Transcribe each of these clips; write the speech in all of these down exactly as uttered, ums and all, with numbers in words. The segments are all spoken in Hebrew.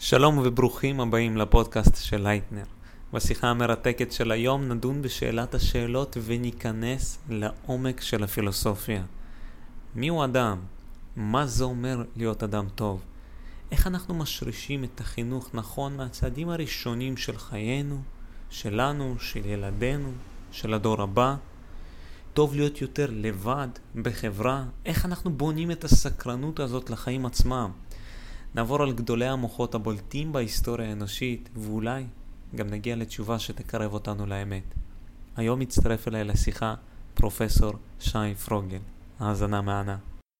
שלום וברוכים הבאים לפודקאסט של לייטנר. בשיחה המרתקת של היום נדון בשאלת השאלות וניכנס לעומק של הפילוסופיה. מיהו אדם? מה זה אומר להיות אדם טוב? איך אנחנו משרישים את החינוך נכון מהצעדים הראשונים של חיינו, שלנו, של ילדינו, של הדור הבא? טוב להיות יותר לבד בחברה? איך אנחנו בונים את הסקרנות הזאת לחיים עצמם? נעבור על גדולי המוחות הבולטים בהיסטוריה האנושית, ואולי גם נגיע לתשובה שתקרב אותנו לאמת. היום מצטרף אליי לשיחה פרופסור שי פרוגל. האזנה מענה.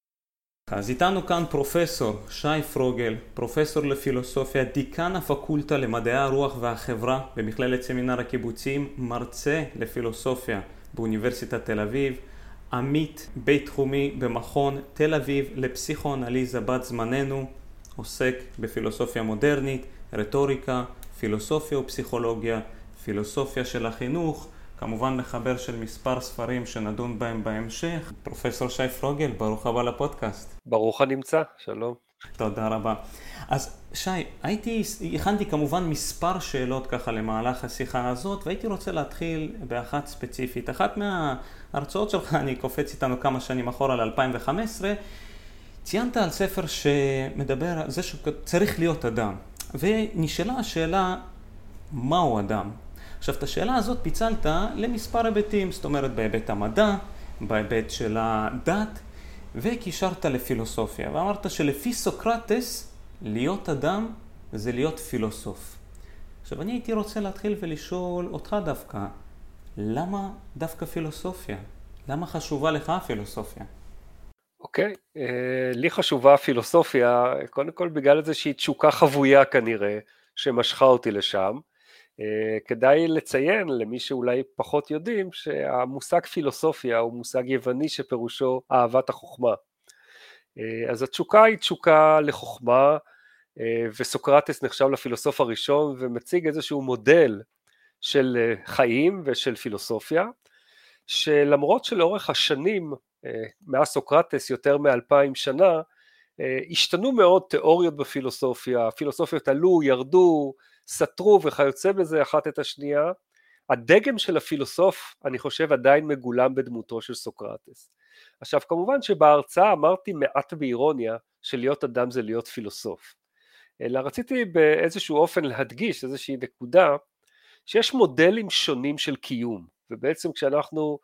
אז איתנו כאן פרופסור שי פרוגל, פרופסור לפילוסופיה, דיקן הפקולטה למדעי הרוח והחברה במכללת סמינר הקיבוצים, מרצה לפילוסופיה באוניברסיטת תל אביב, עמית בית-תחומי במכון תל אביב לפסיכואנליזה בת זמננו, עוסק בפילוסופיה מודרנית, רטוריקה, פילוסופיה ופסיכולוגיה, פילוסופיה של החינוך, כמובן מחבר של מספר ספרים שנדון בהם בהמשך. פרופסור שי פרוגל, ברוך הבא לפודקאסט. ברוך הנמצא, שלום. תודה רבה. אז שי, הייתי, הכנתי כמובן מספר שאלות ככה למהלך השיחה הזאת, והייתי רוצה להתחיל באחת ספציפית. אחת מההרצאות שלך, אני קופץ איתנו כמה שנים אחורה ל-אלפיים וחמש עשרה, ציינת על ספר שמדבר על זה שצריך להיות אדם, ונשאלה השאלה, מהו אדם? עכשיו, את השאלה הזאת פיצלת למספר היבטים, זאת אומרת בהיבט המדע, בהיבט של הדת, וקישרת לפילוסופיה, ואמרת שלפי סוקרטס, להיות אדם זה להיות פילוסוף. עכשיו, אני הייתי רוצה להתחיל ולשאול אותך דווקא, למה דווקא פילוסופיה? למה חשובה לך הפילוסופיה? אוקיי, okay. uh, לי חשובה הפילוסופיה, קודם כל בגלל איזושהי תשוקה חבויה כנראה, שמשכה אותי לשם. Uh, כדאי לציין למי שאולי פחות יודעים, שהמושג פילוסופיה הוא מושג יווני שפירושו אהבת החוכמה. Uh, אז התשוקה היא תשוקה לחוכמה, uh, וסוקרטס נחשב לפילוסוף הראשון, ומציג איזשהו מודל של uh, חיים ושל פילוסופיה, שלמרות שלאורך השנים, מאז סוקרטס יותר מאלפיים שנה, השתנו מאוד תיאוריות בפילוסופיה, הפילוסופיות עלו, ירדו, סתרו וכיוצא בזה אחת את השנייה. הדגם של הפילוסוף, אני חושב, עדיין מגולם בדמותו של סוקרטס. עכשיו, כמובן שבהרצאה אמרתי מעט באירוניה, שלהיות אדם זה להיות פילוסוף. אלא רציתי באיזשהו אופן להדגיש איזושהי נקודה, שיש מודלים שונים של קיום. ובעצם כשאנחנו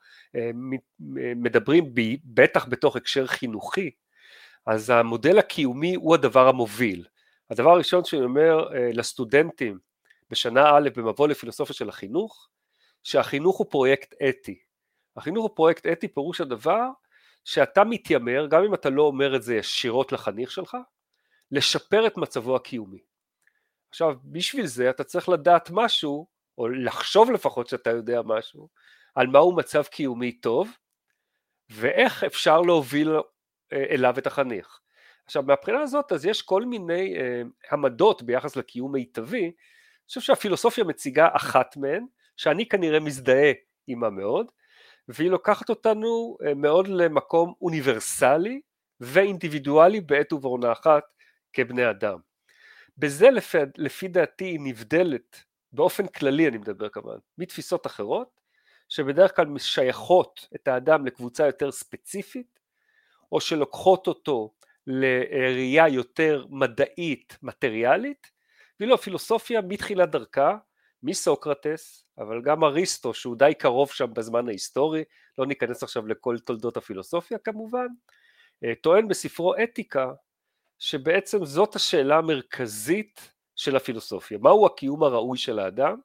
מדברים בטח בתוך הקשר חינוכי, אז המודל הקיומי הוא הדבר המוביל. הדבר הראשון שאני אומר לסטודנטים בשנה א' במבוא לפילוסופיה של החינוך, שהחינוך הוא פרויקט אתי. החינוך הוא פרויקט אתי, פירוש הדבר שאתה מתיימר, גם אם אתה לא אומר את זה ישירות לחניך שלך, לשפר את מצבו הקיומי. עכשיו, בשביל זה אתה צריך לדעת משהו, או לחשוב לפחות שאתה יודע משהו, על מהו מצב קיומי טוב, ואיך אפשר להוביל אליו את החניך. עכשיו, מהבחינה הזאת, אז יש כל מיני אה, עמדות ביחס לקיום מיטבי, אני חושב שהפילוסופיה מציגה אחת מהן, שאני כנראה מזדהה עימה מאוד, והיא לוקחת אותנו אה, מאוד למקום אוניברסלי, ואינדיבידואלי בעת ובעונה אחת, כבני אדם. בזה לפי, לפי דעתי היא נבדלת, באופן כללי אני מדבר כמובן, מתפיסות אחרות, שבדרך כלל משייכות את האדם לקבוצה יותר ספציפית, או שלוקחות אותו לראייה יותר מדעית, מטריאלית, ואילו הפילוסופיה מתחילת דרכה, מסוקרטס, אבל גם אריסטו, שהוא די קרוב שם בזמן ההיסטורי, לא ניכנס עכשיו לכל תולדות הפילוסופיה כמובן, טוען בספרו אתיקה, שבעצם זאת השאלה המרכזית של הפילוסופיה, מהו הקיום הראוי של האדם,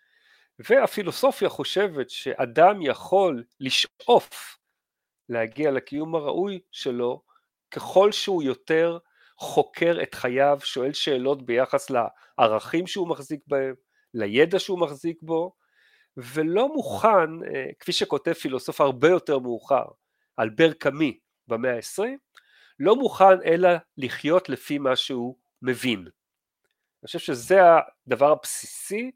והפילוסופיה חושבת שאדם יכול לשאוף להגיע לקיום הראוי שלו, ככל שהוא יותר חוקר את חייו, שואל שאלות ביחס לערכים שהוא מחזיק בהם, לידע שהוא מחזיק בו, ולא מוכן, כפי שכותב פילוסוף הרבה יותר מאוחר, אלבר קאמי במאה ה-עשרים, לא מוכן אלא לחיות לפי מה שהוא מבין. אני חושב שזה הדבר הבסיסי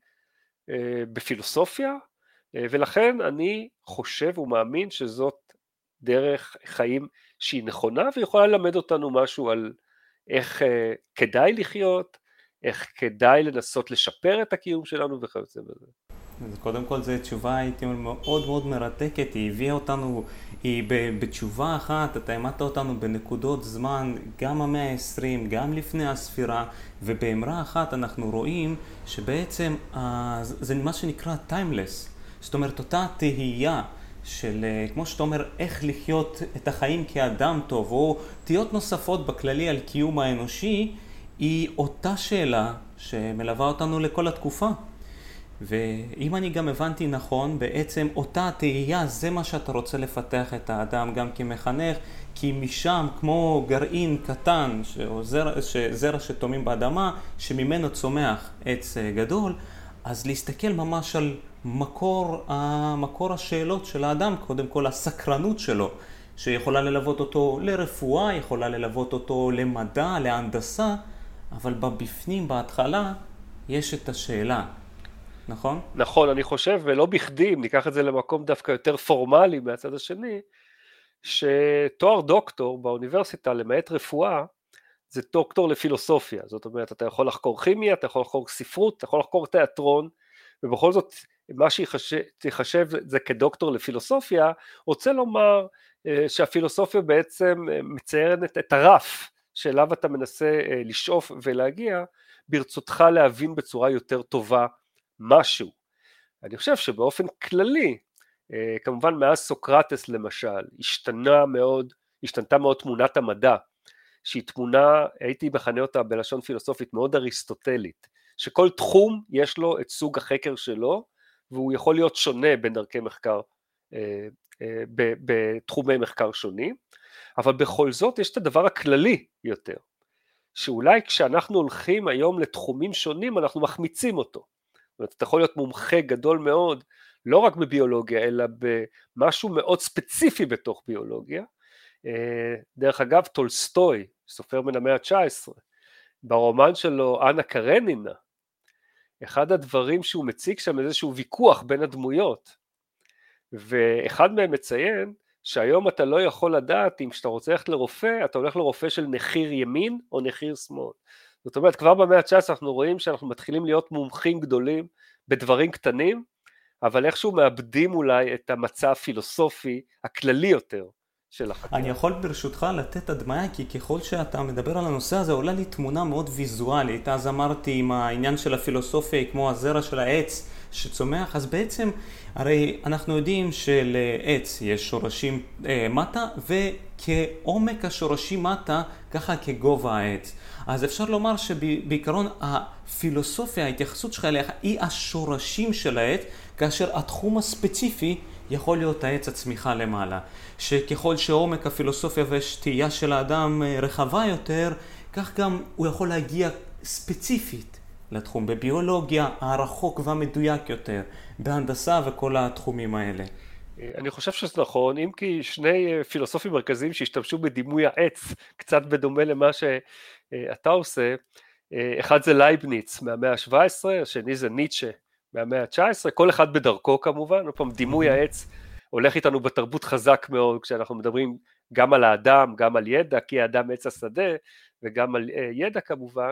בפילוסופיה, ולכן אני חושב ומאמין שזאת דרך חיים שהיא נכונה, ויכולה ללמד אותנו משהו על איך כדאי לחיות, איך כדאי לנסות לשפר את הקיום שלנו וכיוצא בזה. אז קודם כל זו תשובה, הייתי אומר, מאוד מאוד מרתקת, היא הביאה אותנו, היא בתשובה אחת, אתה העמדת אותנו בנקודות זמן, גם המאה העשרים, גם לפני הספירה, ובאמרה אחת אנחנו רואים שבעצם זה מה שנקרא timeless, זאת אומרת אותה תהייה של, כמו שאתה אומר, איך לחיות את החיים כאדם טוב, או תהיות נוספות בכללי על קיום האנושי, היא אותה שאלה שמלווה אותנו לכל התקופה. ואם אני גם הבנתי נכון, בעצם אותה תהייה זה מה שאתה רוצה לפתח את האדם גם כמחנך, כי משם כמו גרעין קטן, שזרע, שזרע שתומים באדמה, שממנו צומח עץ גדול, אז להסתכל ממש על מקור, מקור השאלות של האדם, קודם כל הסקרנות שלו, שיכולה ללוות אותו לרפואה, יכולה ללוות אותו למדע, להנדסה, אבל בבפנים, בהתחלה, יש את השאלה. נכון? נכון, אני חושב, ולא בכדי, אם ניקח את זה למקום דווקא יותר פורמלי מהצד השני, שתואר דוקטור באוניברסיטה, למעט רפואה, זה דוקטור לפילוסופיה. זאת אומרת, אתה יכול לחקור כימיה, אתה יכול לחקור ספרות, אתה יכול לחקור תיאטרון, ובכל זאת, מה שתחשב זה כדוקטור לפילוסופיה, רוצה לומר שהפילוסופיה בעצם מציירת את הרף, שאליו אתה מנסה לשאוף ולהגיע, ברצותך להבין בצורה יותר טובה, משהו. אני חושב שבאופן כללי, כמובן מאז סוקרטס למשל, השתנה מאוד, השתנתה מאוד תמונת המדע, שהיא תמונה, הייתי מכנה אותה בלשון פילוסופית מאוד אריסטוטלית, שכל תחום יש לו את סוג החקר שלו, והוא יכול להיות שונה בין דרכי מחקר, בתחומי מחקר שונים, אבל בכל זאת יש את הדבר הכללי יותר, שאולי כשאנחנו הולכים היום לתחומים שונים, אנחנו מחמיצים אותו. זאת אומרת, אתה יכול להיות מומחה גדול מאוד, לא רק בביולוגיה, אלא במשהו מאוד ספציפי בתוך ביולוגיה. דרך אגב, טולסטוי, סופר מן המאה ה-תשע עשרה, ברומן שלו, אנה קרנינה, אחד הדברים שהוא מציג שם איזשהו ויכוח בין הדמויות, ואחד מהם מציין שהיום אתה לא יכול לדעת אם כשאתה רוצה ללכת לרופא, אתה הולך לרופא של נחיר ימין או נחיר שמאל. זאת אומרת, כבר במאה ה-תשע עשרה אנחנו רואים שאנחנו מתחילים להיות מומחים גדולים בדברים קטנים, אבל איכשהו מאבדים אולי את המצע הפילוסופי הכללי יותר של החקר. אני יכול ברשותך לתת הדמיה, כי ככל שאתה מדבר על הנושא הזה, עולה לי תמונה מאוד ויזואלית. אז אמרתי עם העניין של הפילוסופיה, כמו הזרע של העץ שצומח, אז בעצם, הרי אנחנו יודעים שלעץ יש שורשים אה, מטה, וכעומק השורשים מטה, ככה כגובה העץ. אז אפשר לומר שבעיקרון הפילוסופיה, ההתייחסות שלך אליך, היא השורשים של העץ, כאשר התחום הספציפי יכול להיות העץ הצמיחה למעלה. שככל שעומק הפילוסופיה והשתייה של האדם רחבה יותר, כך גם הוא יכול להגיע ספציפית לתחום בביולוגיה, הרחוק והמדויק יותר, בהנדסה וכל התחומים האלה. אני חושב שזה נכון, אם כי שני פילוסופים מרכזיים שהשתמשו בדימוי העץ, קצת בדומה למה שאתה עושה, אחד זה לייבניץ מהמאה ה-שבע עשרה, השני זה ניטשה מהמאה ה-תשע עשרה, כל אחד בדרכו כמובן, פעם דימוי העץ הולך איתנו בתרבות חזק מאוד, כשאנחנו מדברים גם על האדם, גם על ידע, כי האדם עץ השדה, וגם על ידע כמובן,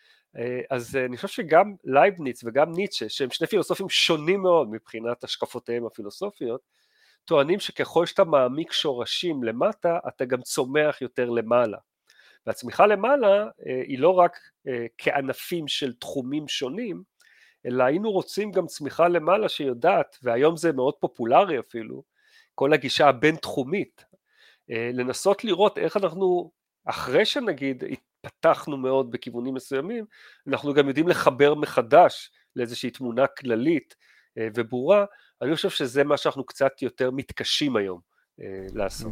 אז אני חושב שגם לייבניץ וגם ניטשה, שהם שני פילוסופים שונים מאוד מבחינת השקפותיהם הפילוסופיות, טוענים שככל שאתה מעמיק שורשים למטה, אתה גם צומח יותר למעלה. והצמיחה למעלה היא לא רק כענפים של תחומים שונים, אלא היינו רוצים גם צמיחה למעלה שיודעת, והיום זה מאוד פופולרי אפילו, כל הגישה הבין תחומית, לנסות לראות איך אנחנו, אחרי שנגיד התפתחנו מאוד בכיוונים מסוימים, אנחנו גם יודעים לחבר מחדש לאיזושהי תמונה כללית וברורה. אני חושב שזה מה שאנחנו קצת יותר מתקשים היום לעשות.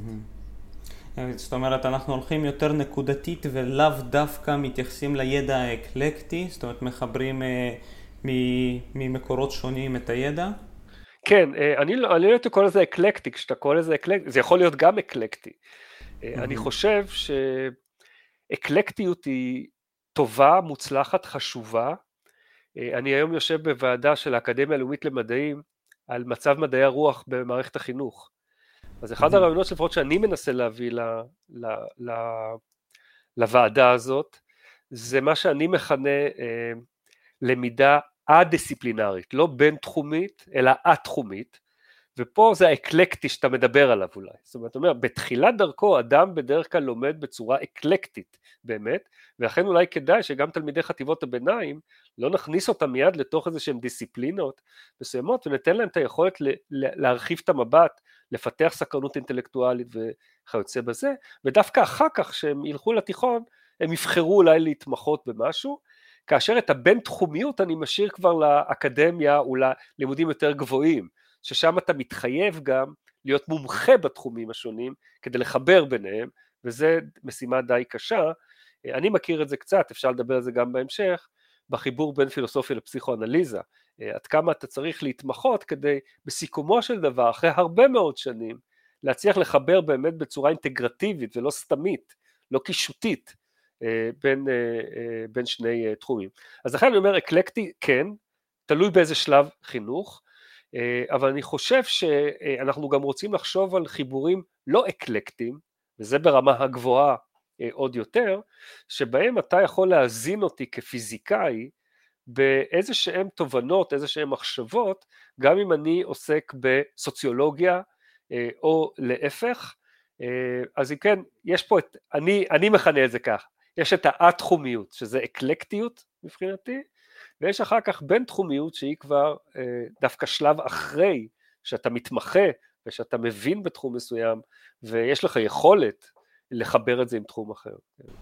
זאת אומרת, אנחנו הולכים יותר נקודתית ולאו דווקא מתייחסים לידע האקלקטי, זאת אומרת מחברים ממקורות שונים את הידע? כן, אני לא יודעת לקרוא לזה אקלקטי, כשאתה קורא לזה אקלקטי, זה יכול להיות גם אקלקטי. אני חושב שאקלקטיות היא טובה, מוצלחת, חשובה. אני היום יושב בוועדה של האקדמיה הלאומית למדעים, על מצב מדעי הרוח במערכת החינוך. אז אחד הרעיונות לפחות שאני מנסה להביא ל, ל, ל, לוועדה הזאת, זה מה שאני מכנה אה, למידה א-דיסציפלינרית, לא בין תחומית, אלא א-תחומית, ופה זה האקלקטי שאתה מדבר עליו אולי, זאת אומרת, אומר, בתחילת דרכו אדם בדרך כלל לומד בצורה אקלקטית באמת, ולכן אולי כדאי שגם תלמידי חטיבות הביניים, לא נכניס אותם מיד לתוך איזה שהם דיסציפלינות מסוימות, וניתן להם את היכולת להרחיב את המבט, לפתח סקרנות אינטלקטואלית וכיוצא בזה, ודווקא אחר כך שהם ילכו לתיכון, הם יבחרו אולי להתמחות במשהו, כאשר את הבין תחומיות אני משאיר כבר לאקדמיה או ללימודים יותר גבוהים, ששם אתה מתחייב גם להיות מומחה בתחומים השונים, כדי לחבר ביניהם, וזה משימה די קשה. אני מכיר את זה קצת, אפשר לדבר על זה גם בהמשך, בחיבור בין פילוסופיה לפסיכואנליזה, עד כמה אתה צריך להתמחות כדי בסיכומו של דבר, אחרי הרבה מאוד שנים, להצליח לחבר באמת בצורה אינטגרטיבית ולא סתמית, לא קישוטית, בין, בין שני תחומים. אז לכן אני אומר, אקלקטי כן, תלוי באיזה שלב חינוך, אבל אני חושב שאנחנו גם רוצים לחשוב על חיבורים לא אקלקטיים, וזה ברמה הגבוהה עוד יותר, שבהם אתה יכול להזין אותי כפיזיקאי, באיזה שהם תובנות, איזה שהם מחשבות, גם אם אני עוסק בסוציולוגיה, או להפך, אז אם כן, יש פה את, אני, אני מכנה את זה כך, יש את הא-תחומיות, שזה אקלקטיות מבחינתי, ויש אחר כך בין תחומיות שהיא כבר דווקא שלב אחרי שאתה מתמחה ושאתה מבין בתחום מסוים ויש לך יכולת לחבר את זה עם תחום אחר.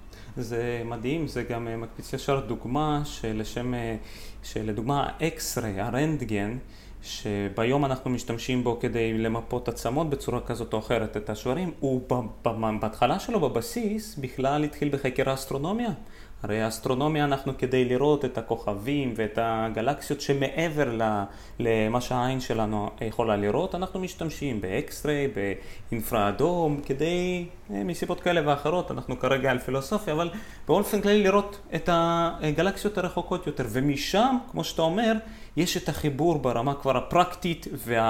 זה מדהים, זה גם מקפיץ ישר דוגמה שלשם, שלדוגמה האקס-ריי, הרנטגן, שביום אנחנו משתמשים בו כדי למפות עצמות בצורה כזאת או אחרת את השברים, הוא בהתחלה שלו בבסיס בכלל התחיל בחקר האסטרונומיה. הרי האסטרונומיה אנחנו כדי לראות את הכוכבים ואת הגלקסיות שמעבר למה שהעין שלנו יכולה לראות, אנחנו משתמשים באקס-ריי, באינפרה-אדום, כדי, מסיבות כאלה ואחרות, אנחנו כרגע על פילוסופיה, אבל באופן כללי לראות את הגלקסיות הרחוקות יותר, ומשם, כמו שאתה אומר, יש את החיבור ברמה כבר הפרקטית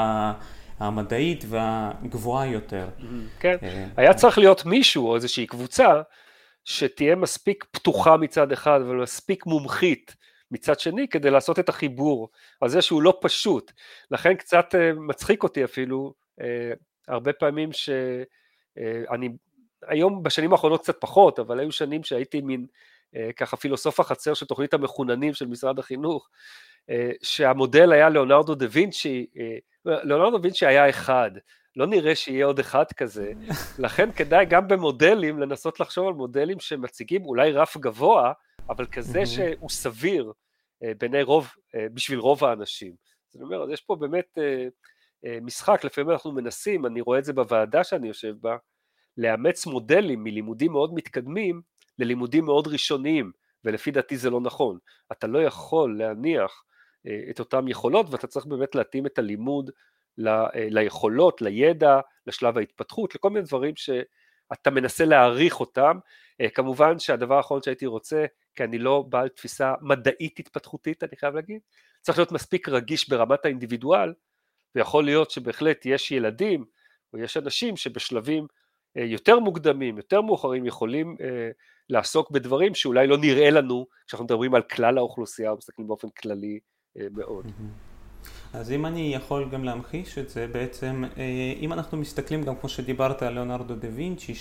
והמדעית והגבוהה יותר. כן, היה צריך להיות מישהו או איזושהי קבוצה, שתהיה מספיק פתוחה מצד אחד ומספיק מומחית מצד שני כדי לעשות את החיבור, על זה שהוא לא פשוט, לכן קצת מצחיק אותי אפילו, הרבה פעמים שאני, היום בשנים האחרונות קצת פחות, אבל היו שנים שהייתי מין ככה פילוסוף החצר של תוכנית המחוננים של משרד החינוך, שהמודל היה ליאונרדו דה וינצ'י, ליאונרדו דה וינצ'י היה אחד, לא נראה שיהיה עוד אחד כזה, לכן כדאי גם במודלים לנסות לחשוב על מודלים שמציגים אולי רף גבוה, אבל כזה שהוא סביר בעיני רוב, בשביל רוב האנשים. זאת אומרת, אז יש פה באמת משחק, לפעמים אנחנו מנסים, אני רואה את זה בוועדה שאני יושב בה, לאמץ מודלים מלימודים מאוד מתקדמים ללימודים מאוד ראשוניים, ולפי דעתי זה לא נכון. אתה לא יכול להניח את אותם יכולות, ואתה צריך באמת להתאים את הלימוד ל, ליכולות, לידע, לשלב ההתפתחות, לכל מיני דברים שאתה מנסה להעריך אותם. כמובן שהדבר האחרון שהייתי רוצה, כי אני לא בעל תפיסה מדעית התפתחותית, אני חייב להגיד, צריך להיות מספיק רגיש ברמת האינדיבידואל, ויכול להיות שבהחלט יש ילדים, או יש אנשים שבשלבים יותר מוקדמים, יותר מאוחרים, יכולים לעסוק בדברים שאולי לא נראה לנו, כשאנחנו מדברים על כלל האוכלוסייה, או מסתכלים באופן כללי מאוד. אז אם אני יכול גם להמחיש את זה, בעצם, אם אנחנו מסתכלים גם כמו שדיברת על ליאונרדו דה וינצ'י,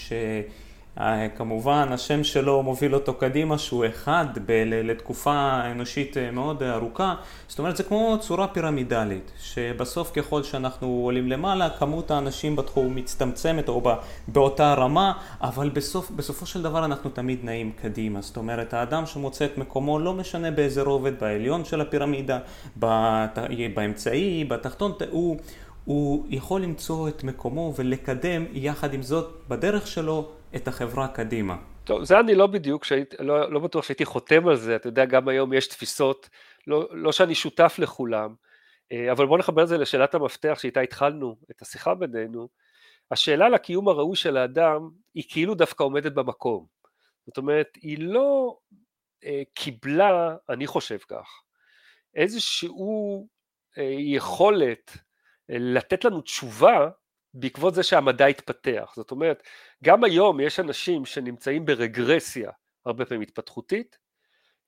שכמובן השם שלו מוביל אותו קדימה, שהוא אחד ב- לתקופה אנושית מאוד ארוכה, זאת אומרת זה כמו צורה פירמידלית, שבסוף ככל שאנחנו עולים למעלה, כמות האנשים בתחום מצטמצמת או באותה רמה, אבל בסוף, בסופו של דבר אנחנו תמיד נעים קדימה, זאת אומרת האדם שמוצא את מקומו לא משנה באיזה רובד, בעליון של הפירמידה, באמצעי, בתחתון, הוא, הוא יכול למצוא את מקומו ולקדם יחד עם זאת בדרך שלו את החברה קדימה. טוב, זה אני לא בדיוק, שהיית, לא, לא בטוח שהייתי חותם על זה, אתה יודע, גם היום יש תפיסות, לא, לא שאני שותף לכולם, אבל בוא נחבר את זה לשאלת המפתח שאיתה התחלנו את השיחה בינינו, השאלה לקיום הראוי של האדם, היא כאילו דווקא עומדת במקום, זאת אומרת, היא לא אה, קיבלה, אני חושב כך, איזשהו אה, יכולת אה, לתת לנו תשובה, בעקבות זה שהמדע התפתח, זאת אומרת, גם היום יש אנשים שנמצאים ברגרסיה, הרבה פעמים התפתחותית,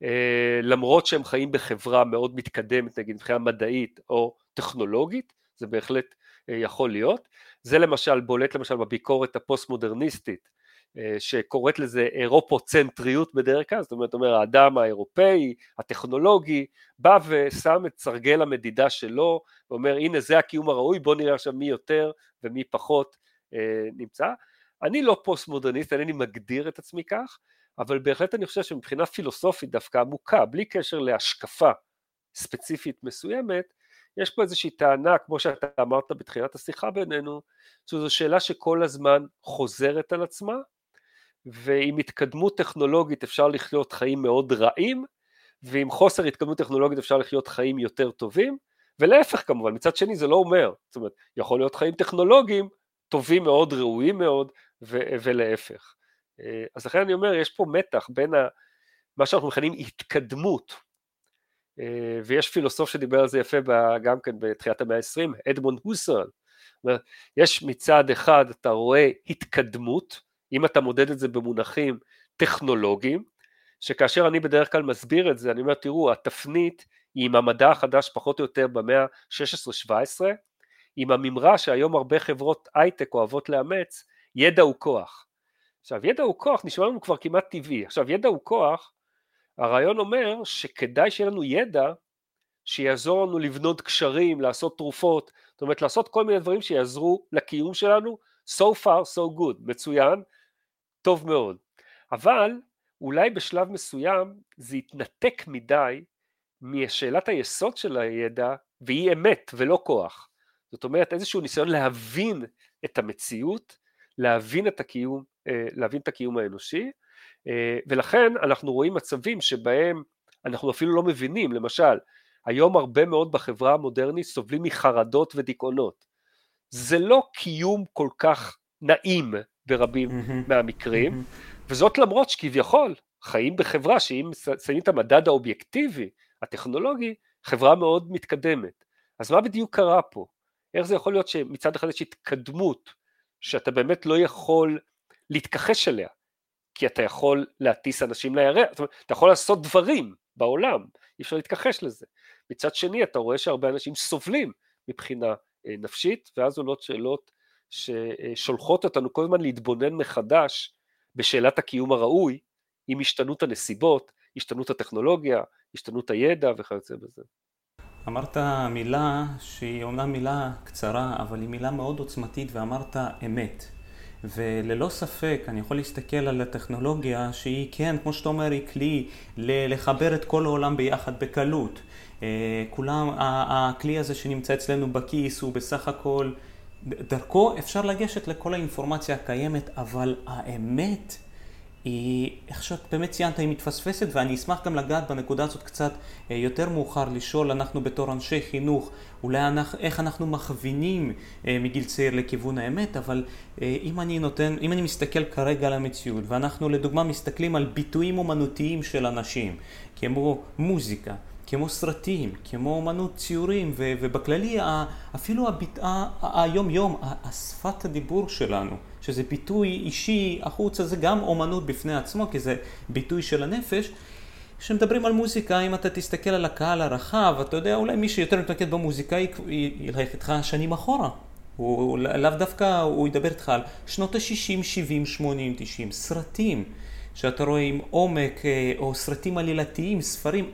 למרות שהם חיים בחברה מאוד מתקדמת, נגיד מבחינה מדעית או טכנולוגית, זה בהחלט יכול להיות. זה למשל בולט למשל בביקורת הפוסט-מודרניסטית, שקוראת לזה אירופוצנטריות בדרך כלל, זאת אומרת, אומר, האדם האירופאי, הטכנולוגי, בא ושם את סרגל המדידה שלו, ואומר, הנה זה הקיום הראוי, בוא נראה עכשיו מי יותר ומי פחות אה, נמצא. אני לא פוסט-מודרניסט, אינני מגדיר את עצמי כך, אבל בהחלט אני חושב שמבחינה פילוסופית דווקא עמוקה, בלי קשר להשקפה ספציפית מסוימת, יש פה איזושהי טענה, כמו שאתה אמרת בתחילת השיחה בינינו, שזו שאלה שכל הזמן חוזרת על עצמה, ועם התקדמות טכנולוגית אפשר לחיות חיים מאוד רעים, ועם חוסר התקדמות טכנולוגית אפשר לחיות חיים יותר טובים, ולהפך כמובן, מצד שני זה לא אומר, זאת אומרת, יכול להיות חיים טכנולוגיים טובים מאוד, ראויים מאוד, ו- ולהפך. אז לכן אני אומר, יש פה מתח בין ה- מה שאנחנו מכנים התקדמות, ויש פילוסוף שדיבר על זה יפה גם כן בתחילת המאה ה-עשרים, אדמונד הוסרל, יש מצד אחד אתה רואה התקדמות, אם אתה מודד את זה במונחים טכנולוגיים, שכאשר אני בדרך כלל מסביר את זה, אני אומר תראו התפנית היא עם המדע החדש פחות או יותר במאה ה-שש עשרה שבע עשרה, עם הממרה שהיום הרבה חברות הייטק אוהבות לאמץ, ידע הוא כוח. עכשיו ידע הוא כוח נשמע לנו כבר כמעט טבעי, עכשיו ידע הוא כוח, הרעיון אומר שכדאי שיהיה לנו ידע שיעזור לנו לבנות קשרים, לעשות תרופות, זאת אומרת לעשות כל מיני דברים שיעזרו לקיום שלנו, so far so good, מצוין, טוב מאוד, אבל אולי בשלב מסוים זה יתנתק מדי משאלת היסוד של הידע, והיא אמת ולא כוח, זאת אומרת איזשהו ניסיון להבין את המציאות, להבין את הקיום, להבין את הקיום האנושי, ולכן אנחנו רואים מצבים שבהם אנחנו אפילו לא מבינים, למשל, היום הרבה מאוד בחברה המודרנית סובלים מחרדות ודיכאונות, זה לא קיום כל כך נעים ברבים mm-hmm. מהמקרים, mm-hmm. וזאת למרות שכביכול חיים בחברה שאם שמים את המדד האובייקטיבי, הטכנולוגי, חברה מאוד מתקדמת, אז מה בדיוק קרה פה? איך זה יכול להיות שמצד אחד יש התקדמות, שאתה באמת לא יכול להתכחש אליה, כי אתה יכול להטיס אנשים לירח, זאת אומרת, אתה יכול לעשות דברים בעולם, אי אפשר להתכחש לזה. מצד שני, אתה רואה שהרבה אנשים סובלים מבחינה נפשית, ואז עולות שאלות ששולחות אותנו כל הזמן להתבונן מחדש בשאלת הקיום הראוי, עם השתנות הנסיבות, השתנות הטכנולוגיה, השתנות הידע וכיוצא בזה. אמרת מילה שהיא אומנם מילה קצרה, אבל היא מילה מאוד עוצמתית, ואמרת אמת. וללא ספק אני יכול להסתכל על הטכנולוגיה שהיא כן, כמו שאתה אומר, היא כלי לחבר את כל העולם ביחד בקלות. כולם, הכלי הזה שנמצא אצלנו בכיס הוא בסך הכל, דרכו אפשר לגשת לכל האינפורמציה הקיימת, אבל האמת היא, איך שאת באמת ציינת, היא מתפספסת, ואני אשמח גם לגעת בנקודה הזאת קצת יותר מאוחר, לשאול אנחנו בתור אנשי חינוך, אולי אנחנו, איך אנחנו מכווינים מגיל צעיר לכיוון האמת, אבל אם אני נותן, אם אני מסתכל כרגע על המציאות, ואנחנו לדוגמה מסתכלים על ביטויים אומנותיים של אנשים, כמו מוזיקה, כמו סרטים, כמו אומנות ציורים, ו- ובכללי אפילו הביטאה, היום יום, השפת הדיבור שלנו, שזה ביטוי אישי החוצה, זה גם אומנות בפני עצמו, כי זה ביטוי של הנפש. כשמדברים על מוזיקה, אם אתה תסתכל על הקהל הרחב, אתה יודע, אולי מי שיותר מתמקד במוזיקה ילך איתך שנים אחורה. הוא לאו דווקא, הוא ידבר איתך על שנות ה-שישים, שבעים, שמונים, תשעים, סרטים שאתה רואה עם עומק, או סרטים עלילתיים, ספרים,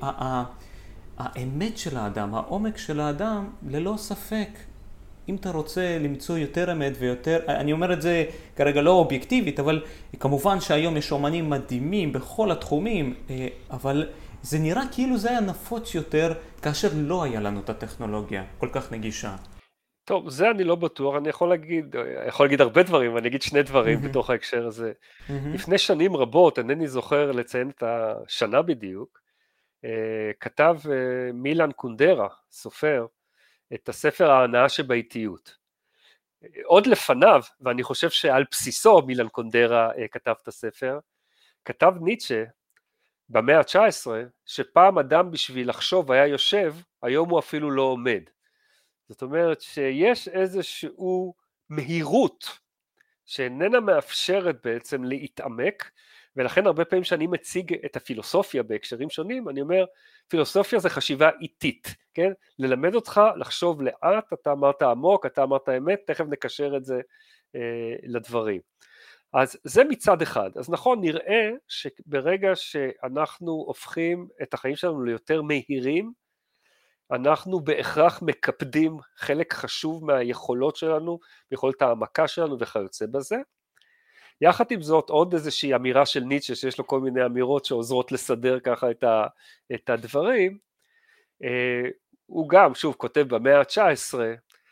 האמת של האדם, העומק של האדם, ללא ספק, אם אתה רוצה למצוא יותר אמת ויותר, אני אומר את זה כרגע לא אובייקטיבית, אבל כמובן שהיום יש אומנים מדהימים בכל התחומים, אבל זה נראה כאילו זה היה נפוץ יותר כאשר לא היה לנו את הטכנולוגיה כל כך נגישה. טוב, זה אני לא בטוח, אני יכול להגיד, יכול להגיד הרבה דברים, אני אגיד שני דברים בתוך ההקשר הזה. לפני שנים רבות, אינני זוכר לציין את השנה בדיוק, כתב מילן קונדרה, סופר, את הספר ההנאה שבאיטיות. עוד לפניו, ואני חושב שעל בסיסו מילן קונדרה כתב את הספר, כתב ניטשה במאה ה-תשע עשרה, שפעם אדם בשביל לחשוב היה יושב, היום הוא אפילו לא עומד. זאת אומרת שיש איזשהו מהירות, שאיננה מאפשרת בעצם להתעמק, ולכן הרבה פעמים שאני מציג את הפילוסופיה בהקשרים שונים, אני אומר, פילוסופיה זה חשיבה איטית, כן? ללמד אותך לחשוב לאט, אתה אמרת עמוק, אתה אמרת אמת, תכף נקשר את זה אה, לדברים. אז זה מצד אחד. אז נכון, נראה שברגע שאנחנו הופכים את החיים שלנו ליותר מהירים, אנחנו בהכרח מקפדים חלק חשוב מהיכולות שלנו, יכולת העמקה שלנו וכיוצא בזה. יחד עם זאת, עוד איזושהי אמירה של ניטשה, שיש לו כל מיני אמירות שעוזרות לסדר ככה את, ה, את הדברים, הוא גם, שוב, כותב במאה ה-תשע עשרה,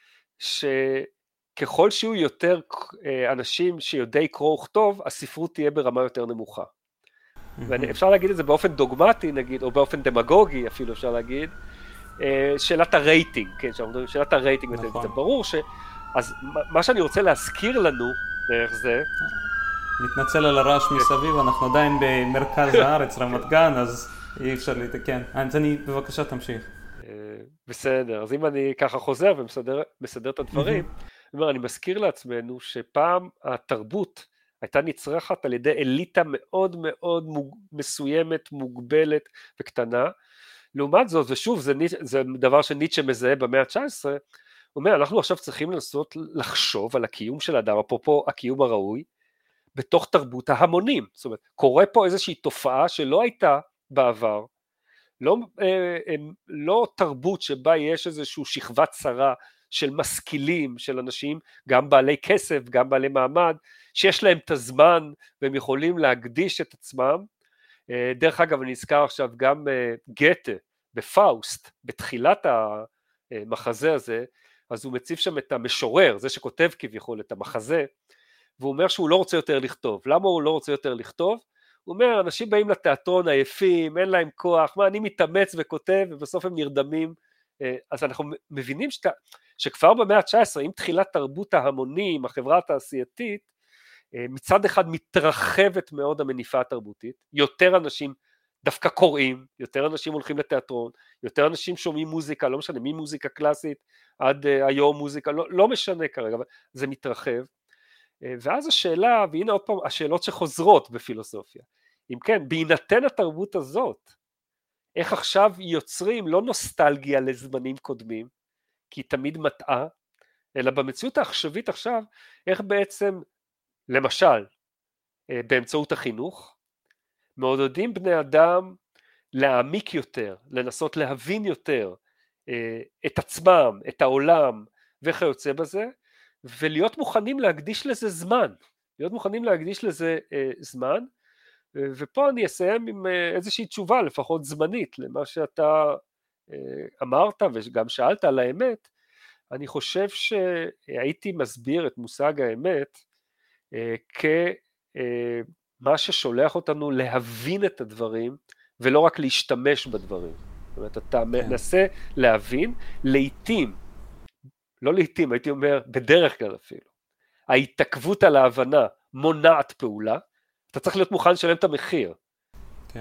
שככל שיהיו יותר אנשים שיודעי קרוא וכתוב, הספרות תהיה ברמה יותר נמוכה. ואפשר להגיד את זה באופן דוגמטי, נגיד, או באופן דמגוגי אפילו אפשר להגיד, שאלת הרייטינג, כן, שאלת הרייטינג, נכון. זה ברור ש... אז מה שאני רוצה להזכיר לנו דרך זה... מתנצל על הרעש מסביב, אנחנו עדיין במרכז הארץ, רמת גן, אז אי אפשר לתקן. אז אני, בבקשה, תמשיך. בסדר, אז אם אני ככה חוזר ומסדר את הדברים, אני מזכיר לעצמנו שפעם התרבות הייתה נצרכת על ידי אליטה מאוד מאוד מסוימת, מוגבלת וקטנה, לעומת זאת, ושוב, זה, זה דבר שניטשה מזהה במאה ה-תשע עשרה, הוא אומר, אנחנו עכשיו צריכים לנסות לחשוב על הקיום של האדם, אפרופו הקיום הראוי, בתוך תרבות ההמונים. זאת אומרת, קורה פה איזושהי תופעה שלא הייתה בעבר, לא, לא תרבות שבה יש איזושהי שכבת צרה של משכילים, של אנשים, גם בעלי כסף, גם בעלי מעמד, שיש להם את הזמן, והם יכולים להקדיש את עצמם. דרך אגב, אני נזכר עכשיו גם גתה, בפאוסט, בתחילת המחזה הזה, אז הוא מציב שם את המשורר, זה שכותב כביכול את המחזה, והוא אומר שהוא לא רוצה יותר לכתוב. למה הוא לא רוצה יותר לכתוב? הוא אומר, אנשים באים לתיאטרון עייפים, אין להם כוח, מה, אני מתאמץ וכותב, ובסוף הם נרדמים. אז אנחנו מבינים שת, שכבר במאה ה-תשע עשרה, עם תחילת תרבות ההמונים, החברה התעשייתית, מצד אחד מתרחבת מאוד המניפה התרבותית, יותר אנשים דווקא קוראים, יותר אנשים הולכים לתיאטרון, יותר אנשים שומעים מוזיקה, לא משנה, ממוזיקה קלאסית עד uh, היום מוזיקה, לא, לא משנה כרגע, אבל זה מתרחב, uh, ואז השאלה, והנה עוד פעם, השאלות שחוזרות בפילוסופיה, אם כן, בהינתן התרבות הזאת, איך עכשיו יוצרים לא נוסטלגיה לזמנים קודמים, כי היא תמיד מטעה, אלא במציאות העכשווית עכשיו, איך בעצם, למשל, uh, באמצעות החינוך, מעודדים בני אדם להעמיק יותר, לנסות להבין יותר אה, את עצמם, את העולם וכיוצא בזה, ולהיות מוכנים להקדיש לזה זמן, להיות מוכנים להקדיש לזה אה, זמן, אה, ופה אני אסיים עם אה, איזושהי תשובה, לפחות זמנית, למה שאתה אה, אמרת וגם שאלת על האמת. אני חושב שהייתי מסביר את מושג האמת אה, כ... אה, מה ששולח אותנו להבין את הדברים, ולא רק להשתמש בדברים. זאת אומרת, אתה כן. מנסה להבין, לעתים, לא לעתים, הייתי אומר, בדרך כלל אפילו, ההתעכבות על ההבנה מונעת פעולה, אתה צריך להיות מוכן לשלם את המחיר. כן.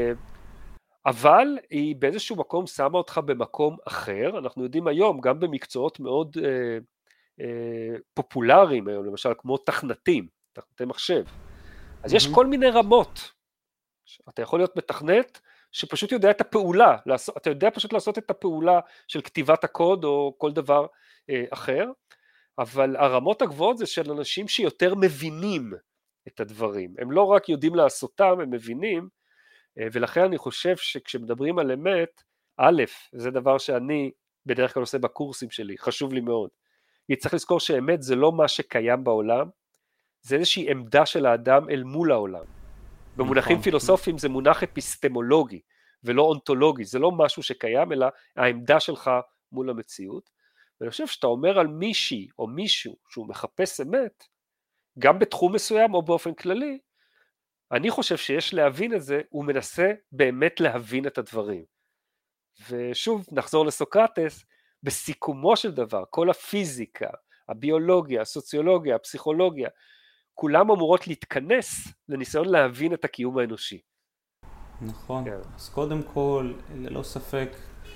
אבל היא באיזשהו מקום שמה אותך במקום אחר, אנחנו יודעים היום, גם במקצועות מאוד אה, אה, פופולריים היום, למשל כמו תכנתים, תכנתי מחשב, אז יש כל מיני רמות, אתה יכול להיות מתכנת שפשוט יודע את הפעולה, אתה יודע פשוט לעשות את הפעולה של כתיבת הקוד או כל דבר אחר, אבל הרמות הגבוהות זה של אנשים שיותר מבינים את הדברים, הם לא רק יודעים לעשותם, הם מבינים, ולכן אני חושב שכשמדברים על אמת, א', זה דבר שאני בדרך כלל עושה בקורסים שלי, חשוב לי מאוד, צריך לזכור שאמת זה לא מה שקיים בעולם, זה איזושהי עמדה של האדם אל מול העולם. במונחים פילוסופיים זה מונח אפיסטמולוגי, ולא אונתולוגי, זה לא משהו שקיים, אלא העמדה שלך מול המציאות. ואני חושב שאתה אומר על מישהי או מישהו שהוא מחפש אמת, גם בתחום מסוים או באופן כללי, אני חושב שיש להבין את זה, הוא מנסה באמת להבין את הדברים. ושוב, נחזור לסוקרטס, בסיכומו של דבר, כל הפיזיקה, הביולוגיה, הסוציולוגיה, הפסיכולוגיה, כולם אמורות להתכנס לניסיון להבין את הקיום האנושי. נכון. כן. אז קודם כל, ללא ספק,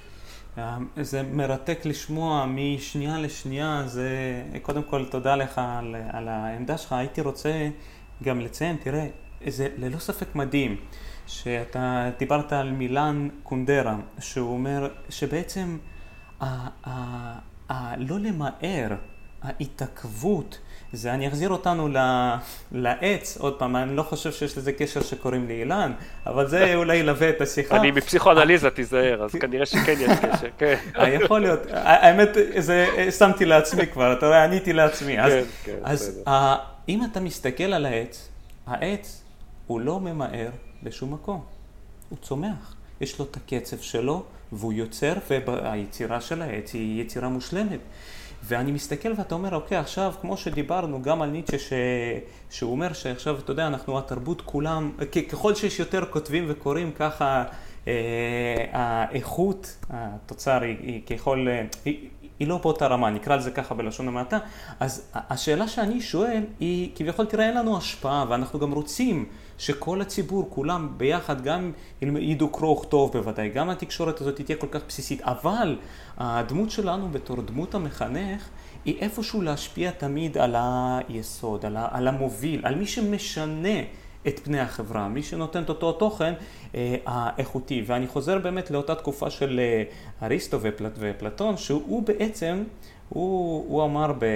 זה מרתק לשמוע משנייה לשנייה, זה קודם כל תודה לך על, על העמדה שלך. הייתי רוצה גם לציין, תראה, זה ללא ספק מדהים, שאתה דיברת על מילן קונדרה, שהוא אומר שבעצם ה, ה, ה, לא למהר, ההתעכבות, זה אני אחזיר אותנו ל, לעץ, עוד פעם, אני לא חושב שיש לזה קשר שקוראים לי אילן, אבל זה אולי ילווה את השיחה. אני מפסיכואנליזה תיזהר, אז כנראה שכן יש קשר, כן. יכול להיות, האמת, זה שמתי לעצמי כבר, אתה רואה, עניתי לעצמי. כן, כן, אז אם אתה מסתכל על העץ, העץ הוא לא ממהר בשום מקום, הוא צומח. יש לו את הקצב שלו, והוא יוצר, והיצירה של העץ היא יצירה מושלמת. ואני מסתכל ואתה אומר, אוקיי, עכשיו, כמו שדיברנו גם על ניטשה, ש... שהוא אומר שעכשיו, אתה יודע, אנחנו התרבות כולם, ככל שיש יותר כותבים וקוראים ככה, אה, האיכות, התוצר היא, היא ככל, היא, היא לא באותה רמה, נקרא לזה ככה בלשון המעטה. אז השאלה שאני שואל היא, כביכול תראה, אין לנו השפעה, ואנחנו גם רוצים שכל הציבור, כולם ביחד, גם ידעו קרוא וכתוב בוודאי, גם התקשורת הזאת תהיה כל כך בסיסית, אבל הדמות שלנו בתור דמות המחנך, היא איפשהו להשפיע תמיד על היסוד, על, ה, על המוביל, על מי שמשנה את פני החברה, מי שנותן את אותו תוכן אה, האיכותי. ואני חוזר באמת לאותה תקופה של אה, אריסטו ופלט, ופלטון, שהוא בעצם, הוא, הוא אמר ב,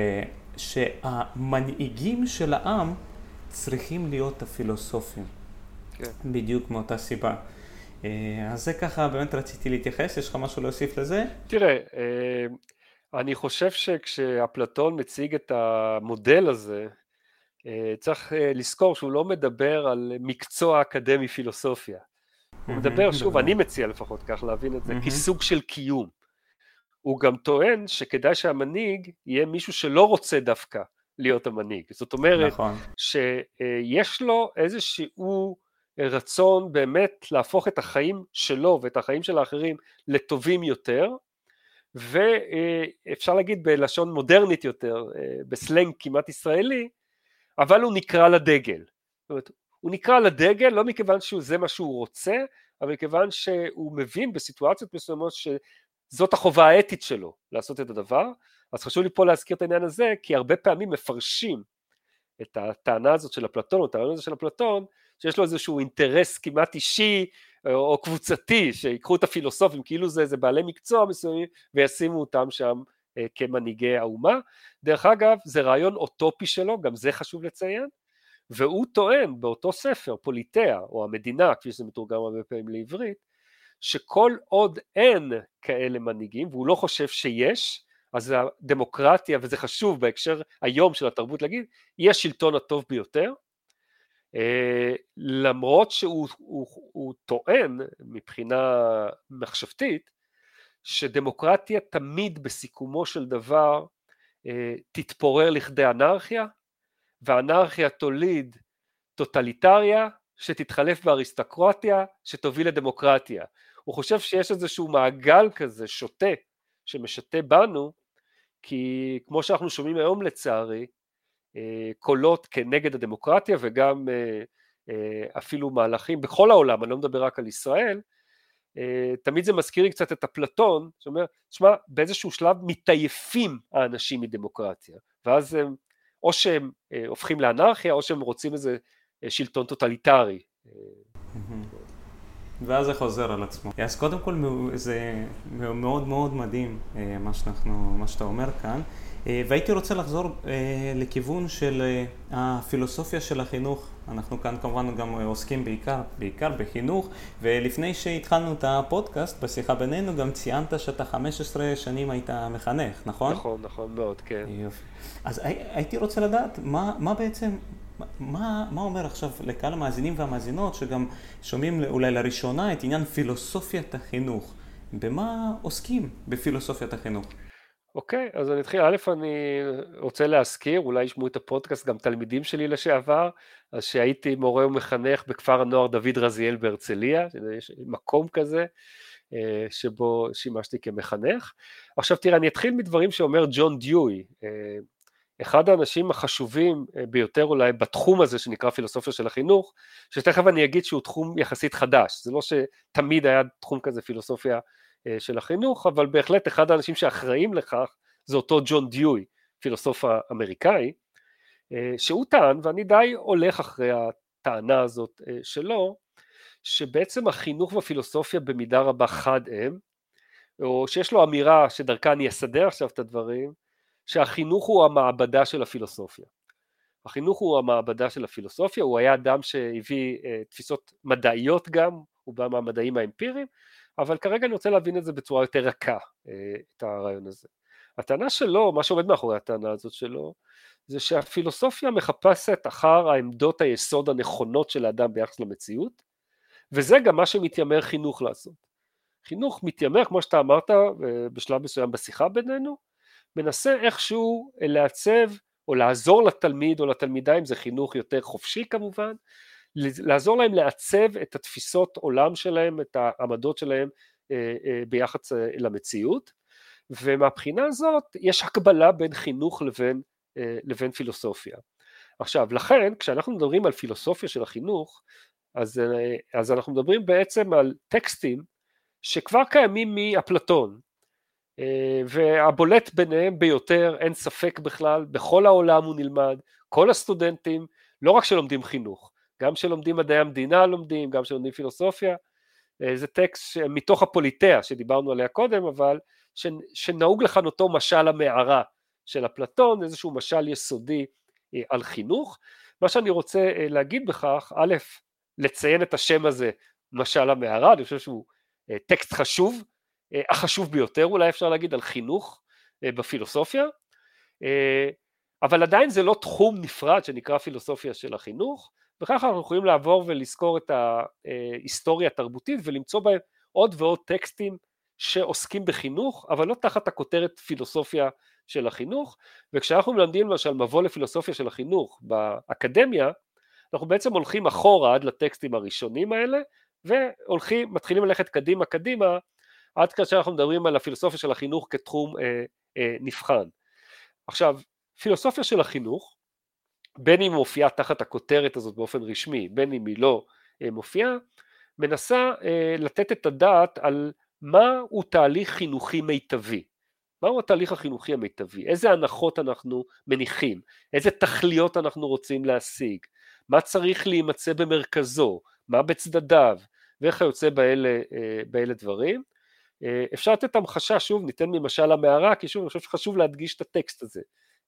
שהמנהיגים של העם צריכים להיות הפילוסופים. כן. בדיוק מאותה סיבה. אה, אז זה ככה, באמת רציתי להתייחס, יש לך משהו להוסיף לזה? תראה, אה, אני חושב שכשאפלטון מציג את המודל הזה, צריך לזכור שהוא לא מדבר על מקצוע אקדמי פילוסופיה. הוא מדבר, שוב, אני מציע לפחות כך להבין את זה, כסוג של קיום. הוא גם טוען שכדאי שהמנהיג יהיה מישהו שלא רוצה דווקא להיות המנהיג. זאת אומרת, שיש לו איזשהו רצון באמת להפוך את החיים שלו ואת החיים של האחרים לטובים יותר, ואפשר להגיד בלשון מודרנית יותר, בסלנג כמעט ישראלי, אבל הוא נקרא לדגל. זאת אומרת, הוא נקרא לדגל לא מכיוון שזה מה שהוא רוצה, אבל מכיוון שהוא מבין בסיטואציות מסוימות שזאת החובה האתית שלו לעשות את הדבר. אז חשוב לי פה להזכיר את העניין הזה, כי הרבה פעמים מפרשים את הטענה הזאת של אפלטון, או את הרעיון הזה של אפלטון, שיש לו איזשהו אינטרס כמעט אישי או קבוצתי, שיקחו את הפילוסופים כאילו זה, זה בעלי מקצוע מסוימים וישימו אותם שם כמנהיגי האומה. דרך אגב, זה רעיון אוטופי שלו, גם זה חשוב לציין, והוא טוען באותו ספר, פוליטאה, או המדינה, כפי שזה מתורגם הרבה פעמים לעברית, שכל עוד אין כאלה מנהיגים, והוא לא חושב שיש, אז הדמוקרטיה, וזה חשוב בהקשר היום של התרבות להגיד, היא השלטון הטוב ביותר, למרות שהוא הוא, הוא טוען מבחינה מחשבתית, שדמוקרטיה תמיד בסיכומו של דבר תתפורר לכדי אנרכיה, והאנרכיה תוליד טוטליטריה שתתחלף באריסטוקרטיה שתוביל לדמוקרטיה. הוא חושב שיש איזשהו מעגל כזה שוטה שמשתה בנו, כי כמו שאנחנו שומעים היום לצערי, קולות כנגד הדמוקרטיה וגם אפילו מהלכים בכל העולם, אני לא מדבר רק על ישראל, תמיד זה מזכיר לי קצת את אפלטון, שאומר, תשמע, באיזשהו שלב מתעייפים האנשים מדמוקרטיה, ואז הם, או שהם הופכים לאנרכיה, או שהם רוצים איזה שלטון טוטליטרי. ואז זה חוזר על עצמו. אז קודם כל זה מאוד מאוד מדהים מה שאנחנו, מה שאתה אומר כאן, והייתי רוצה לחזור לכיוון של הפילוסופיה של החינוך. אנחנו כאן כמובן גם עוסקים בעיקר, בעיקר בחינוך, ולפני שהתחלנו את הפודקאסט, בשיחה בינינו גם ציינת שאתה חמש עשרה שנים היית מחנך, נכון? נכון, נכון מאוד, כן. יופי. אז הייתי רוצה לדעת מה, מה בעצם, מה, מה אומר עכשיו לקהל המאזינים והמאזינות שגם שומעים אולי לראשונה את עניין פילוסופיית החינוך. במה עוסקים בפילוסופיית החינוך? אוקיי, אז אני אתחיל, א', אני רוצה להזכיר, אולי ישמעו את הפודקאסט גם תלמידים שלי לשעבר, אז שהייתי מורה ומחנך בכפר הנוער דוד רזיאל בהרצליה, יש מקום כזה שבו שימשתי כמחנך. עכשיו תראה, אני אתחיל מדברים שאומר ג'ון דיואי, אחד האנשים החשובים ביותר אולי בתחום הזה שנקרא פילוסופיה של החינוך, שתכף אני אגיד שהוא תחום יחסית חדש, זה לא שתמיד היה תחום כזה פילוסופיה של החינוך, אבל בהחלט אחד האנשים שאחראים לכך זה אותו ג'ון דיואי, פילוסוף אמריקאי, שהוא טען, ואני די הולך אחרי הטענה הזאת שלו, שבעצם החינוך והפילוסופיה במידה רבה חד הם, או שיש לו אמירה שדרכה אני אסדר עכשיו את הדברים, שהחינוך הוא המעבדה של הפילוסופיה. החינוך הוא המעבדה של הפילוסופיה, הוא היה אדם שהביא uh, תפיסות מדעיות גם, הוא בא מהמדעים האמפיריים, אבל כרגע אני רוצה להבין את זה בצורה יותר רכה, uh, את הרעיון הזה. הטענה שלו, מה שעומד מאחורי הטענה הזאת שלו, זה שהפילוסופיה מחפשת אחר העמדות היסוד הנכונות של האדם ביחס למציאות, וזה גם מה שמתיימר חינוך לעשות. חינוך מתיימר, כמו שאתה אמרת בשלב מסוים בשיחה בינינו, מנסה איכשהו לעצב או לעזור לתלמיד או לתלמידה, אם זה חינוך יותר חופשי כמובן, לעזור להם לעצב את התפיסות עולם שלהם, את העמדות שלהם ביחס למציאות, ומהבחינה הזאת יש הקבלה בין חינוך לבין, לבין פילוסופיה. עכשיו, לכן, כשאנחנו מדברים על פילוסופיה של החינוך, אז, אז אנחנו מדברים בעצם על טקסטים שכבר קיימים מאפלטון, והבולט ביניהם ביותר, אין ספק בכלל, בכל העולם הוא נלמד, כל הסטודנטים, לא רק שלומדים חינוך, גם שלומדים מדעי המדינה לומדים, גם שלומדים פילוסופיה, זה טקסט מתוך הפוליטאה שדיברנו עליה קודם, אבל שנהוג לכאן אותו משל המערה של אפלטון, איזשהו משל יסודי על חינוך. מה שאני רוצה להגיד בכך, א', לציין את השם הזה, משל המערה, אני חושב שהוא טקסט חשוב, החשוב ביותר אולי אפשר להגיד על חינוך בפילוסופיה, אבל עדיין זה לא תחום נפרד שנקרא פילוסופיה של החינוך, וככה אנחנו יכולים לעבור ולזכור את ההיסטוריה התרבותית ולמצוא בהם עוד ועוד טקסטים שעוסקים בחינוך, אבל לא תחת הכותרת פילוסופיה של החינוך, וכשאנחנו מלמדים למשל מבוא לפילוסופיה של החינוך באקדמיה, אנחנו בעצם הולכים אחורה עד לטקסטים הראשונים האלה, והולכים, מתחילים ללכת קדימה קדימה, עד כאשר אנחנו מדברים על הפילוסופיה של החינוך כתחום אה, אה, נבחן. עכשיו, פילוסופיה של החינוך, בין אם מופיעה תחת הכותרת הזאת באופן רשמי, בין אם היא לא אה, מופיעה, מנסה אה, לתת את הדעת על מהו תהליך חינוכי מיטבי. מהו התהליך החינוכי המיטבי? איזה הנחות אנחנו מניחים? איזה תכליות אנחנו רוצים להשיג? מה צריך להימצא במרכזו? מה בצדדיו? ואיך יוצא באלה, באלה דברים? אפשר לתת המחשה, שוב, ניתן ממשל המערה, כי שוב, אני חושב שחשוב להדגיש את הטקסט הזה.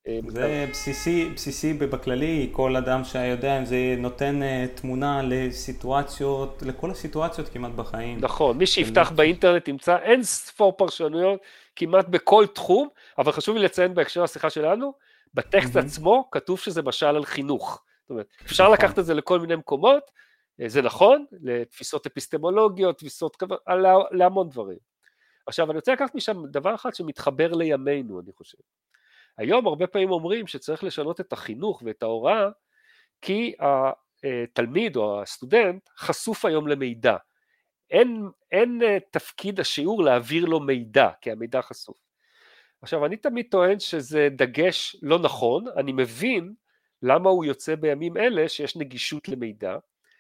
זה בסיסי, בסיסי בכללי, כל אדם שיודע אם זה נותן תמונה לסיטואציות, לכל הסיטואציות כמעט בחיים. נכון, מי שיפתח באינטרנט ימצא אין ספור פרשנויות, כמעט בכל תחום, אבל חשוב לי לציין בהקשר השיחה שלנו, בטקסט עצמו כתוב שזה משל על חינוך. זאת אומרת, אפשר לקחת את זה לכל מיני מקומות, זה נכון, לתפיסות אפיסטמולוגיות, תפיסות, להמון דברים. עכשיו, אני רוצה לקחת משם דבר אחד שמתחבר לימינו, אני חושב. היום הרבה פעמים אומרים שצריך לשנות את החינוך ואת ההוראה, כי התלמיד או הסטודנט חשוף היום למידע. אין, אין תפקיד השיעור להעביר לו מידע, כי המידע חשוף. עכשיו, אני תמיד טוען שזה דגש לא נכון, אני מבין למה הוא יוצא בימים אלה שיש נגישות למידע,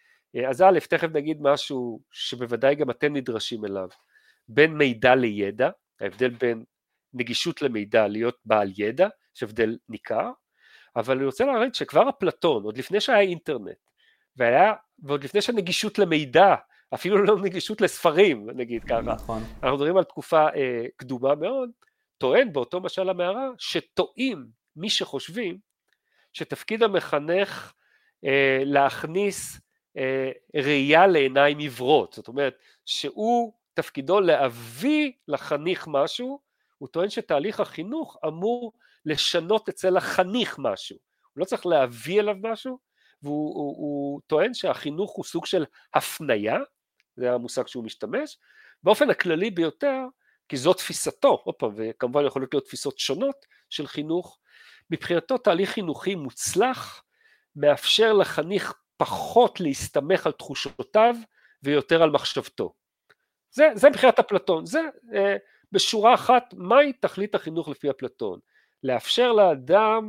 אז א', תכף נגיד משהו שבוודאי גם אתם נדרשים אליו, בין מידע לידע, ההבדל בין נגישות למידע להיות בעל ידע, יש הבדל ניכר, אבל אני רוצה להראות שכבר אפלטון, עוד לפני שהיה אינטרנט, והיה, ועוד לפני שנגישות למידע, אפילו לא נגישות לספרים, נגיד ככה, נכון. אנחנו מדברים על תקופה אה, קדומה מאוד, טוען באותו משל המערה, שטועים מי שחושבים, שתפקיד המחנך אה, להכניס אה, ראייה לעיניים עיוורות, זאת אומרת, שהוא תפקידו להביא לחניך משהו, הוא טוען שתהליך החינוך אמור לשנות אצל החניך משהו, הוא לא צריך להביא אליו משהו, והוא הוא, הוא טוען שהחינוך הוא סוג של הפניה, זה המושג שהוא משתמש, באופן הכללי ביותר, כי זו תפיסתו, אופה, וכמובן יכולות להיות תפיסות שונות של חינוך, מבחינתו תהליך חינוכי מוצלח, מאפשר לחניך פחות להסתמך על תחושותיו, ויותר על מחשבתו. זה, זה מבחינת אפלטון, זה אה, בשורה אחת, מהי תכלית החינוך לפי אפלטון? לאפשר לאדם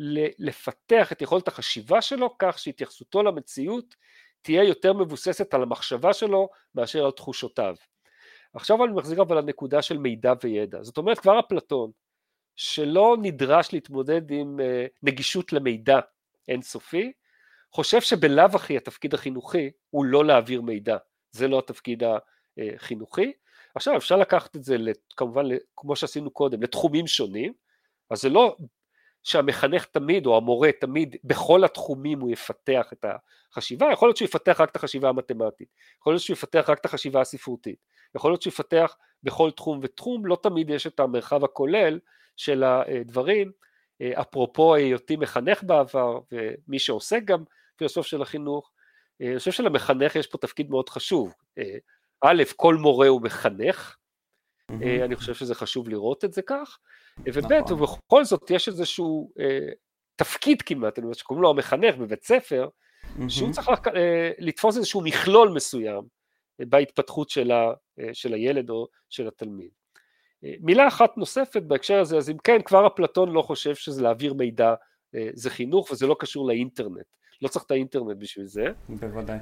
לפתח את יכולת החשיבה שלו, כך שהתייחסותו למציאות תהיה יותר מבוססת על המחשבה שלו, מאשר על תחושותיו. עכשיו אני מחזיר אבל לנקודה של מידע וידע, זאת אומרת כבר אפלטון, שלא נדרש להתמודד עם נגישות למידע אינסופי, חושב שבלאו הכי התפקיד החינוכי הוא לא להעביר מידע, זה לא התפקיד החינוכי. עכשיו אפשר לקחת את זה כמובן כמו שעשינו קודם לתחומים שונים, אז זה לא שהמחנך תמיד או המורה תמיד בכל התחומים הוא יפתח את החשיבה, יכול להיות שהוא יפתח רק את החשיבה המתמטית, יכול להיות שהוא יפתח רק את החשיבה הספרותית, יכול להיות שהוא יפתח בכל תחום ותחום, לא תמיד יש את המרחב הכולל של הדברים. אפרופו היותי מחנך בעבר ומי שעוסק גם פילוסוף של החינוך, אני חושב שלמחנך יש פה תפקיד מאוד חשוב. א', כל מורה הוא מחנך, אני חושב שזה חשוב לראות את זה כך, וב' ובכל זאת יש איזשהו תפקיד כמעט, שקוראים לו המחנך בבית ספר, שהוא צריך לתפוס איזשהו מכלול מסוים בהתפתחות של הילד או של התלמיד. מילה אחת נוספת בהקשר הזה, אז אם כן, כבר אפלטון לא חושב שזה להעביר מידע, זה חינוך וזה לא קשור לאינטרנט, לא צריך את האינטרנט בשביל זה. בוודאי.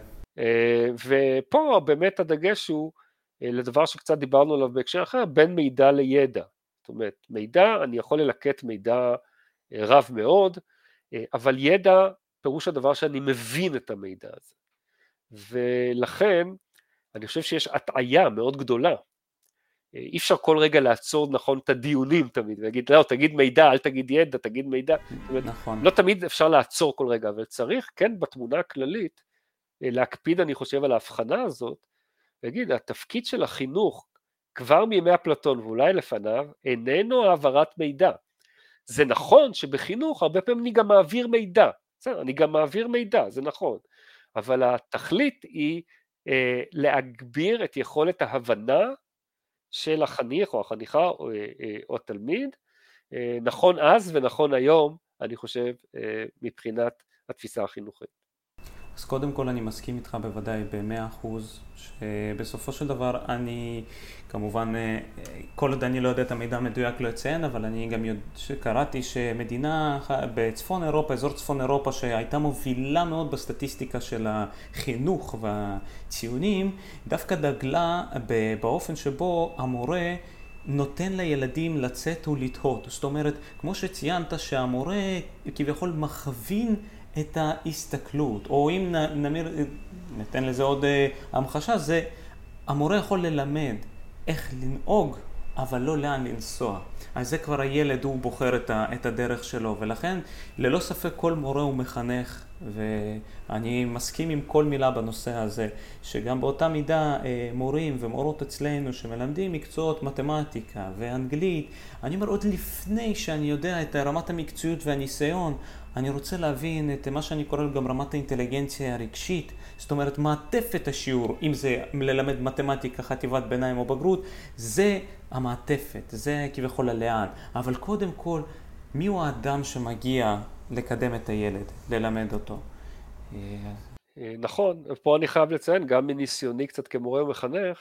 ופה באמת הדגש הוא לדבר שקצת דיברנו עליו בהקשר אחר, בין מידע לידע. זאת אומרת, מידע, אני יכול ללקט מידע רב מאוד, אבל ידע פירוש הדבר שאני מבין את המידע הזה. ולכן, אני חושב שיש הטעיה מאוד גדולה. אי אפשר כל רגע לעצור נכון את הדיונים תמיד, ולהגיד, לא, תגיד מידע, אל תגיד ידע, תגיד מידע. נכון. לא תמיד אפשר לעצור כל רגע, אבל צריך, כן, בתמונה הכללית, להקפיד, אני חושב, על ההבחנה הזאת, להגיד, התפקיד של החינוך, כבר מימי אפלטון ואולי לפניו, איננו העברת מידע. זה נכון שבחינוך, הרבה פעמים אני גם מעביר מידע, בסדר, אני גם מעביר מידע, זה נכון, אבל התכלית היא אה, להגביר את יכולת ההבנה, של החניך או החניכה או, או התלמיד, נכון אז ונכון היום, אני חושב, מבחינת התפיסה החינוכית. אז קודם כל אני מסכים איתך בוודאי ב-מאה אחוז, שבסופו של דבר אני, כמובן, כל עוד אני לא יודע את המידע המדויק לא אציין, אבל אני גם יודע שקראתי שמדינה בצפון אירופה, אזור צפון אירופה, שהייתה מובילה מאוד בסטטיסטיקה של החינוך והציונים, דווקא דגלה באופן שבו המורה נותן לילדים לצאת ולתהות. זאת אומרת, כמו שציינת שהמורה כביכול מכווין את ההסתכלות, או אם נמיר, ניתן לזה עוד המחשה, זה המורה יכול ללמד איך לנהוג, אבל לא לאן לנסוע. אז זה כבר הילד, הוא בוחר את הדרך שלו, ולכן ללא ספק כל מורה הוא מחנך, ואני מסכים עם כל מילה בנושא הזה, שגם באותה מידה מורים ומורות אצלנו שמלמדים מקצועות מתמטיקה ואנגלית, אני אומר עוד לפני שאני יודע את רמת המקצועיות והניסיון, אני רוצה להבין את מה שאני קורא גם רמת האינטליגנציה הרגשית, זאת אומרת מעטפת השיעור, אם זה ללמד מתמטיקה, חטיבת ביניים או בגרות, זה המעטפת, זה כביכול הלאן, אבל קודם כל, מי הוא האדם שמגיע לקדם את הילד, ללמד אותו? נכון, פה אני חייב לציין, גם מניסיוני קצת כמורה ומחנך,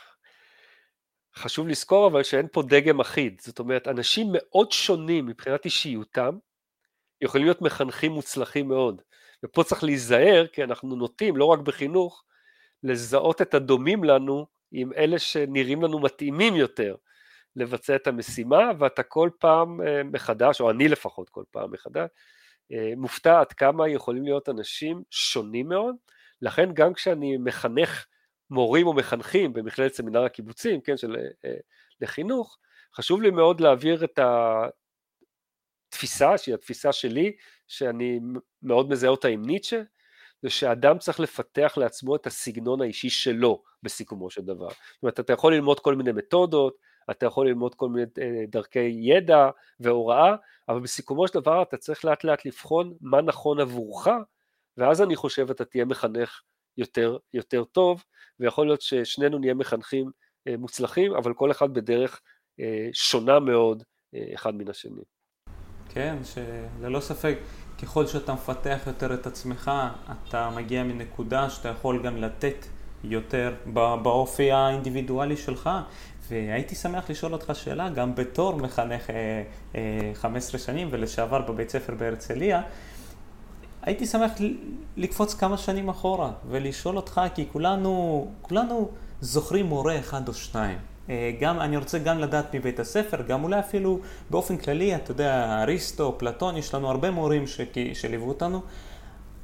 חשוב לזכור אבל שאין פה דגם אחיד, זאת אומרת, אנשים מאוד שונים מבחינת אישיותם, יכולים להיות מחנכים מוצלחים מאוד, ופה צריך להיזהר, כי אנחנו נוטים, לא רק בחינוך, לזהות את הדומים לנו, עם אלה שנראים לנו מתאימים יותר, לבצע את המשימה, ואתה כל פעם מחדש, או אני לפחות כל פעם מחדש, מופתע עד כמה יכולים להיות אנשים שונים מאוד, לכן גם כשאני מחנך מורים או מחנכים, במכללת סמינר הקיבוצים, כן, של לחינוך, חשוב לי מאוד להעביר את ה... תפיסה, שהיא התפיסה שלי, שאני מאוד מזהה אותה עם ניטשה, זה שאדם צריך לפתח לעצמו את הסגנון האישי שלו, בסיכומו של דבר. זאת אומרת, אתה יכול ללמוד כל מיני מתודות, אתה יכול ללמוד כל מיני דרכי ידע והוראה, אבל בסיכומו של דבר אתה צריך לאט לאט לבחון מה נכון עבורך, ואז אני חושב אתה תהיה מחנך יותר, יותר טוב, ויכול להיות ששנינו נהיה מחנכים מוצלחים, אבל כל אחד בדרך שונה מאוד אחד מן השני. כן, שללא ספק, ככל שאתה מפתח יותר את עצמך, אתה מגיע מנקודה שאתה יכול גם לתת יותר באופי האינדיבידואלי שלך. והייתי שמח לשאול אותך שאלה, גם בתור מחנך אה, אה, חמש עשרה שנים ולשעבר בבית ספר בהרצליה, הייתי שמח לקפוץ כמה שנים אחורה ולשאול אותך, כי כולנו, כולנו זוכרים מורה אחד או שניים. גם, אני רוצה גם לדעת מבית הספר, גם אולי אפילו באופן כללי, אתה יודע, אריסטו, פלטון, יש לנו הרבה מורים שליוו אותנו.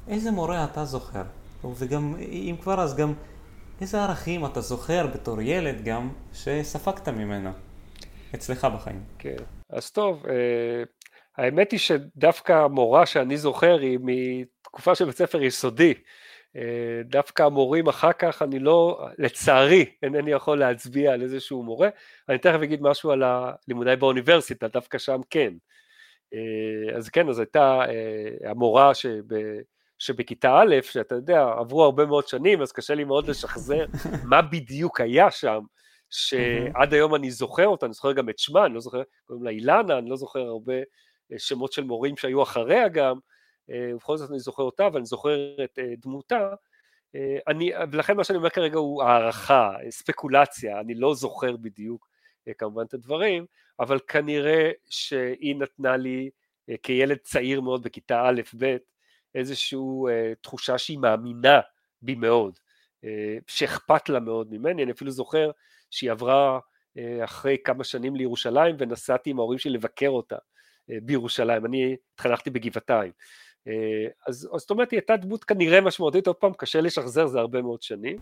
איזה מורה אתה זוכר? וגם, אם כבר, אז גם איזה ערכים אתה זוכר בתור ילד גם שספגת ממנו אצלך בחיים? כן, אז טוב, אה, האמת היא שדווקא המורה שאני זוכר היא מתקופה של בית ספר יסודי. אה, דווקא המורים אחר כך, אני לא, לצערי, אינני יכול להצביע על איזשהו מורה. אני תכף אגיד משהו על הלימודי באוניברסיטה, דווקא שם כן. אה, אז כן, אז הייתה אה, המורה שב, שבכיתה א', שאתה יודע, עברו הרבה מאוד שנים, אז קשה לי מאוד לשחזר מה בדיוק היה שם, שעד היום אני זוכר אותה, אני זוכר גם את שמה, אני לא זוכר, קוראים לה אילנה, אני לא זוכר הרבה שמות של מורים שהיו אחריה גם, ובכל זאת אני זוכר אותה, ואני זוכר את דמותה, אני, ולכן מה שאני אומר כרגע הוא הערכה, ספקולציה, אני לא זוכר בדיוק כמובן את הדברים, אבל כנראה שהיא נתנה לי כילד צעיר מאוד בכיתה א' ב' איזושהי תחושה שהיא מאמינה בי מאוד, שאכפת לה מאוד ממני. אני אפילו זוכר שהיא עברה אחרי כמה שנים לירושלים ונסעתי עם ההורים שלי לבקר אותה בירושלים, אני התחנכתי בגבעתיים, אז זאת אומרת היא הייתה דמות כנראה משמעותית, עוד פעם קשה לשחזר, זה הרבה מאוד שנים,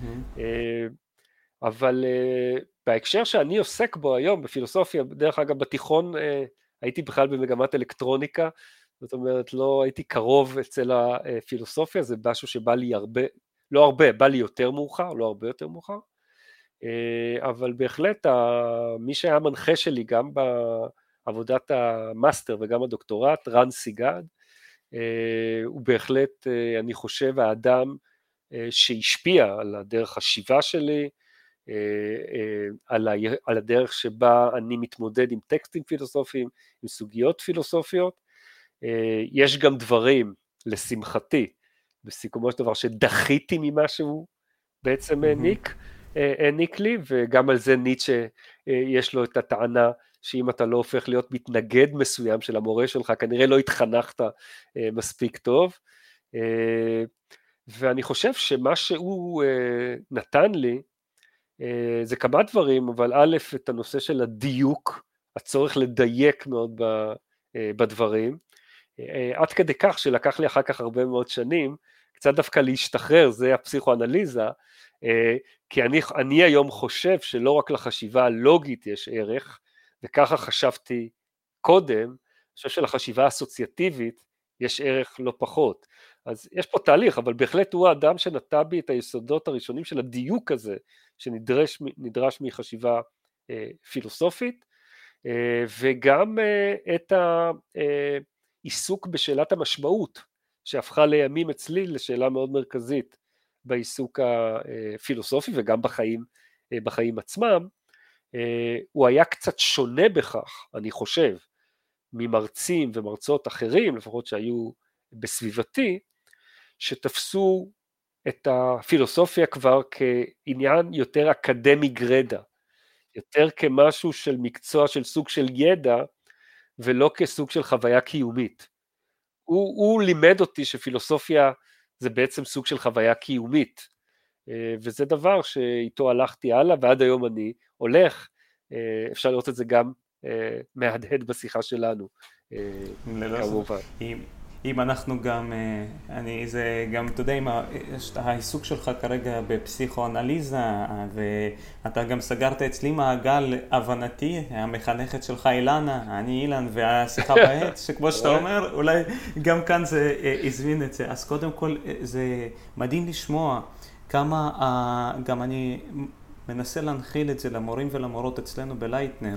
אבל בהקשר שאני עוסק בו היום בפילוסופיה, דרך אגב בתיכון הייתי בכלל במגמת אלקטרוניקה, זאת אומרת לא הייתי קרוב אצל הפילוסופיה, זה משהו שבא לי הרבה, לא הרבה, בא לי יותר מאוחר, לא הרבה יותר מאוחר, אבל בהחלט מי שהיה מנחה שלי גם בעבודת המאסטר וגם הדוקטורט, רן סיגד, הוא בהחלט אני חושב האדם שהשפיע על הדרך חשיבה שלי, על הדרך שבה אני מתמודד עם טקסטים פילוסופיים, עם סוגיות פילוסופיות. יש גם דברים לשמחתי בסיכומו של דבר שדחיתי ממה שהוא בעצם העניק, העניק לי, וגם על זה ניטשה יש לו את הטענה שאם אתה לא הופך להיות מתנגד מסוים של המורה שלך, כנראה לא התחנכת מספיק טוב, ואני חושב שמה שהוא נתן לי, זה כמה דברים, אבל א', את הנושא של הדיוק, הצורך לדייק מאוד בדברים, עד כדי כך שלקח לי אחר כך הרבה מאוד שנים, קצת דווקא להשתחרר, זה הפסיכואנליזה, כי אני, אני היום חושב שלא רק לחשיבה הלוגית יש ערך, וככה חשבתי קודם, אני חושב שלחשיבה האסוציאטיבית יש ערך לא פחות. אז יש פה תהליך, אבל בהחלט הוא האדם שנטע בי את היסודות הראשונים של הדיוק הזה, שנדרש נדרש מחשיבה אה, פילוסופית, אה, וגם אה, את העיסוק בשאלת המשמעות, שהפכה לימים אצלי לשאלה מאוד מרכזית בעיסוק הפילוסופי וגם בחיים, אה, בחיים עצמם. אה, הוא היה קצת שונה בכך, אני חושב, ממרצים ומרצות אחרים, לפחות שהיו בסביבתי, שתפסו את הפילוסופיה כבר כעניין יותר אקדמי גרדה, יותר כמשהו של מקצוע, של סוג של ידע, ולא כסוג של חוויה קיומית. הוא, הוא לימד אותי שפילוסופיה זה בעצם סוג של חוויה קיומית, וזה דבר שאיתו הלכתי הלאה, ועד היום אני הולך, אפשר לראות את זה גם מהדהד בשיחה שלנו, כמובן. אם אנחנו גם, אני, זה גם, אתה יודע, עם העיסוק שלך כרגע בפסיכואנליזה, ואתה גם סגרת אצלי מעגל הבנתי, המחנכת שלך אילנה, אני אילן, והשיחה בעט, שכמו שאתה אומר, אולי גם כאן זה הזמין את זה. אז קודם כל, זה מדהים לשמוע כמה, גם אני מנסה להנחיל את זה למורים ולמורות אצלנו בלייטנר,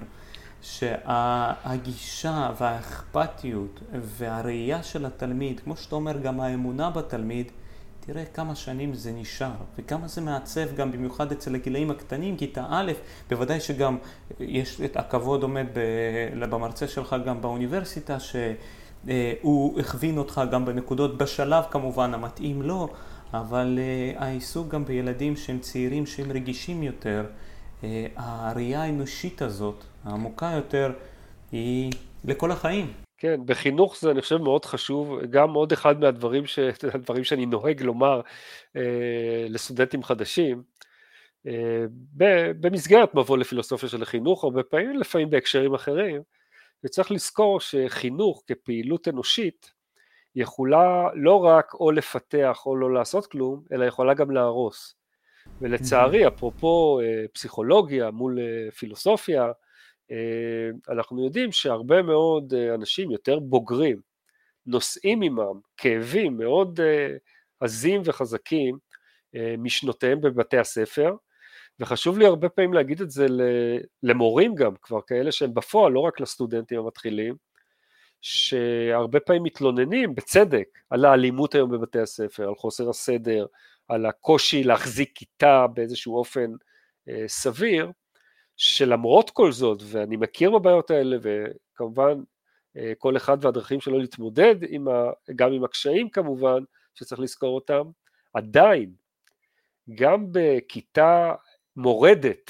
שהגישה והאכפתיות והראייה של התלמיד, כמו שאתה אומר, גם האמונה בתלמיד, תראה כמה שנים זה נשאר, וכמה זה מעצב גם במיוחד אצל הגילאים הקטנים, כיתה א', בוודאי שגם יש את הכבוד עומד במרצה שלך גם באוניברסיטה, שהוא הכווין אותך גם בנקודות בשלב כמובן המתאים לו, אבל העיסוק גם בילדים שהם צעירים, שהם רגישים יותר, הראייה האנושית הזאת, העמוקה יותר, היא לכל החיים. כן, בחינוך זה אני חושב מאוד חשוב, גם עוד אחד מהדברים ש... הדברים שאני נוהג לומר אה, לסטודנטים חדשים, אה, במסגרת מבוא לפילוסופיה של החינוך, הרבה פעמים, לפעמים בהקשרים אחרים, וצריך לזכור שחינוך כפעילות אנושית, יכולה לא רק או לפתח או לא לעשות כלום, אלא יכולה גם להרוס. ולצערי, אפרופו פסיכולוגיה מול פילוסופיה, אנחנו יודעים שהרבה מאוד אנשים יותר בוגרים, נושאים עמם כאבים מאוד עזים וחזקים משנותיהם בבתי הספר, וחשוב לי הרבה פעמים להגיד את זה למורים גם, כבר כאלה שהם בפועל, לא רק לסטודנטים המתחילים, שהרבה פעמים מתלוננים בצדק על האלימות היום בבתי הספר, על חוסר הסדר, על הקושי להחזיק כיתה באיזשהו אופן אה, סביר, שלמרות כל זאת, ואני מכיר בבעיות האלה, וכמובן אה, כל אחד והדרכים שלו להתמודד, עם ה, גם עם הקשיים כמובן, שצריך לזכור אותם, עדיין, גם בכיתה מורדת,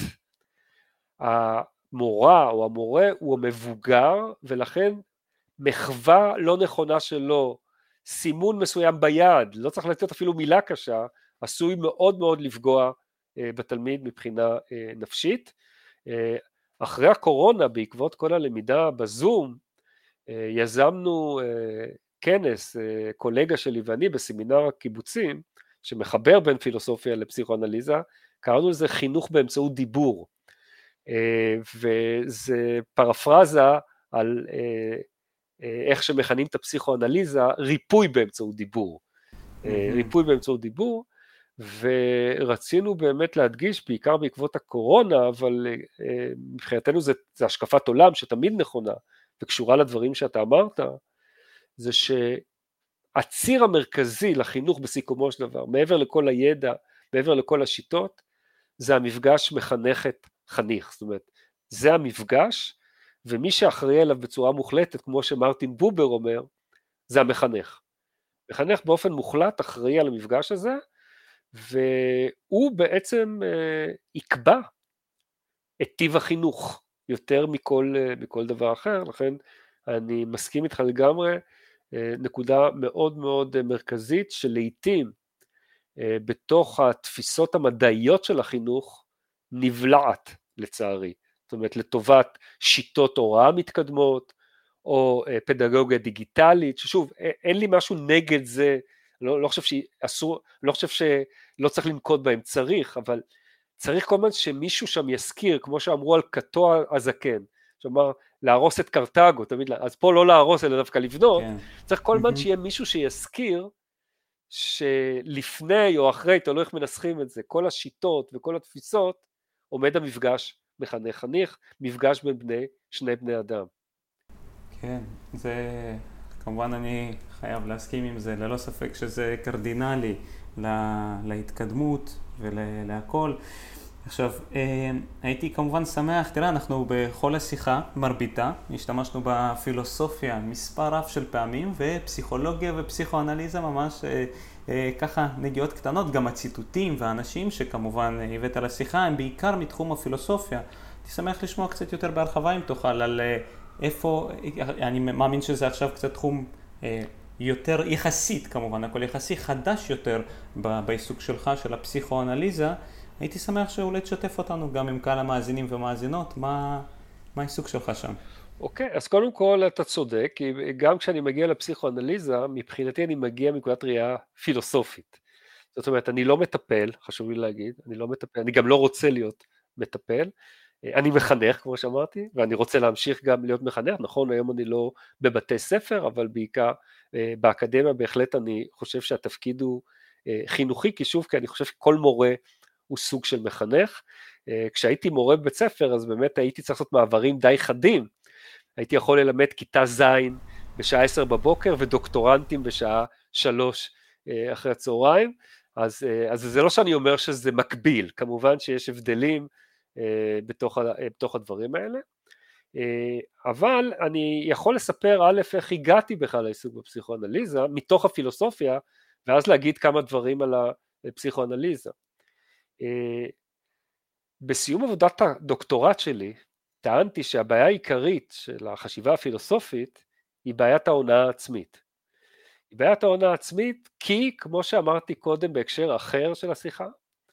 המורה או המורה הוא המבוגר, ולכן מחווה לא נכונה שלו, סימון מסוים ביד, לא צריך לתת אפילו מילה קשה, עשוי מאוד מאוד לפגוע אה, בתלמיד מבחינה אה, נפשית. אה, אחרי הקורונה, בעקבות כל הלמידה בזום, אה, יזמנו אה, כנס, אה, קולגה שלי ואני בסמינר הקיבוצים, שמחבר בין פילוסופיה לפסיכואנליזה, קראנו לזה חינוך באמצעות דיבור, אה, וזה פרפרזה על אה, איך שמכנים את הפסיכואנליזה, ריפוי באמצעות דיבור. Mm-hmm. ריפוי באמצעות דיבור, ורצינו באמת להדגיש, בעיקר בעקבות הקורונה, אבל מבחינתנו זה, זה השקפת עולם שתמיד נכונה, וקשורה לדברים שאתה אמרת, זה שהציר המרכזי לחינוך בסיכומו של דבר, מעבר לכל הידע, מעבר לכל השיטות, זה המפגש מחנכת חניך. זאת אומרת, זה המפגש, ומי שאחראי אליו בצורה מוחלטת, כמו שמרטין בובר אומר, זה המחנך. מחנך באופן מוחלט אחראי על המפגש הזה, והוא בעצם אה, יקבע את טיב החינוך, יותר מכל, אה, מכל דבר אחר, לכן אני מסכים איתך לגמרי, אה, נקודה מאוד מאוד מרכזית, שלעיתים אה, בתוך התפיסות המדעיות של החינוך, נבלעת לצערי. זאת אומרת, לטובת שיטות הוראה מתקדמות, או פדגוגיה דיגיטלית, ששוב, אין לי משהו נגד זה, לא, לא חושב שאסור, לא חושב שלא צריך לנקוט בהם, צריך, אבל צריך כל הזמן שמישהו שם יזכיר, כמו שאמרו על קטוע הזקן, שאומר, להרוס את קרתגו, תמיד, אז פה לא להרוס, אלא דווקא לבנות, כן. צריך כל הזמן שיהיה מישהו שיזכיר, שלפני או אחרי, תלוי איך מנסחים את זה, כל השיטות וכל התפיסות, עומד המפגש מחנך חניך, מפגש בין בני, שני בני אדם. כן, זה, כמובן אני חייב להסכים עם זה, ללא ספק שזה קרדינלי לה, להתקדמות ולהכל. עכשיו, הייתי כמובן שמח, תראה, אנחנו בכל השיחה, מרביתה, השתמשנו בפילוסופיה מספר רב של פעמים, ופסיכולוגיה ופסיכואנליזה ממש ככה נגיעות קטנות, גם הציטוטים והאנשים שכמובן הבאת לשיחה, הם בעיקר מתחום הפילוסופיה. הייתי שמח לשמוע קצת יותר בהרחבה אם תוכל על איפה, אני מאמין שזה עכשיו קצת תחום יותר יחסית כמובן, הכל יחסי חדש יותר בעיסוק שלך של הפסיכואנליזה, הייתי שמח שאולי תשתף אותנו גם עם קהל המאזינים ומאזינות, מה, מה העיסוק שלך שם? אוקיי, אז קודם כל אתה צודק, כי גם כשאני מגיע לפסיכואנליזה, מבחינתי אני מגיע מנקודת ראייה פילוסופית. זאת אומרת, אני לא מטפל, חשוב לי להגיד, אני לא מטפל, אני גם לא רוצה להיות מטפל, אני מחנך כמו שאמרתי, ואני רוצה להמשיך גם להיות מחנך, נכון, היום אני לא בבתי ספר, אבל בעיקר באקדמיה בהחלט אני חושב שהתפקיד הוא חינוכי, כי שוב, כי אני חושב שכל מורה הוא סוג של מחנך. כשהייתי מורה בבית ספר, אז באמת הייתי צריך לעשות מעברים די חדים, הייתי יכול ללמד כיתה זין בשעה עשר בבוקר, ודוקטורנטים בשעה שלוש אחרי הצהריים, אז, אז זה לא שאני אומר שזה מקביל, כמובן שיש הבדלים בתוך, בתוך הדברים האלה, אבל אני יכול לספר א' איך הגעתי בכלל לעיסוק בפסיכואנליזה, מתוך הפילוסופיה, ואז להגיד כמה דברים על הפסיכואנליזה. בסיום עבודת הדוקטורט שלי, טענתי שהבעיה העיקרית של החשיבה הפילוסופית, היא בעיית ההונאה העצמית. היא בעיית ההונאה העצמית כי, כמו שאמרתי קודם בהקשר אחר של השיחה,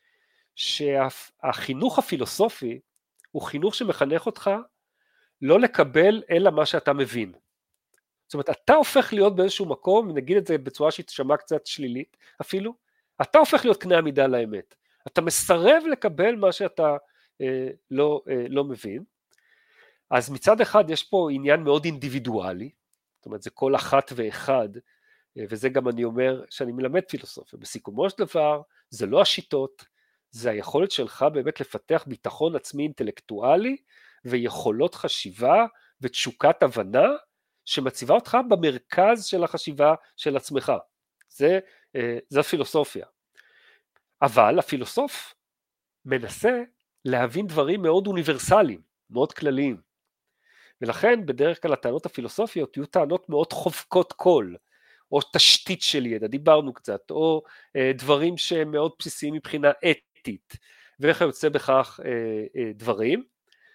שהחינוך הפילוסופי הוא חינוך שמחנך אותך לא לקבל אלא מה שאתה מבין. זאת אומרת, אתה הופך להיות באיזשהו מקום, נגיד את זה בצורה שתשמע קצת שלילית אפילו, אתה הופך להיות קנה המידה לאמת. אתה מסרב לקבל מה שאתה אה, לא, אה, לא מבין. אז מצד אחד יש פה עניין מאוד אינדיבידואלי, זאת אומרת, זה כל אחת ואחד, אה, וזה גם אני אומר שאני מלמד פילוסופיה. בסיכומו של דבר, זה לא השיטות, זה היכולת שלך באמת לפתח ביטחון עצמי אינטלקטואלי, ויכולות חשיבה ותשוקת הבנה, שמציבה אותך במרכז של החשיבה של עצמך. זה, זה הפילוסופיה. אבל הפילוסוף מנסה להבין דברים מאוד אוניברסליים, מאוד כלליים. ולכן בדרך כלל הטענות הפילוסופיות יהיו טענות מאוד חובקות קול, או תשתית של ידע, דיברנו קצת, או דברים שהם מאוד בסיסיים מבחינה אתית, ואיך יוצא בכך דברים.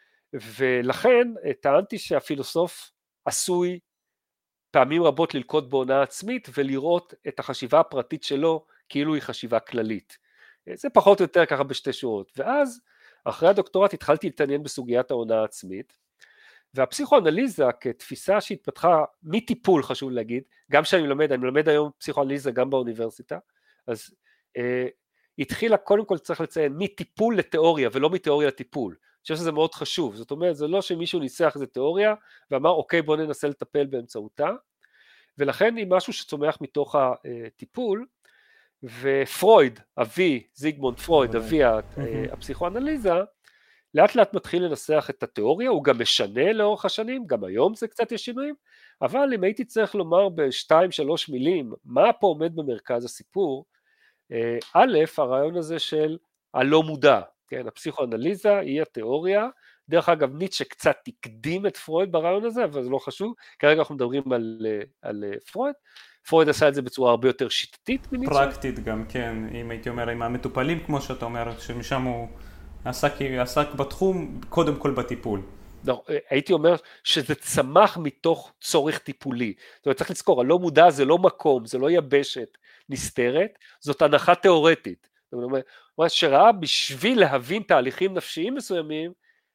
ולכן טענתי שהפילוסוף עשוי פעמים רבות ללכות בהונאה עצמית ולראות את החשיבה הפרטית שלו כאילו היא חשיבה כללית. זה פחות או יותר ככה בשתי שורות. ואז אחרי הדוקטורט התחלתי להתעניין בסוגיית ההונאה העצמית, והפסיכואנליזה כתפיסה שהתפתחה מטיפול, חשוב להגיד, גם שאני מלמד, אני מלמד היום פסיכואנליזה גם באוניברסיטה, אז אה, התחילה קודם כל צריך לציין מטיפול לתיאוריה ולא מתיאוריה לטיפול. אני חושב שזה מאוד חשוב, זאת אומרת, זה לא שמישהו ניסח איזה תיאוריה, ואמר, אוקיי, בוא ננסה לטפל באמצעותה, ולכן היא משהו שצומח מתוך הטיפול, ופרויד, אבי, זיגמונד פרויד, אבי הפסיכואנליזה, לאט לאט מתחיל לנסח את התיאוריה, הוא גם משנה לאורך השנים, גם היום זה קצת יש שינויים, אבל אם הייתי צריך לומר בשתיים, שלוש מילים, מה פה עומד במרכז הסיפור, א', הרעיון הזה של הלא מודע, כן, הפסיכואנליזה היא התיאוריה, דרך אגב ניטשה קצת הקדים את פרויד ברעיון הזה, אבל זה לא חשוב, כרגע אנחנו מדברים על, על פרויד, פרויד עשה את זה בצורה הרבה יותר שיטתית מניטשה. פרקטית גם, כן, אם הייתי אומר, עם המטופלים, כמו שאתה אומר, שמשם הוא עסק, עסק בתחום, קודם כל בטיפול. לא, הייתי אומר שזה צמח מתוך צורך טיפולי, זאת אומרת, צריך לזכור, הלא מודע זה לא מקום, זה לא יבשת נסתרת, זאת הנחה תיאורטית, זאת אומרת, שראה בשביל להבין תהליכים נפשיים מסוימים,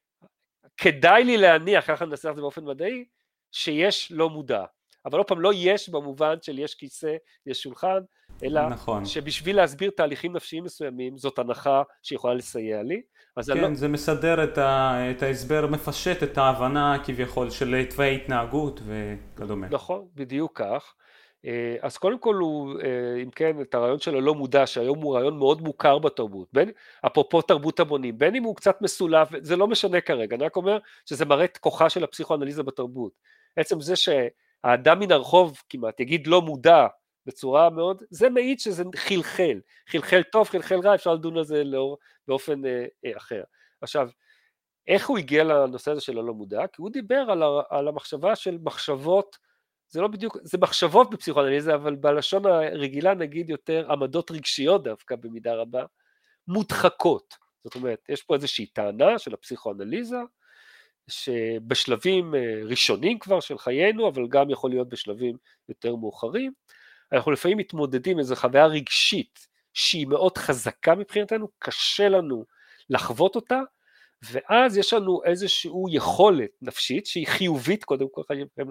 כדאי לי להניח, ככה ננסח את זה באופן מדעי, שיש לא מודע, אבל לא פעם לא יש במובן של יש כיסא, יש שולחן, אלא נכון. שבשביל להסביר תהליכים נפשיים מסוימים, זאת הנחה שיכולה לסייע לי. כן, לא... זה מסדר את, ה... את ההסבר, מפשט את ההבנה כביכול של תוואי התנהגות וכדומה. נכון, בדיוק כך. אז קודם כל הוא, אם כן, את הרעיון של הלא מודע, שהיום הוא רעיון מאוד מוכר בתרבות, בין, אפרופו תרבות המונים, בין אם הוא קצת מסולף, זה לא משנה כרגע, אני רק אומר שזה מראה את כוחה של הפסיכואנליזה בתרבות. עצם זה שהאדם מן הרחוב כמעט יגיד לא מודע בצורה מאוד, זה מעיד שזה חלחל, חלחל טוב, חלחל רע, אפשר לדון על זה לאור, באופן אה, אה, אחר. עכשיו, איך הוא הגיע לנושא הזה של הלא מודע? כי הוא דיבר על, ה, על המחשבה של מחשבות, זה לא בדיוק, זה מחשבות בפסיכואנליזה, אבל בלשון הרגילה נגיד יותר עמדות רגשיות דווקא במידה רבה, מודחקות. זאת אומרת, יש פה איזושהי טענה של הפסיכואנליזה, שבשלבים ראשונים כבר של חיינו, אבל גם יכול להיות בשלבים יותר מאוחרים, אנחנו לפעמים מתמודדים איזו חוויה רגשית, שהיא מאוד חזקה מבחינתנו, קשה לנו לחוות אותה, ואז יש לנו איזושהי יכולת נפשית, שהיא חיובית קודם כל,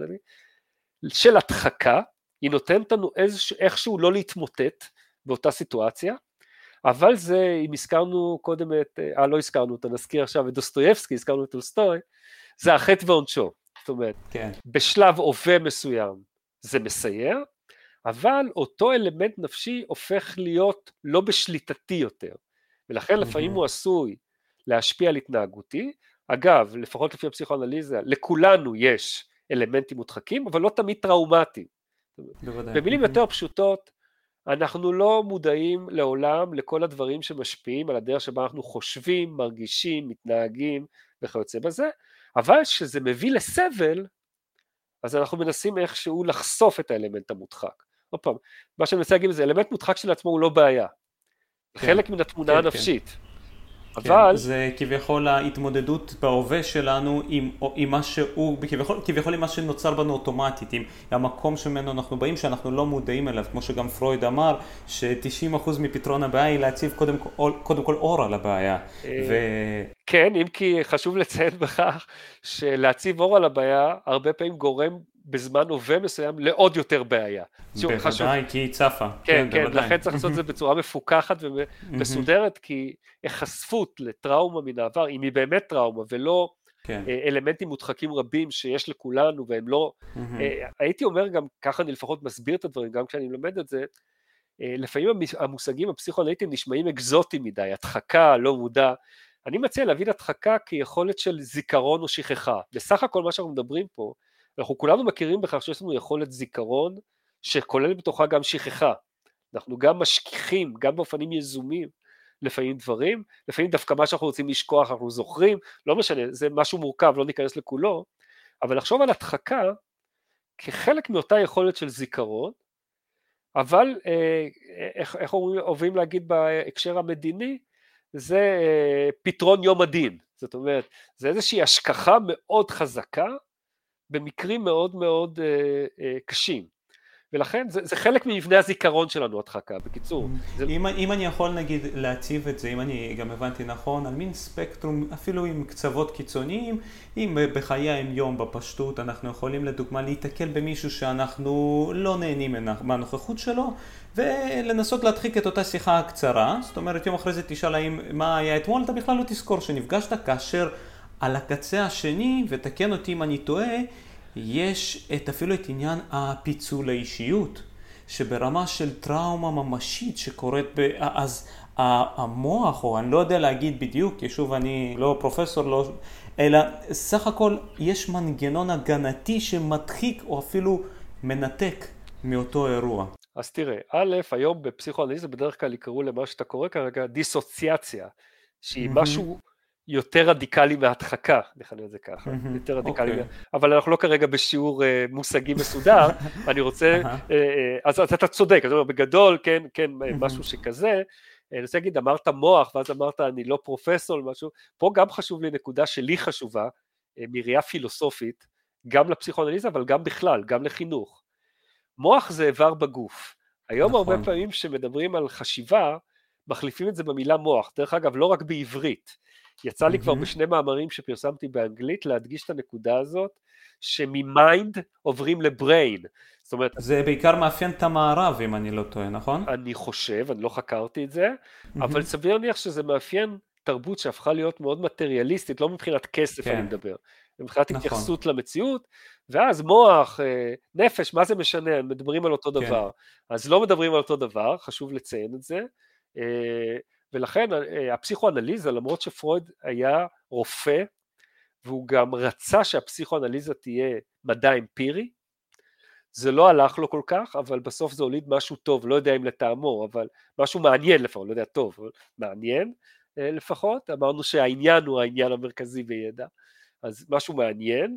של הדחקה, היא נותנת לנו איזשהו, איכשהו לא להתמוטט באותה סיטואציה, אבל זה, אם הזכרנו קודם את, אה, לא הזכרנו אותה, נזכיר עכשיו את דוסטויבסקי, הזכרנו את טולסטוי, זה החטא ועונשו, זאת אומרת, כן. בשלב הווה מסוים זה מסייע, אבל אותו אלמנט נפשי הופך להיות לא בשליטתי יותר, ולכן לפעמים הוא עשוי להשפיע על התנהגותי, אגב, לפחות לפי הפסיכואנליזה, לכולנו יש אלמנטים מודחקים, אבל לא תמיד טראומטיים. במילים יותר פשוטות, אנחנו לא מודעים לעולם לכל הדברים שמשפיעים על הדרך שבה אנחנו חושבים, מרגישים, מתנהגים וכיוצא בזה, אבל שזה מביא לסבל, אז אנחנו מנסים איכשהו לחשוף את האלמנט המודחק. עוד פעם, מה שאני מנסה להגיד זה, אלמנט מודחק של עצמו הוא לא בעיה, כן, חלק מן התמונה כן, הנפשית. כן. אבל... כן, זה כביכול ההתמודדות בהווה שלנו עם, עם מה שהוא, כביכול, כביכול עם מה שנוצר בנו אוטומטית, עם המקום שמנו אנחנו באים, שאנחנו לא מודעים אליו, כמו שגם פרויד אמר, ש-תשעים אחוז מפתרון הבעיה היא להציב קודם, קודם כל אור על הבעיה. ו... כן, אם כי חשוב לציין בכך, שלהציב אור על הבעיה, הרבה פעמים גורם בזמן הווה מסוים לעוד יותר בעיה. בוודאי, כי היא צפה. כן, כן, לכן צריך לעשות את זה בצורה מפוקחת ומסודרת, כי החשפות לטראומה מן העבר, אם היא באמת טראומה, ולא אלמנטים מודחקים רבים שיש לכולנו, והם לא, הייתי אומר גם, ככה אני לפחות מסביר את הדברים, גם כשאני לומד את זה, לפעמים המושגים הפסיכואנליטיים נשמעים אקזוטיים מדי, הדחקה, לא מודע, אני מציע להבין הדחקה כיכולת של זיכרון או שכחה, בסך הכל מה שאנחנו מדברים פה, אנחנו כולנו מכירים בכך שיש לנו יכולת זיכרון, שכולל בתוכה גם שכחה, אנחנו גם משכיחים, גם באופנים יזומים, לפעמים דברים, לפעמים דווקא מה שאנחנו רוצים לשכוח, אנחנו זוכרים, לא משנה, זה משהו מורכב, לא ניכנס לכולו, אבל לחשוב על הדחקה, כחלק מאותה יכולת של זיכרון, אבל איך, איך אוהבים להגיד בהקשר המדיני, זה פתרון יום הדין, זאת אומרת, זה איזושהי השכחה מאוד חזקה, במקרים מאוד מאוד קשים. ולכן זה, זה חלק ממבנה הזיכרון שלנו, הדחקה, בקיצור. זה... אם, אם אני יכול נגיד להציב את זה, אם אני גם הבנתי נכון, על מין ספקטרום, אפילו עם קצוות קיצוניים, אם בחיי היום בפשטות אנחנו יכולים לדוגמה להתקל במישהו שאנחנו לא נהנים מהנוכחות שלו, ולנסות להדחיק את אותה שיחה הקצרה, זאת אומרת יום אחרי זה תשאל האם מה היה אתמול, אתה בכלל לא תזכור שנפגשת, כאשר על הקצה השני, ותקן אותי אם אני טועה, יש את, אפילו את עניין הפיצול האישיות, שברמה של טראומה ממשית שקורית, ב... אז המוח, או אני לא יודע להגיד בדיוק, כי שוב אני לא פרופסור, לא... אלא סך הכל יש מנגנון הגנתי שמדחיק או אפילו מנתק מאותו אירוע. אז תראה, א', היום בפסיכואנליזה בדרך כלל יקראו למה שאתה קורא כרגע דיסוציאציה, שהיא משהו יותר רדיקלי מהדחקה, נכנה את זה ככה, יותר רדיקלי, אבל אנחנו לא כרגע בשיעור מושגי מסודר, אני רוצה, אז אתה צודק, אז בגדול, כן, כן, משהו שכזה, אני רוצה להגיד, אמרת מוח, ואז אמרת אני לא פרופסור, משהו, פה גם חשוב לי נקודה שלי חשובה, מראייה פילוסופית, גם לפסיכואנליזה, אבל גם בכלל, גם לחינוך. מוח זה איבר בגוף. היום הרבה פעמים שמדברים על חשיבה, מחליפים את זה במילה מוח, דרך אגב, לא רק בעברית, יצא לי כבר בשני מאמרים שפרסמתי באנגלית להדגיש את הנקודה הזאת, שממיינד עוברים לבריין. זאת אומרת, זה בעיקר מאפיין את המערב, אם אני לא טועה, נכון? אני חושב, אני לא חקרתי את זה, אבל סביר להניח שזה מאפיין תרבות שהפכה להיות מאוד מטריאליסטית, לא מבחינת כסף אני מדבר, מבחינת התייחסות למציאות, ואז מוח, נפש, מה זה משנה? מדברים על אותו דבר. אז לא מדברים על אותו דבר, חשוב לציין את זה, ולכן הפסיכואנליזה, למרות שפרויד היה רופא, והוא גם רצה שהפסיכואנליזה תהיה מדע אמפירי, זה לא הלך לו כל כך, אבל בסוף זה הוליד משהו טוב, לא יודע אם לטעמו, אבל משהו מעניין לפחות, לא יודע טוב, אבל מעניין לפחות, אמרנו שהעניין הוא העניין המרכזי בידע, אז משהו מעניין,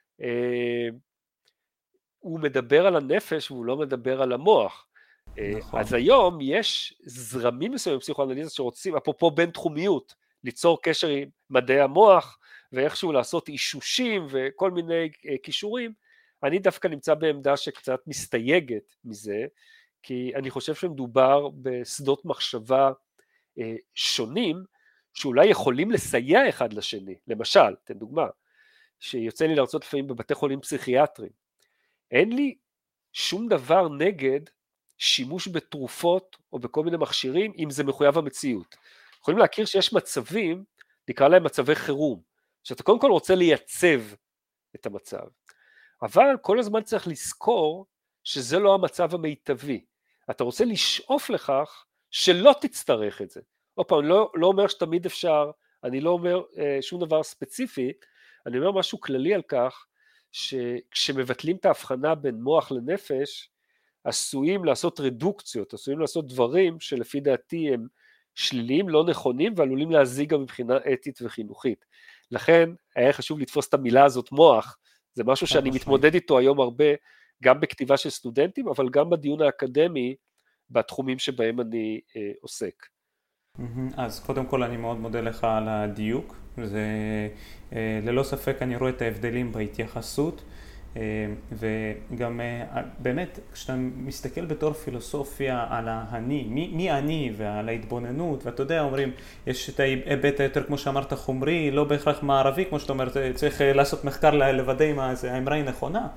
הוא מדבר על הנפש והוא לא מדבר על המוח, נכון. אז היום יש זרמים מסוימים בפסיכואנליזה שרוצים, אפרופו בין תחומיות, ליצור קשר עם מדעי המוח, ואיכשהו לעשות אישושים וכל מיני קישורים, אני דווקא נמצא בעמדה שקצת מסתייגת מזה, כי אני חושב שמדובר בשדות מחשבה שונים, שאולי יכולים לסייע אחד לשני, למשל, תן דוגמה, שיוצא לי להרצות לפעמים בבתי חולים פסיכיאטריים, אין לי שום דבר נגד שימוש בתרופות או בכל מיני מכשירים, אם זה מחויב המציאות. יכולים להכיר שיש מצבים, נקרא להם מצבי חירום, שאתה קודם כל רוצה לייצב את המצב, אבל כל הזמן צריך לזכור שזה לא המצב המיטבי. אתה רוצה לשאוף לכך שלא תצטרך את זה. עוד פעם, לא, לא אומר שתמיד אפשר, אני לא אומר אה, שום דבר ספציפי, אני אומר משהו כללי על כך, שכשמבטלים את ההבחנה בין מוח לנפש, עשויים לעשות רדוקציות, עשויים לעשות דברים שלפי דעתי הם שליליים, לא נכונים, ועלולים להזיג גם מבחינה אתית וחינוכית. לכן היה חשוב לתפוס את המילה הזאת מוח, זה משהו שאני מתמודד איתו היום הרבה, גם בכתיבה של סטודנטים, אבל גם בדיון האקדמי, בתחומים שבהם אני אה, עוסק. אז קודם כל אני מאוד מודה לך על הדיוק, זה אה, ללא ספק אני רואה את ההבדלים בהתייחסות, וגם באמת כשאתה מסתכל בתור פילוסופיה על האני, מי, מי אני ועל ההתבוננות, ואתה יודע, אומרים, יש את ההיבט היותר כמו שאמרת חומרי, לא בהכרח מערבי, כמו שאתה אומר, צריך לעשות מחקר לוודא אם האמרה היא נכונה,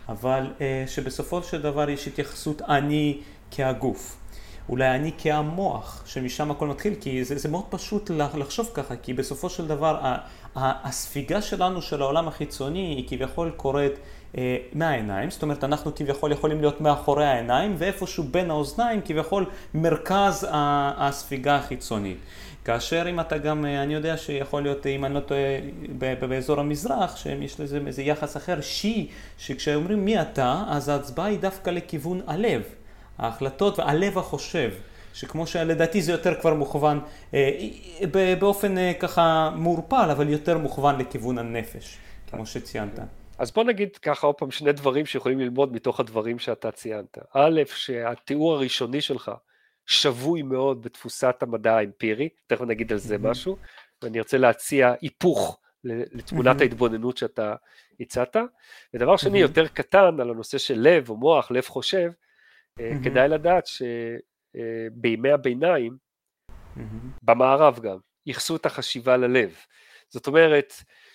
אבל שבסופו של דבר יש התייחסות אני כהגוף. אולי אני כהמוח, שמשם הכל מתחיל, כי זה, זה מאוד פשוט לחשוב ככה, כי בסופו של דבר הספיגה שלנו של העולם החיצוני היא כביכול קורית אה, מהעיניים, זאת אומרת אנחנו כביכול יכולים להיות מאחורי העיניים, ואיפשהו בין האוזניים כביכול מרכז הספיגה החיצונית. כאשר אם אתה גם, אני יודע שיכול להיות, אם אני לא טועה, באזור המזרח, שיש לזה איזה יחס אחר, שי, שכשאומרים מי אתה, אז ההצבעה היא דווקא לכיוון הלב. ההחלטות והלב החושב, שכמו שלדעתי זה יותר כבר מוכוון אה, באופן אה, ככה מורפל, אבל יותר מוכוון לכיוון הנפש, כמו שציינת. אז בוא נגיד ככה עוד פעם שני דברים שיכולים ללמוד מתוך הדברים שאתה ציינת. א', שהתיאור הראשוני שלך שבוי מאוד בתפוסת המדע האמפירי, תכף נגיד על זה mm-hmm. משהו, ואני ארצה להציע היפוך לתמונת mm-hmm. ההתבוננות שאתה הצעת. ודבר שני mm-hmm. יותר קטן על הנושא של לב או מוח, לב חושב, Mm-hmm. כדאי לדעת שבימי הביניים, mm-hmm. במערב גם, ייחסו את החשיבה ללב. זאת אומרת,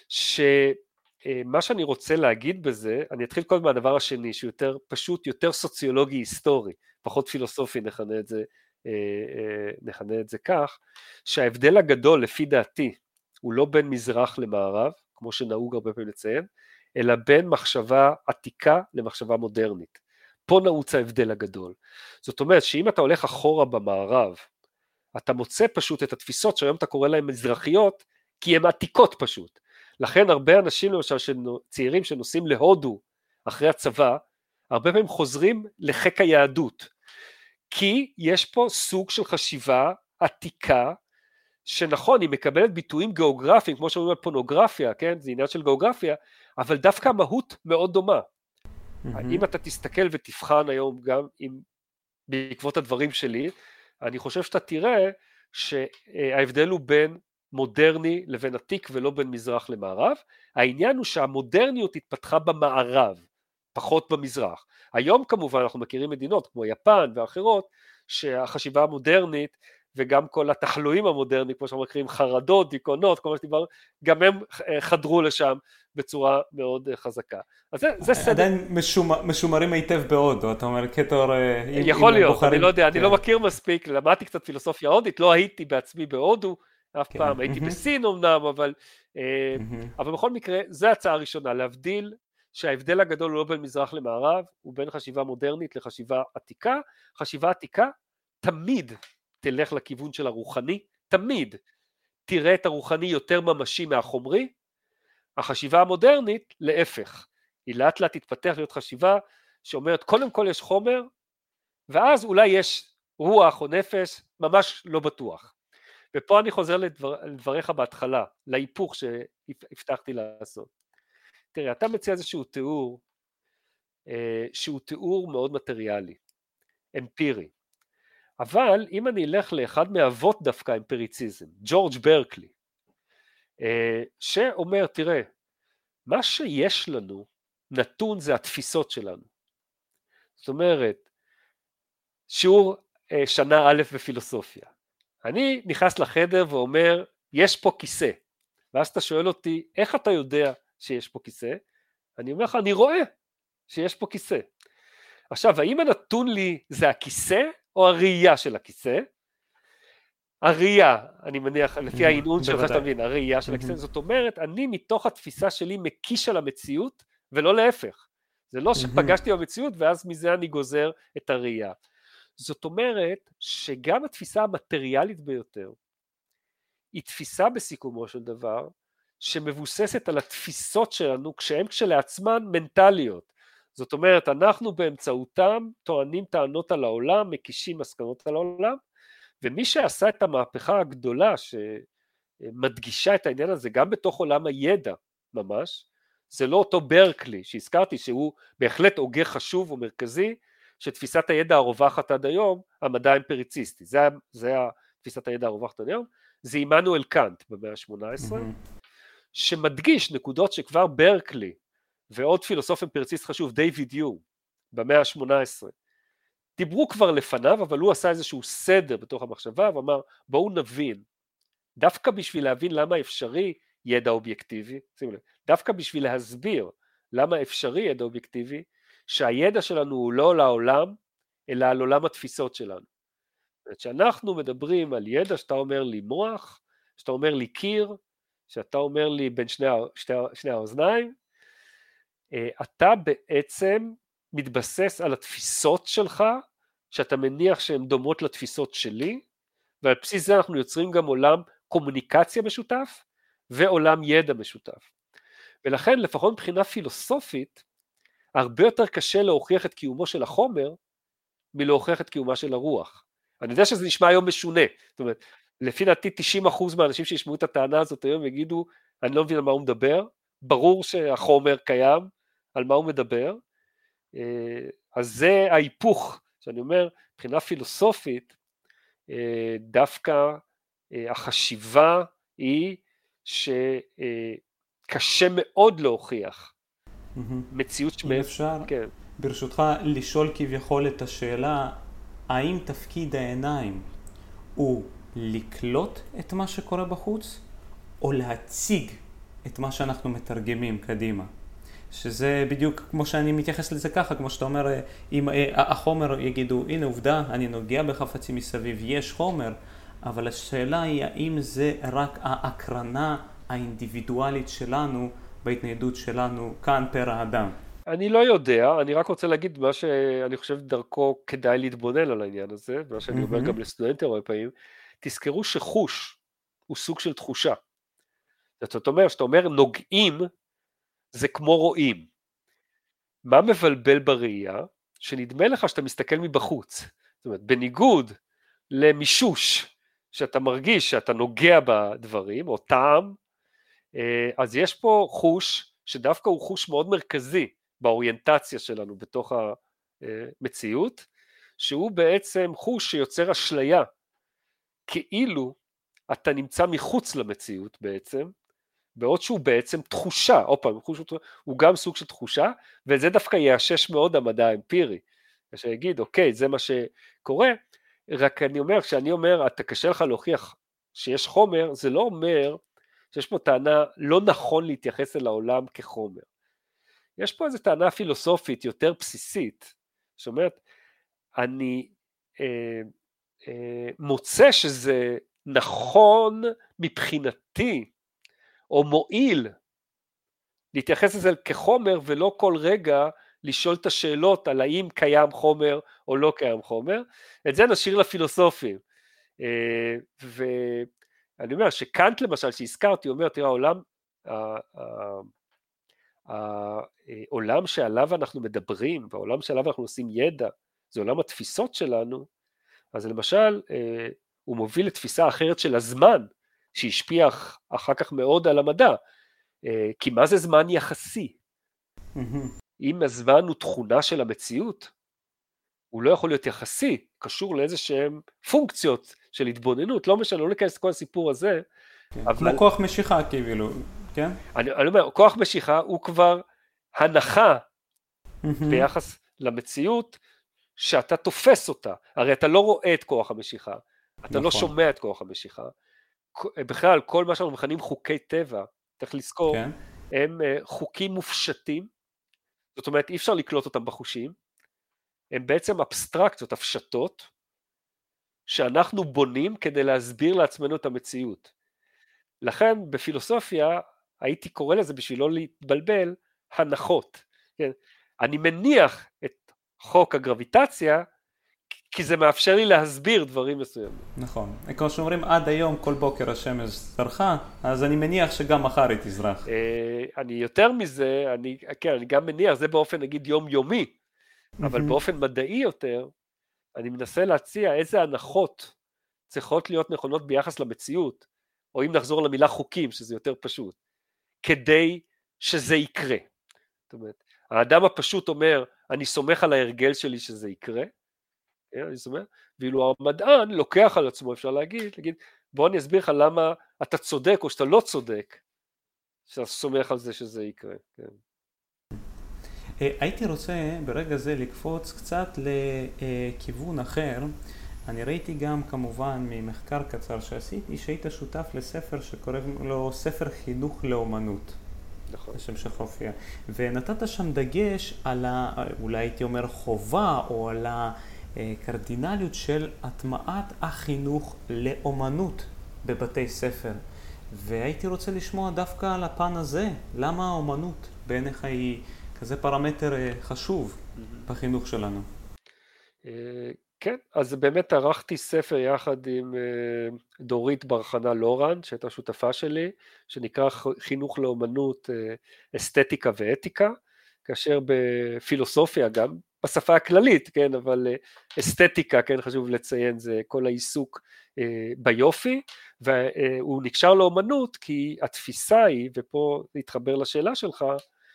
שמה שאני רוצה להגיד בזה, אני אתחיל קודם מהדבר השני, שהוא יותר פשוט, יותר סוציולוגי היסטורי, פחות פילוסופי, נכנה את זה, נכנה את זה כך, שההבדל הגדול לפי דעתי, הוא לא בין מזרח למערב, כמו שנהוג הרבה פעמים לציין, אלא בין מחשבה עתיקה למחשבה מודרנית. פה נעוץ ההבדל הגדול. זאת אומרת שאם אתה הולך אחורה במערב, אתה מוצא פשוט את התפיסות שהיום אתה קורא להן מזרחיות, כי הן עתיקות פשוט. לכן הרבה אנשים למשל צעירים שנוסעים להודו אחרי הצבא, הרבה פעמים חוזרים לחיק היהדות, כי יש פה סוג של חשיבה עתיקה, שנכון, היא מקבלת ביטויים גיאוגרפיים, כמו שאומרים על פורנוגרפיה, כן? זה עניין של גיאוגרפיה, אבל דווקא המהות מאוד דומה. אם אתה תסתכל ותבחן היום גם עם, בעקבות הדברים שלי, אני חושב שאתה תראה שההבדל הוא בין מודרני לבין עתיק ולא בין מזרח למערב. העניין הוא שהמודרניות התפתחה במערב, פחות במזרח. היום כמובן אנחנו מכירים מדינות כמו יפן ואחרות, שהחשיבה המודרנית וגם כל התחלואים המודרניים, כמו שאנחנו מכירים חרדות, דיכאונות, כל מה שדיברנו, גם הם חדרו לשם בצורה מאוד חזקה. אז זה, זה סדר. עדיין משומר, משומרים היטב בהודו, אתה אומר כתור... יכול להיות, בוחרים... אני לא יודע, כן. אני לא מכיר מספיק, למדתי קצת פילוסופיה הודית, לא הייתי בעצמי בהודו, אף כן. פעם, הייתי בסין אמנם, אבל, אבל בכל מקרה, זו הצעה הראשונה, להבדיל שההבדל הגדול הוא לא בין מזרח למערב, הוא בין חשיבה מודרנית לחשיבה עתיקה. חשיבה עתיקה תמיד תלך לכיוון של הרוחני, תמיד תראה את הרוחני יותר ממשי מהחומרי. החשיבה המודרנית להפך, היא לאט לאט תתפתח להיות חשיבה שאומרת קודם כל יש חומר, ואז אולי יש רוח או נפש, ממש לא בטוח. ופה אני חוזר לדבר, לדבריך בהתחלה, להיפוך שהבטחתי לעשות. תראה, אתה מציע איזשהו תיאור, אה, שהוא תיאור מאוד מטריאלי, אמפירי. אבל אם אני אלך לאחד מאבות דווקא אמפיריציזם, ג'ורג' ברקלי, אה, שאומר, תראה, מה שיש לנו נתון זה התפיסות שלנו. זאת אומרת, שיעור אה, שנה א' בפילוסופיה. אני נכנס לחדר ואומר, יש פה כיסא. ואז אתה שואל אותי, איך אתה יודע שיש פה כיסא? אני אומר לך, אני רואה שיש פה כיסא. עכשיו, האם הנתון לי זה הכיסא או הראייה של הכיסא? הראייה, אני מניח, לפי העינון שלך שאתה מבין, הראייה של הכיסא, זאת אומרת, אני מתוך התפיסה שלי מקיש על המציאות, ולא להפך. זה לא שפגשתי במציאות, ואז מזה אני גוזר את הראייה. זאת אומרת, שגם התפיסה המטריאלית ביותר, היא תפיסה בסיכומו של דבר, שמבוססת על התפיסות שלנו, כשהן כשלעצמן מנטליות. זאת אומרת, אנחנו באמצעותם טוענים טענות על העולם, מקישים מסקנות על העולם, ומי שעשה את המהפכה הגדולה, שמדגישה את העניין הזה, גם בתוך עולם הידע ממש, זה לא אותו ברקלי, שהזכרתי שהוא בהחלט הוגה חשוב ומרכזי, שתפיסת הידע הרווחת עד היום, המדע האמפיריציסטי, זה, זה תפיסת הידע הרווחת עד היום, זה עמנואל קאנט במאה ה-שמונה עשרה, mm-hmm. שמדגיש נקודות שכבר ברקלי, ועוד פילוסוף אמפיריציסט חשוב, דיוויד יום, במאה ה-שמונה עשרה, דיברו כבר לפניו, אבל הוא עשה איזשהו סדר בתוך המחשבה, ואמר, בואו נבין, דווקא בשביל להבין למה אפשרי ידע אובייקטיבי, שימו לב, דווקא בשביל להסביר למה אפשרי ידע אובייקטיבי, שהידע שלנו הוא לא לעולם, אלא על עולם התפיסות שלנו. זאת אומרת, שאנחנו מדברים על ידע, שאתה אומר לי מוח, שאתה אומר לי קיר, שאתה אומר לי בין שני, שני, שני האוזניים, אתה בעצם מתבסס על התפיסות שלך, שאתה מניח שהן דומות לתפיסות שלי, ועל בסיס זה אנחנו יוצרים גם עולם קומוניקציה משותף, ועולם ידע משותף. ולכן לפחות מבחינה פילוסופית, הרבה יותר קשה להוכיח את קיומו של החומר, מלהוכיח את קיומה של הרוח. אני יודע שזה נשמע היום משונה, זאת אומרת, לפי דעתי תשעים אחוז מהאנשים שישמעו את הטענה הזאת היום יגידו, אני לא מבין על מה הוא מדבר, ברור שהחומר קיים, על מה הוא מדבר, אז זה ההיפוך, שאני אומר, מבחינה פילוסופית, דווקא החשיבה היא שקשה מאוד להוכיח מציאות אם אפשר, כן. ברשותך, לשאול כביכול את השאלה, האם תפקיד העיניים הוא לקלוט את מה שקורה בחוץ, או להציג את מה שאנחנו מתרגמים קדימה? שזה בדיוק כמו שאני מתייחס לזה ככה, כמו שאתה אומר, אם החומר יגידו, הנה עובדה, אני נוגע בחפצים מסביב, יש חומר, אבל השאלה היא האם זה רק ההקרנה האינדיבידואלית שלנו, בהתניידות שלנו כאן פר האדם. אני לא יודע, אני רק רוצה להגיד מה שאני חושב דרכו כדאי להתבונן על העניין הזה, מה שאני אומר גם לסטודנטים הרבה פעמים, תזכרו שחוש הוא סוג של תחושה. זאת אומרת, שאתה אומר נוגעים, זה כמו רואים. מה מבלבל בראייה? שנדמה לך שאתה מסתכל מבחוץ. זאת אומרת, בניגוד למישוש, שאתה מרגיש שאתה נוגע בדברים, או טעם, אז יש פה חוש, שדווקא הוא חוש מאוד מרכזי, באוריינטציה שלנו בתוך המציאות, שהוא בעצם חוש שיוצר אשליה, כאילו אתה נמצא מחוץ למציאות בעצם, בעוד שהוא בעצם תחושה, עוד פעם, הוא גם סוג של תחושה, וזה דווקא יאשש מאוד המדע האמפירי, שיגיד, אוקיי, זה מה שקורה, רק אני אומר, כשאני אומר, אתה קשה לך להוכיח שיש חומר, זה לא אומר שיש פה טענה לא נכון להתייחס אל העולם כחומר. יש פה איזו טענה פילוסופית יותר בסיסית, שאומרת, אני אה, אה, מוצא שזה נכון מבחינתי, או מועיל, להתייחס לזה כחומר, ולא כל רגע לשאול את השאלות על האם קיים חומר או לא קיים חומר, את זה נשאיר לפילוסופים. אה, ואני אומר שקאנט למשל, שהזכרתי, אומר, תראה, העולם, העולם שעליו אנחנו מדברים, והעולם שעליו אנחנו עושים ידע, זה עולם התפיסות שלנו, אז למשל, הוא מוביל לתפיסה אחרת של הזמן, שהשפיע אחר כך מאוד על המדע, כי מה זה זמן יחסי? אם הזמן הוא תכונה של המציאות, הוא לא יכול להיות יחסי, קשור לאיזה שהם פונקציות של התבוננות, לא משנה, לא להיכנס כל הסיפור הזה. אבל... כמו כוח משיכה כאילו, כן? אני, אני אומר, כוח משיכה הוא כבר הנחה ביחס למציאות, שאתה תופס אותה, הרי אתה לא רואה את כוח המשיכה, אתה נכון. לא שומע את כוח המשיכה, בכלל כל מה שאנחנו מכנים חוקי טבע, צריך לזכור, כן. הם חוקים מופשטים, זאת אומרת אי אפשר לקלוט אותם בחושים, הם בעצם אבסטרקציות, הפשטות, שאנחנו בונים כדי להסביר לעצמנו את המציאות. לכן בפילוסופיה הייתי קורא לזה בשביל לא להתבלבל, הנחות. כן? אני מניח את חוק הגרביטציה, כי זה מאפשר לי להסביר דברים מסוימים. נכון. כמו שאומרים, עד היום כל בוקר השמש זרחה, אז אני מניח שגם מחר היא תזרח. אני יותר מזה, אני, כן, אני גם מניח, זה באופן נגיד יומיומי, אבל באופן מדעי יותר, אני מנסה להציע איזה הנחות צריכות להיות נכונות ביחס למציאות, או אם נחזור למילה חוקים, שזה יותר פשוט, כדי שזה יקרה. זאת אומרת, האדם הפשוט אומר, אני סומך על ההרגל שלי שזה יקרה, אני סומך, ואילו המדען לוקח על עצמו, אפשר להגיד, להגיד, בוא אני אסביר לך למה אתה צודק או שאתה לא צודק, שאתה סומך על זה שזה יקרה. כן. הייתי רוצה ברגע זה לקפוץ קצת לכיוון אחר. אני ראיתי גם כמובן ממחקר קצר שעשיתי, שהיית שותף לספר שקוראים לו ספר חינוך לאומנות. נכון. השם שלך הופיע. ונתת שם דגש על ה... אולי הייתי אומר חובה, או על הקרדינליות של הטמעת החינוך לאומנות בבתי ספר. והייתי רוצה לשמוע דווקא על הפן הזה. למה האומנות בעיניך היא כזה פרמטר חשוב בחינוך שלנו? כן, אז באמת ערכתי ספר יחד עם דורית ברחנה לורן, שהייתה שותפה שלי, שנקרא חינוך לאומנות, אסתטיקה ואתיקה, כאשר בפילוסופיה גם, בשפה הכללית, כן, אבל אסתטיקה, כן, חשוב לציין, זה כל העיסוק ביופי, והוא נקשר לאומנות כי התפיסה היא, ופה להתחבר לשאלה שלך,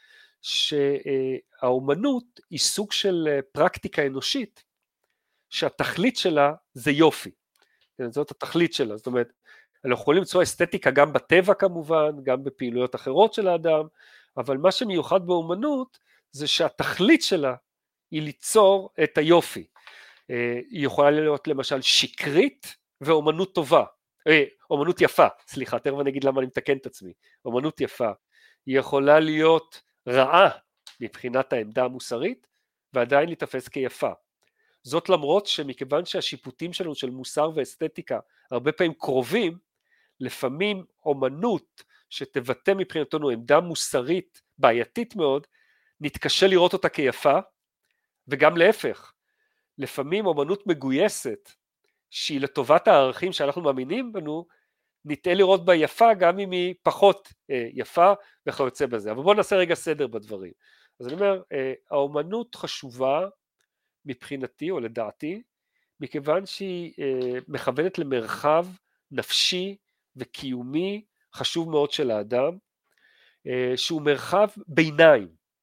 שהאומנות היא סוג של פרקטיקה אנושית, שהתכלית שלה זה יופי, זאת התכלית שלה, זאת אומרת, אנחנו יכולים למצוא אסתטיקה גם בטבע כמובן, גם בפעילויות אחרות של האדם, אבל מה שמיוחד באומנות, זה שהתכלית שלה היא ליצור את היופי, היא יכולה להיות למשל שקרית ואומנות טובה, אומנות יפה, סליחה, תכף אני אגיד למה אני מתקן את עצמי, אומנות יפה, היא יכולה להיות רעה מבחינת העמדה המוסרית, ועדיין להתאפס כיפה, זאת למרות שמכיוון שהשיפוטים שלנו של מוסר ואסתטיקה הרבה פעמים קרובים, לפעמים אומנות שתבטא מבחינתנו עמדה מוסרית בעייתית מאוד, נתקשה לראות אותה כיפה, וגם להפך, לפעמים אומנות מגויסת, שהיא לטובת הערכים שאנחנו מאמינים בנו, ניתן לראות בה יפה גם אם היא פחות אה, יפה וכיוצא בזה, אבל בואו נעשה רגע סדר בדברים. אז אני אומר, אה, האומנות חשובה, מבחינתי או לדעתי, מכיוון שהיא אה, מכוונת למרחב נפשי וקיומי חשוב מאוד של האדם, אה, שהוא מרחב ביניים,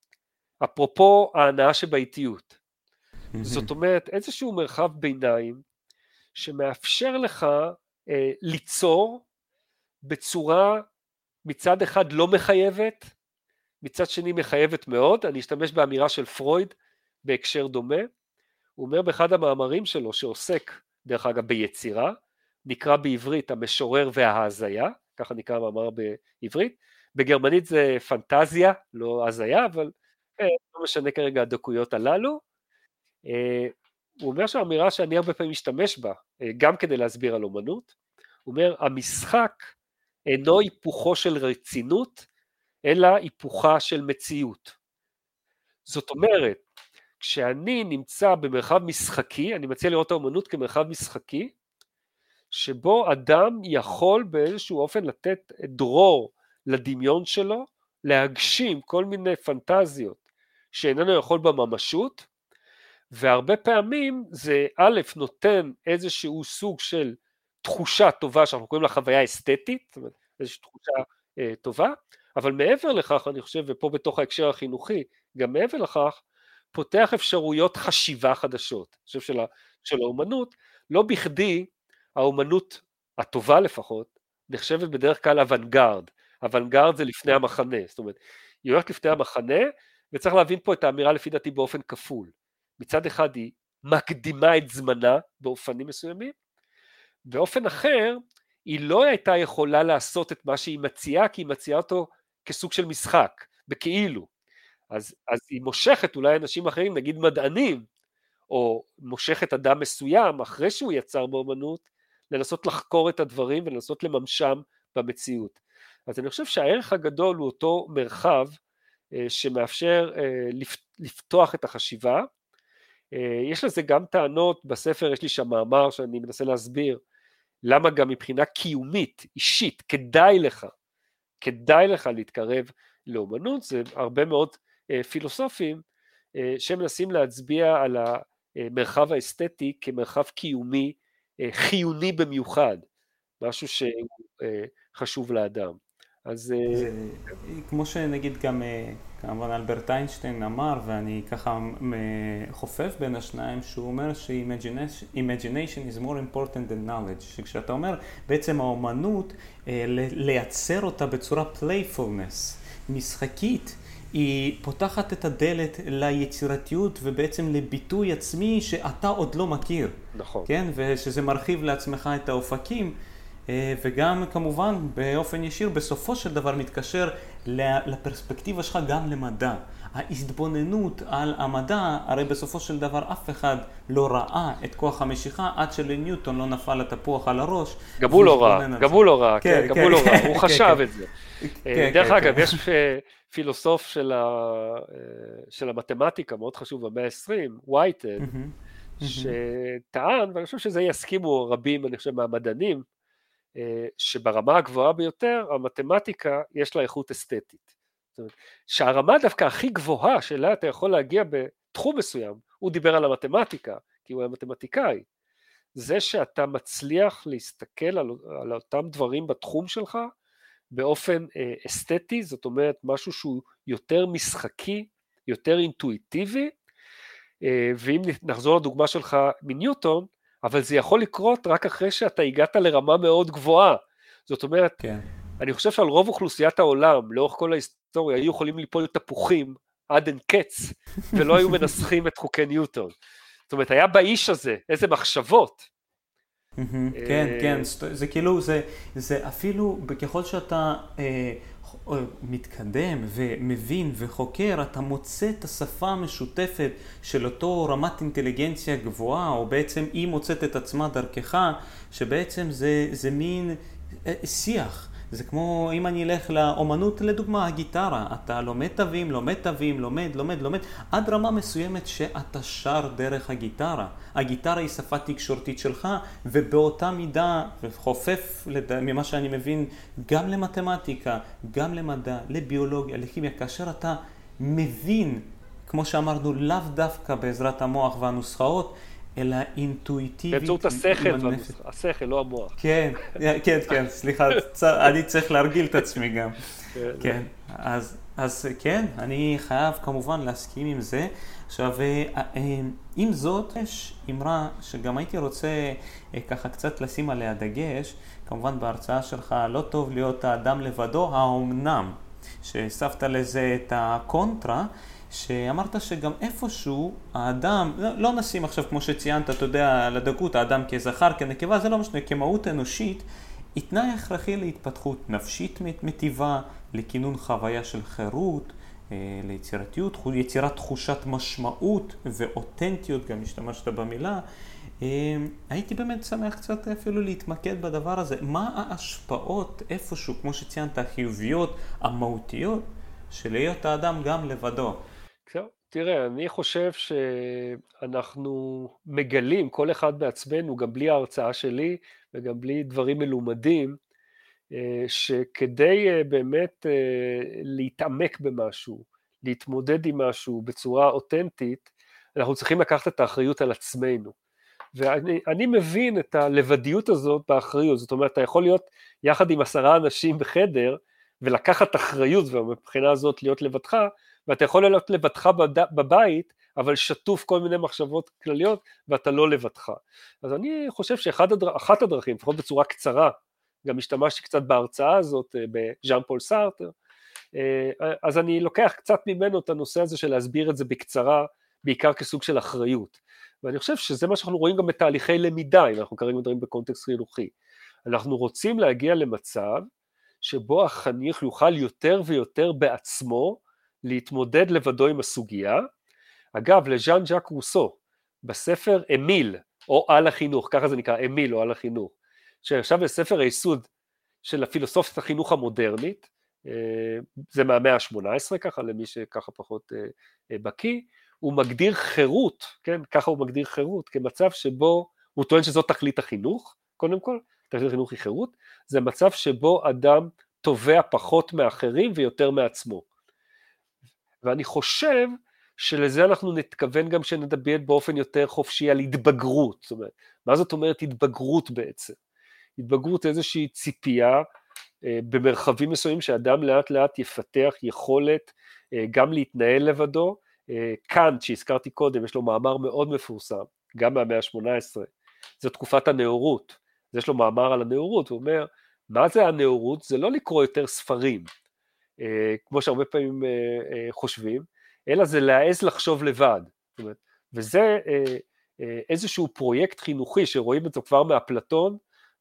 אפרופו ההנאה שבאיטיות. זאת אומרת, איזשהו מרחב ביניים, שמאפשר לך אה, ליצור בצורה מצד אחד לא מחייבת, מצד שני מחייבת מאוד, אני אשתמש באמירה של פרויד בהקשר דומה, הוא אומר באחד המאמרים שלו שעוסק דרך אגב ביצירה, נקרא בעברית המשורר וההזיה, ככה נקרא מאמר בעברית, בגרמנית זה פנטזיה, לא הזיה, אבל אה, לא משנה כרגע הדקויות הללו, אה, הוא אומר שהאמירה שאני הרבה פעמים משתמש בה, אה, גם כדי להסביר על אומנות, הוא אומר המשחק אינו היפוכו של רצינות, אלא היפוכה של מציאות. זאת אומרת, כשאני נמצא במרחב משחקי, אני מציע לראות את האומנות כמרחב משחקי, שבו אדם יכול באיזשהו אופן לתת דרור לדמיון שלו, להגשים כל מיני פנטזיות שאיננו יכול בממשות, והרבה פעמים זה א' נותן איזשהו סוג של תחושה טובה שאנחנו קוראים לה חוויה אסתטית, זאת אומרת איזושהי תחושה אה, טובה, אבל מעבר לכך אני חושב, ופה בתוך ההקשר החינוכי, גם מעבר לכך, פותח אפשרויות חשיבה חדשות. אני חושב של, של האומנות, לא בכדי האומנות הטובה לפחות, נחשבת בדרך כלל אוונגרד, אוונגרד זה לפני המחנה, זאת אומרת, היא הולכת לפני המחנה, וצריך להבין פה את האמירה לפי דעתי באופן כפול. מצד אחד היא מקדימה את זמנה באופנים מסוימים, באופן אחר היא לא הייתה יכולה לעשות את מה שהיא מציעה, כי היא מציעה אותו כסוג של משחק, בכאילו. אז, אז היא מושכת אולי אנשים אחרים, נגיד מדענים, או מושכת אדם מסוים, אחרי שהוא יצר באומנות, לנסות לחקור את הדברים ולנסות לממשם במציאות. אז אני חושב שהערך הגדול הוא אותו מרחב, אה, שמאפשר אה, לפתוח את החשיבה, יש לזה גם טענות, בספר יש לי שם מאמר שאני מנסה להסביר, למה גם מבחינה קיומית, אישית, כדאי לך, כדאי לך להתקרב לאומנות, זה הרבה מאוד פילוסופים שמנסים להצביע על המרחב האסתטי כמרחב קיומי, חיוני במיוחד, משהו שחשוב לאדם. אז זה, כמו שנגיד גם כמובן אלברט איינשטיין אמר, ואני ככה חופף בין השניים, שהוא אומר ש-imagination is more important than knowledge, שכשאתה אומר בעצם האומנות, לייצר אותה בצורה playfulness, משחקית, היא פותחת את הדלת ליצירתיות ובעצם לביטוי עצמי שאתה עוד לא מכיר. נכון. כן? ושזה מרחיב לעצמך את האופקים. וגם כמובן באופן ישיר בסופו של דבר מתקשר לפרספקטיבה שלך גם למדע. ההתבוננות על המדע, הרי בסופו של דבר אף אחד לא ראה את כוח המשיכה עד שלניוטון לא נפל התפוח על הראש. גם הוא לא ראה, גם הוא לא ראה, כן, גם הוא לא ראה, הוא חשב את זה. דרך אגב, יש פילוסוף של המתמטיקה, מאוד חשוב, במאה ה-עשרים, וייטד, שטען, ואני חושב שזה יסכימו רבים, אני חושב, מהמדענים, שברמה הגבוהה ביותר, המתמטיקה יש לה איכות אסתטית. זאת אומרת, שהרמה דווקא הכי גבוהה שלה אתה יכול להגיע בתחום מסוים, הוא דיבר על המתמטיקה, כי הוא היה מתמטיקאי, זה שאתה מצליח להסתכל על, על אותם דברים בתחום שלך, באופן אה, אסתטי, זאת אומרת משהו שהוא יותר משחקי, יותר אינטואיטיבי, אה, ואם נחזור לדוגמה שלך מניוטון, אבל זה יכול לקרות רק אחרי שאתה הגעת לרמה מאוד גבוהה, זאת אומרת, כן. אני חושב שעל רוב אוכלוסיית העולם, לאורך כל ההיסטוריה, היו יכולים ליפול תפוחים עד אין קץ, ולא היו מנסחים את חוקי ניוטון. זאת אומרת, היה באיש הזה איזה מחשבות. כן, כן, זה כאילו, זה אפילו, ככל שאתה מתקדם ומבין וחוקר, אתה מוצא את השפה המשותפת של אותו רמת אינטליגנציה גבוהה, או בעצם היא מוצאת את עצמה דרכך, שבעצם זה מין שיח. זה כמו אם אני אלך לאומנות, לדוגמה, הגיטרה, אתה לומד תווים, לומד תווים, לומד, לומד, לומד, עד רמה מסוימת שאתה שר דרך הגיטרה. הגיטרה היא שפה תקשורתית שלך, ובאותה מידה, וחופף ממה שאני מבין, גם למתמטיקה, גם למדע, לביולוגיה, לכימיה, כאשר אתה מבין, כמו שאמרנו, לאו דווקא בעזרת המוח והנוסחאות, אלא אינטואיטיבית. באמצעות השכל, השכל, לא המוח. כן, כן, כן, סליחה, אני צריך להרגיל את עצמי גם. כן, אז כן, אני חייב כמובן להסכים עם זה. עכשיו, עם זאת, יש אמרה שגם הייתי רוצה ככה קצת לשים עליה דגש, כמובן בהרצאה שלך לא טוב להיות האדם לבדו, האומנם, שהספת לזה את הקונטרה, שאמרת שגם איפשהו האדם, לא, לא נשים עכשיו כמו שציינת, אתה יודע, לדקות, האדם כזכר, כנקבה, זה לא משנה, כמהות אנושית, היא תנאי הכרחי להתפתחות נפשית מטיבה, לכינון חוויה של חירות, ליצירתיות, יצירת תחושת משמעות ואותנטיות, גם השתמשת במילה. הייתי באמת שמח קצת אפילו להתמקד בדבר הזה. מה ההשפעות איפשהו, כמו שציינת, החיוביות, המהותיות, של להיות האדם גם לבדו? תראה, אני חושב שאנחנו מגלים, כל אחד בעצמנו, גם בלי ההרצאה שלי וגם בלי דברים מלומדים, שכדי באמת להתעמק במשהו, להתמודד עם משהו בצורה אותנטית, אנחנו צריכים לקחת את האחריות על עצמנו. ואני אני מבין את הלבדיות הזאת באחריות, זאת אומרת, אתה יכול להיות יחד עם עשרה אנשים בחדר, ולקחת אחריות, ומבחינה הזאת להיות לבדך, ואתה יכול להיות לבדך בבית, אבל שטוף כל מיני מחשבות כלליות, ואתה לא לבדך. אז אני חושב שאחת הדרכ... הדרכים, לפחות בצורה קצרה, גם השתמשתי קצת בהרצאה הזאת, בז'אן פול סארטר, אז אני לוקח קצת ממנו את הנושא הזה של להסביר את זה בקצרה, בעיקר כסוג של אחריות. ואני חושב שזה מה שאנחנו רואים גם בתהליכי למידה, אם אנחנו כרגע מדברים בקונטקסט חינוכי. אנחנו רוצים להגיע למצב, שבו החניך יוכל יותר ויותר בעצמו להתמודד לבדו עם הסוגיה. אגב, לז'אן ז'אק רוסו, בספר אמיל, או על החינוך, ככה זה נקרא, אמיל או על החינוך, שעכשיו בספר היסוד של הפילוסופית החינוך המודרנית, זה מהמאה ה-שמונה עשרה, ככה למי שככה פחות בקיא, הוא מגדיר חירות, כן, ככה הוא מגדיר חירות, כמצב שבו, הוא טוען שזאת תכלית החינוך, קודם כל, תכלית החינוך היא חירות, זה מצב שבו אדם תובע פחות מאחרים ויותר מעצמו. ואני חושב שלזה אנחנו נתכוון גם שנדבר באופן יותר חופשי על התבגרות. זאת אומרת, מה זאת אומרת התבגרות בעצם? התבגרות זה איזושהי ציפייה אה, במרחבים מסוימים שאדם לאט לאט יפתח יכולת אה, גם להתנהל לבדו. אה, קאנט שהזכרתי קודם, יש לו מאמר מאוד מפורסם, גם מהמאה ה-שמונה עשרה, זו תקופת הנאורות. אז יש לו מאמר על הנאורות, הוא אומר, מה זה הנאורות? זה לא לקרוא יותר ספרים, אה, כמו שהרבה פעמים אה, אה, חושבים, אלא זה להעז לחשוב לבד. זאת אומרת, וזה אה, אה, איזשהו פרויקט חינוכי שרואים את זה כבר מאפלטון,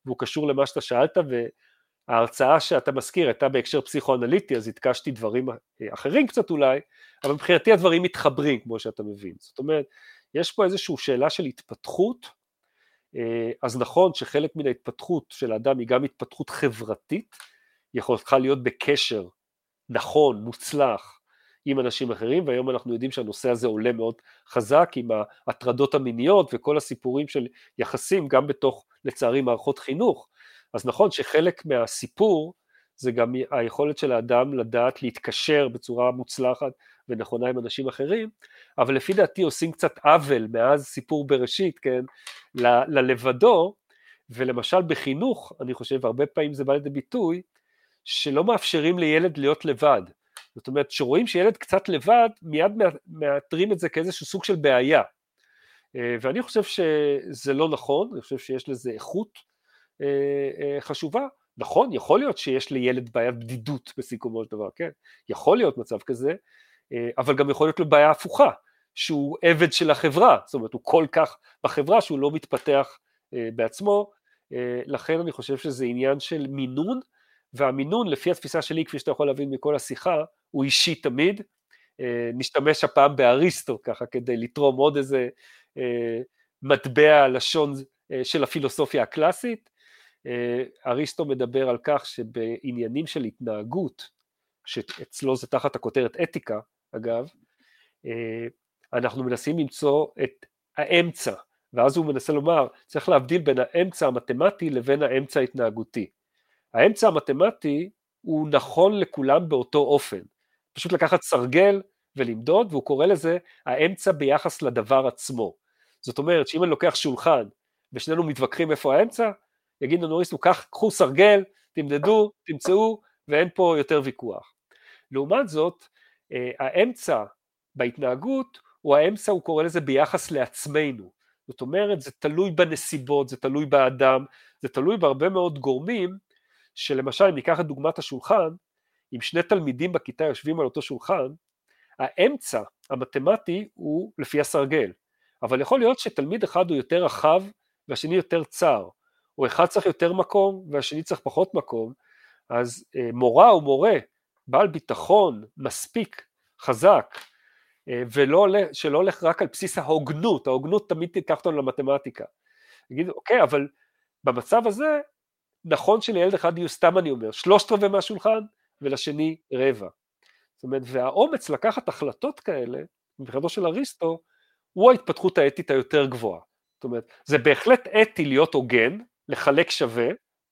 והוא קשור למה שאתה שאלת, וההרצאה שאתה מזכיר הייתה בהקשר פסיכואנליטי, אז התקשתי דברים אחרים קצת אולי, אבל מבחינתי הדברים מתחברים, כמו שאתה מבין. זאת אומרת, יש פה איזושהי שאלה של התפתחות, אז נכון שחלק מן ההתפתחות של האדם היא גם התפתחות חברתית, יכולתך להיות בקשר נכון, מוצלח, עם אנשים אחרים, והיום אנחנו יודעים שהנושא הזה עולה מאוד חזק, עם ההטרדות המיניות וכל הסיפורים של יחסים, גם בתוך, לצערי, מערכות חינוך. אז נכון שחלק מהסיפור, זה גם היכולת של האדם לדעת להתקשר בצורה מוצלחת ונכונה עם אנשים אחרים, אבל לפי דעתי עושים קצת עוול מאז סיפור בראשית, כן, ל- ללבדו, ולמשל בחינוך, אני חושב, הרבה פעמים זה בא לידי ביטוי, שלא מאפשרים לילד להיות לבד. זאת אומרת, שרואים שילד קצת לבד, מיד מאתרים את זה כאיזשהו סוג של בעיה. ואני חושב שזה לא נכון, אני חושב שיש לזה איכות חשובה. נכון, יכול להיות שיש לילד בעיית בדידות בסיכומו של דבר, כן? יכול להיות מצב כזה, אבל גם יכול להיות לו בעיה הפוכה, שהוא עבד של החברה, זאת אומרת, הוא כל כך בחברה שהוא לא מתפתח בעצמו, לכן אני חושב שזה עניין של מינון, והמינון לפי התפיסה שלי, כפי שאתה יכול להבין מכל השיחה, הוא אישי תמיד, נשתמש הפעם באריסטו ככה, כדי לתרום עוד איזה מטבע לשון של הפילוסופיה הקלאסית, אריסטו מדבר על כך שבעניינים של התנהגות, שאצלו זה תחת הכותרת אתיקה, אגב, אנחנו מנסים למצוא את האמצע, ואז הוא מנסה לומר, צריך להבדיל בין האמצע המתמטי לבין האמצע ההתנהגותי. האמצע המתמטי הוא נכון לכולם באותו אופן, פשוט לקחת סרגל ולמדוד, והוא קורא לזה האמצע ביחס לדבר עצמו. זאת אומרת שאם אני לוקח שולחן, ושנינו מתווכחים איפה האמצע, יגיד לנו אריסטו, קחו סרגל, תמדדו, תמצאו, ואין פה יותר ויכוח. לעומת זאת, האמצע בהתנהגות, הוא האמצע, הוא קורא לזה ביחס לעצמנו. זאת אומרת, זה תלוי בנסיבות, זה תלוי באדם, זה תלוי בהרבה מאוד גורמים, שלמשל, אם ניקח את דוגמת השולחן, אם שני תלמידים בכיתה יושבים על אותו שולחן, האמצע המתמטי הוא לפי הסרגל, אבל יכול להיות שתלמיד אחד הוא יותר רחב, והשני יותר צר, או אחד צריך יותר מקום, והשני צריך פחות מקום, אז מורה או מורה, בעל ביטחון מספיק חזק, ולא הולך, שלא הולך רק על בסיס ההוגנות, ההוגנות תמיד תיקח אותנו למתמטיקה. נגיד, אוקיי, אבל במצב הזה, נכון שלילד אחד יהיו, סתם אני אומר, שלושת רבעי מהשולחן, ולשני רבע. זאת אומרת, והאומץ לקחת החלטות כאלה, מבחינתו של אריסטו, הוא ההתפתחות האתית היותר גבוהה. זאת אומרת, זה בהחלט אתי להיות הוגן, לחלק שווה,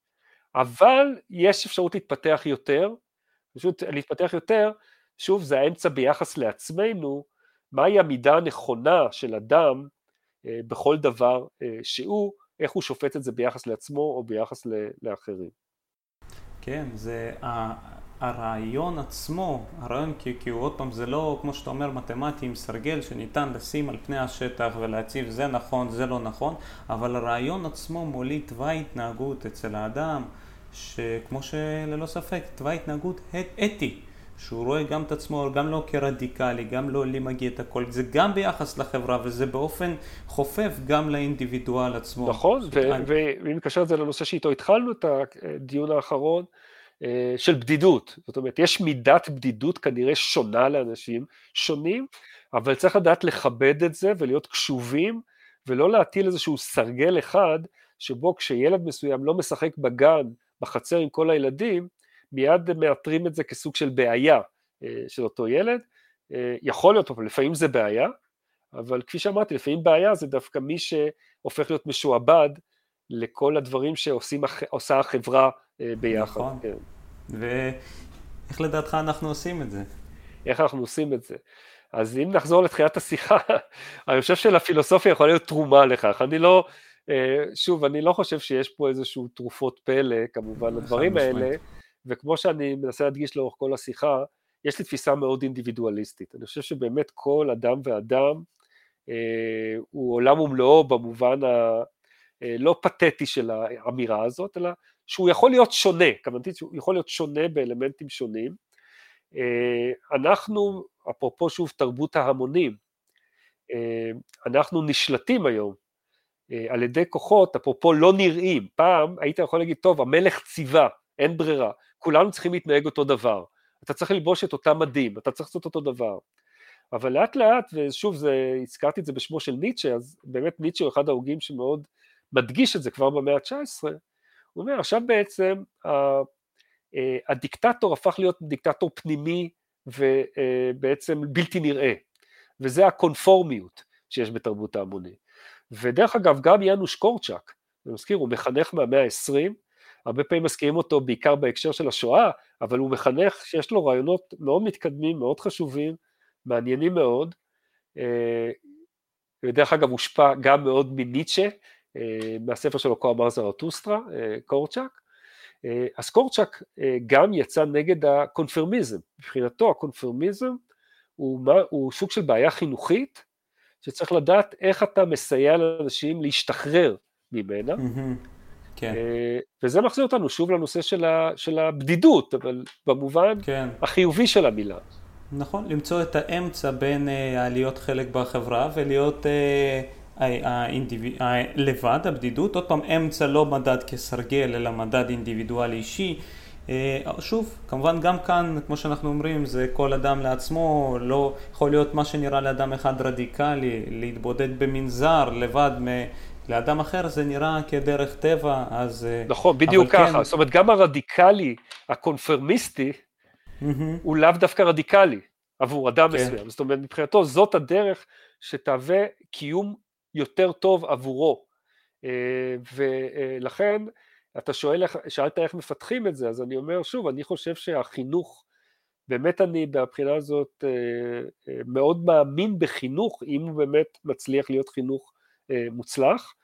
אבל יש אפשרות להתפתח יותר, פשוט להתפתח יותר, שוב, זה האמצע ביחס לעצמנו, מהי המידה הנכונה של אדם, אה, בכל דבר אה, שהוא, איך הוא שופט את זה ביחס לעצמו או ביחס לאחרים. כן, זה הרעיון עצמו, הרעיון כי, כי הוא עוד פעם, זה לא כמו שאתה אומר מתמטי עם סרגל שניתן לשים על פני השטח ולהציב זה נכון, זה לא נכון, אבל הרעיון עצמו מוליד תוואי התנהגות אצל האדם, שכמו שללא ספק, תוואי התנהגות אתי, שהוא רואה גם את עצמו, גם לא כרדיקלי, גם לא לי מגיע את הכל, זה גם ביחס לחברה, וזה באופן חופף גם לאינדיבידואל עצמו. נכון, ואם נקשר את זה לנושא שאיתו התחלנו את הדיון האחרון, של בדידות, זאת אומרת, יש מידת בדידות כנראה שונה לאנשים שונים, אבל צריך לדעת לכבד את זה ולהיות קשובים, ולא להטיל איזשהו סרגל אחד, שבו כשילד מסוים לא משחק בגן, בחצר עם כל הילדים, מיד מאתרים את זה כסוג של בעיה של אותו ילד, יכול להיות, אבל לפעמים זה בעיה, אבל כפי שאמרתי, לפעמים בעיה זה דווקא מי שהופך להיות משועבד, לכל הדברים שעושה החברה ביחד. נכון. כן. ואיך לדעתך אנחנו עושים את זה? איך אנחנו עושים את זה? אז אם נחזור לתחילת השיחה, אני חושב שלפילוסופיה יכולה להיות תרומה לכך. אני לא, שוב, אני לא חושב שיש פה איזשהו תרופות פלא, כמובן, לדברים האלה, וכמו שאני מנסה להדגיש לאורך כל השיחה, יש לי תפיסה מאוד אינדיבידואליסטית. אני חושב שבאמת כל אדם ואדם, הוא עולם ומלואו במובן ה... לא פתטי של האמירה הזאת, אלא שהוא יכול להיות שונה, כוונתית שהוא יכול להיות שונה באלמנטים שונים. אנחנו, אפרופו שוב תרבות ההמונים, אנחנו נשלטים היום על ידי כוחות, אפרופו לא נראים, פעם היית יכול להגיד, טוב, המלך ציווה, אין ברירה, כולנו צריכים להתנהג אותו דבר, אתה צריך ללבוש את אותם מדים, אתה צריך לעשות אותו דבר, אבל לאט לאט, ושוב, זה, הזכרתי את זה בשמו של ניטשה, אז באמת ניטשה הוא אחד ההוגים שמאוד מדגיש את זה כבר במאה ה-תשע עשרה, הוא אומר, עכשיו בעצם, הדיקטטור הפך להיות דיקטטור פנימי, ובעצם בלתי נראה, וזה הקונפורמיות שיש בתרבות ההמוני. ודרך אגב, גם יאנוש קורצ'אק, אני מזכיר, הוא מחנך מהמאה ה-עשרים, הרבה פעמים מזכירים אותו בעיקר בהקשר של השואה, אבל הוא מחנך שיש לו רעיונות מאוד מתקדמים, מאוד חשובים, מעניינים מאוד, ודרך אגב הושפע גם מאוד מניטשה, מהספר שלו כה אמר זרטוסטרה, קורצ'אק, אז קורצ'אק גם יצא נגד הקונפרמיזם, מבחינתו הקונפרמיזם הוא, הוא סוג של בעיה חינוכית, שצריך לדעת איך אתה מסייע לאנשים להשתחרר ממנה, mm-hmm. כן. וזה מחזיר אותנו שוב לנושא של, ה, של הבדידות, אבל במובן כן. החיובי של המילה. נכון, למצוא את האמצע בין uh, להיות חלק בחברה ולהיות uh, האינדיביד... לבד, הבדידות, עוד פעם אמצע לא מדד כסרגל, אלא מדד אינדיבידואלי אישי, שוב, כמובן גם כאן, כמו שאנחנו אומרים, זה כל אדם לעצמו, לא יכול להיות מה שנראה לאדם אחד רדיקלי, להתבודד במנזר, לבד מ... לאדם אחר זה נראה כדרך טבע, אז... נכון, בדיוק ככה, כן... זאת אומרת, גם הרדיקלי, הקונפרמיסטי, mm-hmm. הוא לאו דווקא רדיקלי, עבור אדם כן. מסוים, זאת אומרת, מבחינתו, זאת הדרך שתהווה קיום יותר טוב עבורו, ולכן, אתה שואל, שאלת איך מפתחים את זה, אז אני אומר שוב, אני חושב שהחינוך, באמת אני בבחינה הזאת מאוד מאמין בחינוך, אם הוא באמת מצליח להיות חינוך מוצלח.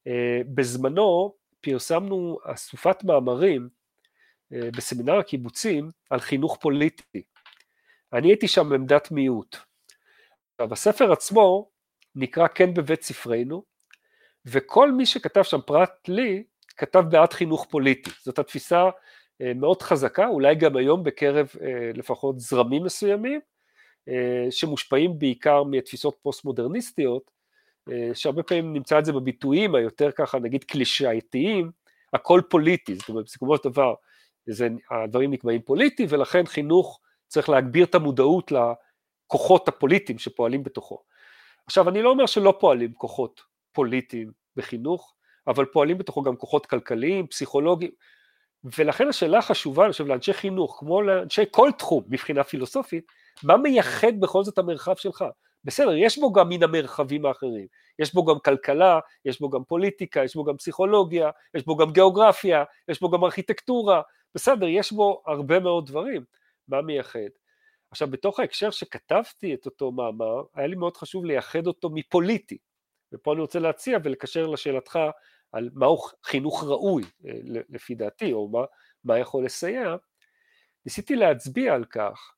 בזמנו פרסמנו אסופת מאמרים בסמינר הקיבוצים על חינוך פוליטי. אני הייתי שם בעמדת מיעוט. עכשיו, הספר עצמו נקרא כן בבית ספרנו, וכל מי שכתב שם פרט לי, כתב בעד חינוך פוליטי. זאת התפיסה מאוד חזקה, אולי גם היום בקרב לפחות זרמים מסוימים, שמושפעים בעיקר מתפיסות פוסט-מודרניסטיות, שהרבה פעמים נמצא את זה בביטויים היותר ככה נגיד קלישאתיים, הכל פוליטי, זאת אומרת בסיכומו של דבר, זה, הדברים נקבעים פוליטי, ולכן חינוך צריך להגביר את המודעות לכוחות הפוליטיים שפועלים בתוכו. עכשיו אני לא אומר שלא פועלים כוחות פוליטיים בחינוך, אבל פועלים בתוכו גם כוחות כלכליים, פסיכולוגיים, ולכן השאלה חשובה, אני חושב, לאנשי חינוך, כמו לאנשי כל תחום מבחינה פילוסופית, מה מייחד בכל זאת המרחב שלך? בסדר, יש בו גם מן המרחבים האחרים, יש בו גם כלכלה, יש בו גם פוליטיקה, יש בו גם פסיכולוגיה, יש בו גם גיאוגרפיה, יש בו גם ארכיטקטורה, בסדר, יש בו הרבה מאוד דברים, מה מייחד? עכשיו, בתוך ההקשר שכתבתי את אותו מאמר, היה לי מאוד חשוב לייחד אותו מפוליטי, ופה אני רוצה להציע ולקשר לשאלתך על מהו חינוך ראוי, לפי דעתי, או מה, מה יכול לסייע, ניסיתי להצביע על כך,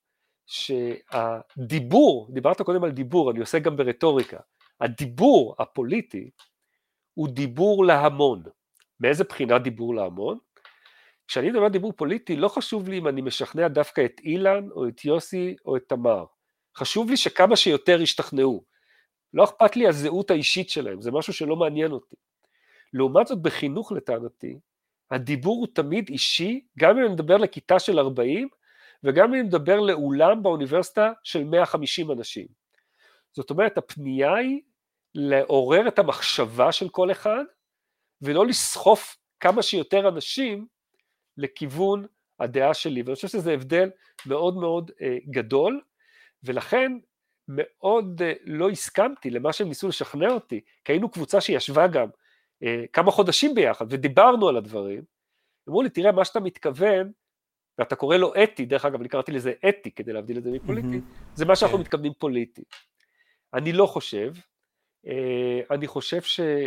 שהדיבור, דיברת קודם על דיבור, אני עושה גם ברטוריקה, הדיבור הפוליטי הוא דיבור להמון. מאיזה בחינה דיבור להמון? כשאני מדבר דיבור פוליטי, לא חשוב לי אם אני משכנע דווקא את אילן, או את יוסי, או את תמר. חשוב לי שכמה שיותר ישתכנעו. לא אכפת לי הזהות האישית שלהם, זה משהו שלא מעניין אותי. לעומת זאת בחינוך לטענתי, הדיבור הוא תמיד אישי, גם אם אני מדבר לכיתה של ארבעים, וגם אם אני מדבר לאולם באוניברסיטה של מאה וחמישים אנשים. זאת אומרת, הפנייה היא לעורר את המחשבה של כל אחד, ולא לסחוף כמה שיותר אנשים לכיוון הדעה שלי, ואני חושב שזה הבדל מאוד מאוד אה, גדול, ולכן מאוד אה, לא הסכמתי למה שהם ניסו לשכנע אותי, כי היינו קבוצה שישבה גם אה, כמה חודשים ביחד, ודיברנו על הדברים, אמרו לי, תראה מה שאתה מתכוון, ואתה קורא לו אתי, דרך אגב, אני קראתי לזה אתי, כדי להבדיל את זה מפוליטי, mm-hmm. זה מה שאנחנו okay. מתכוונים פוליטי. אני לא חושב, אה, אני חושב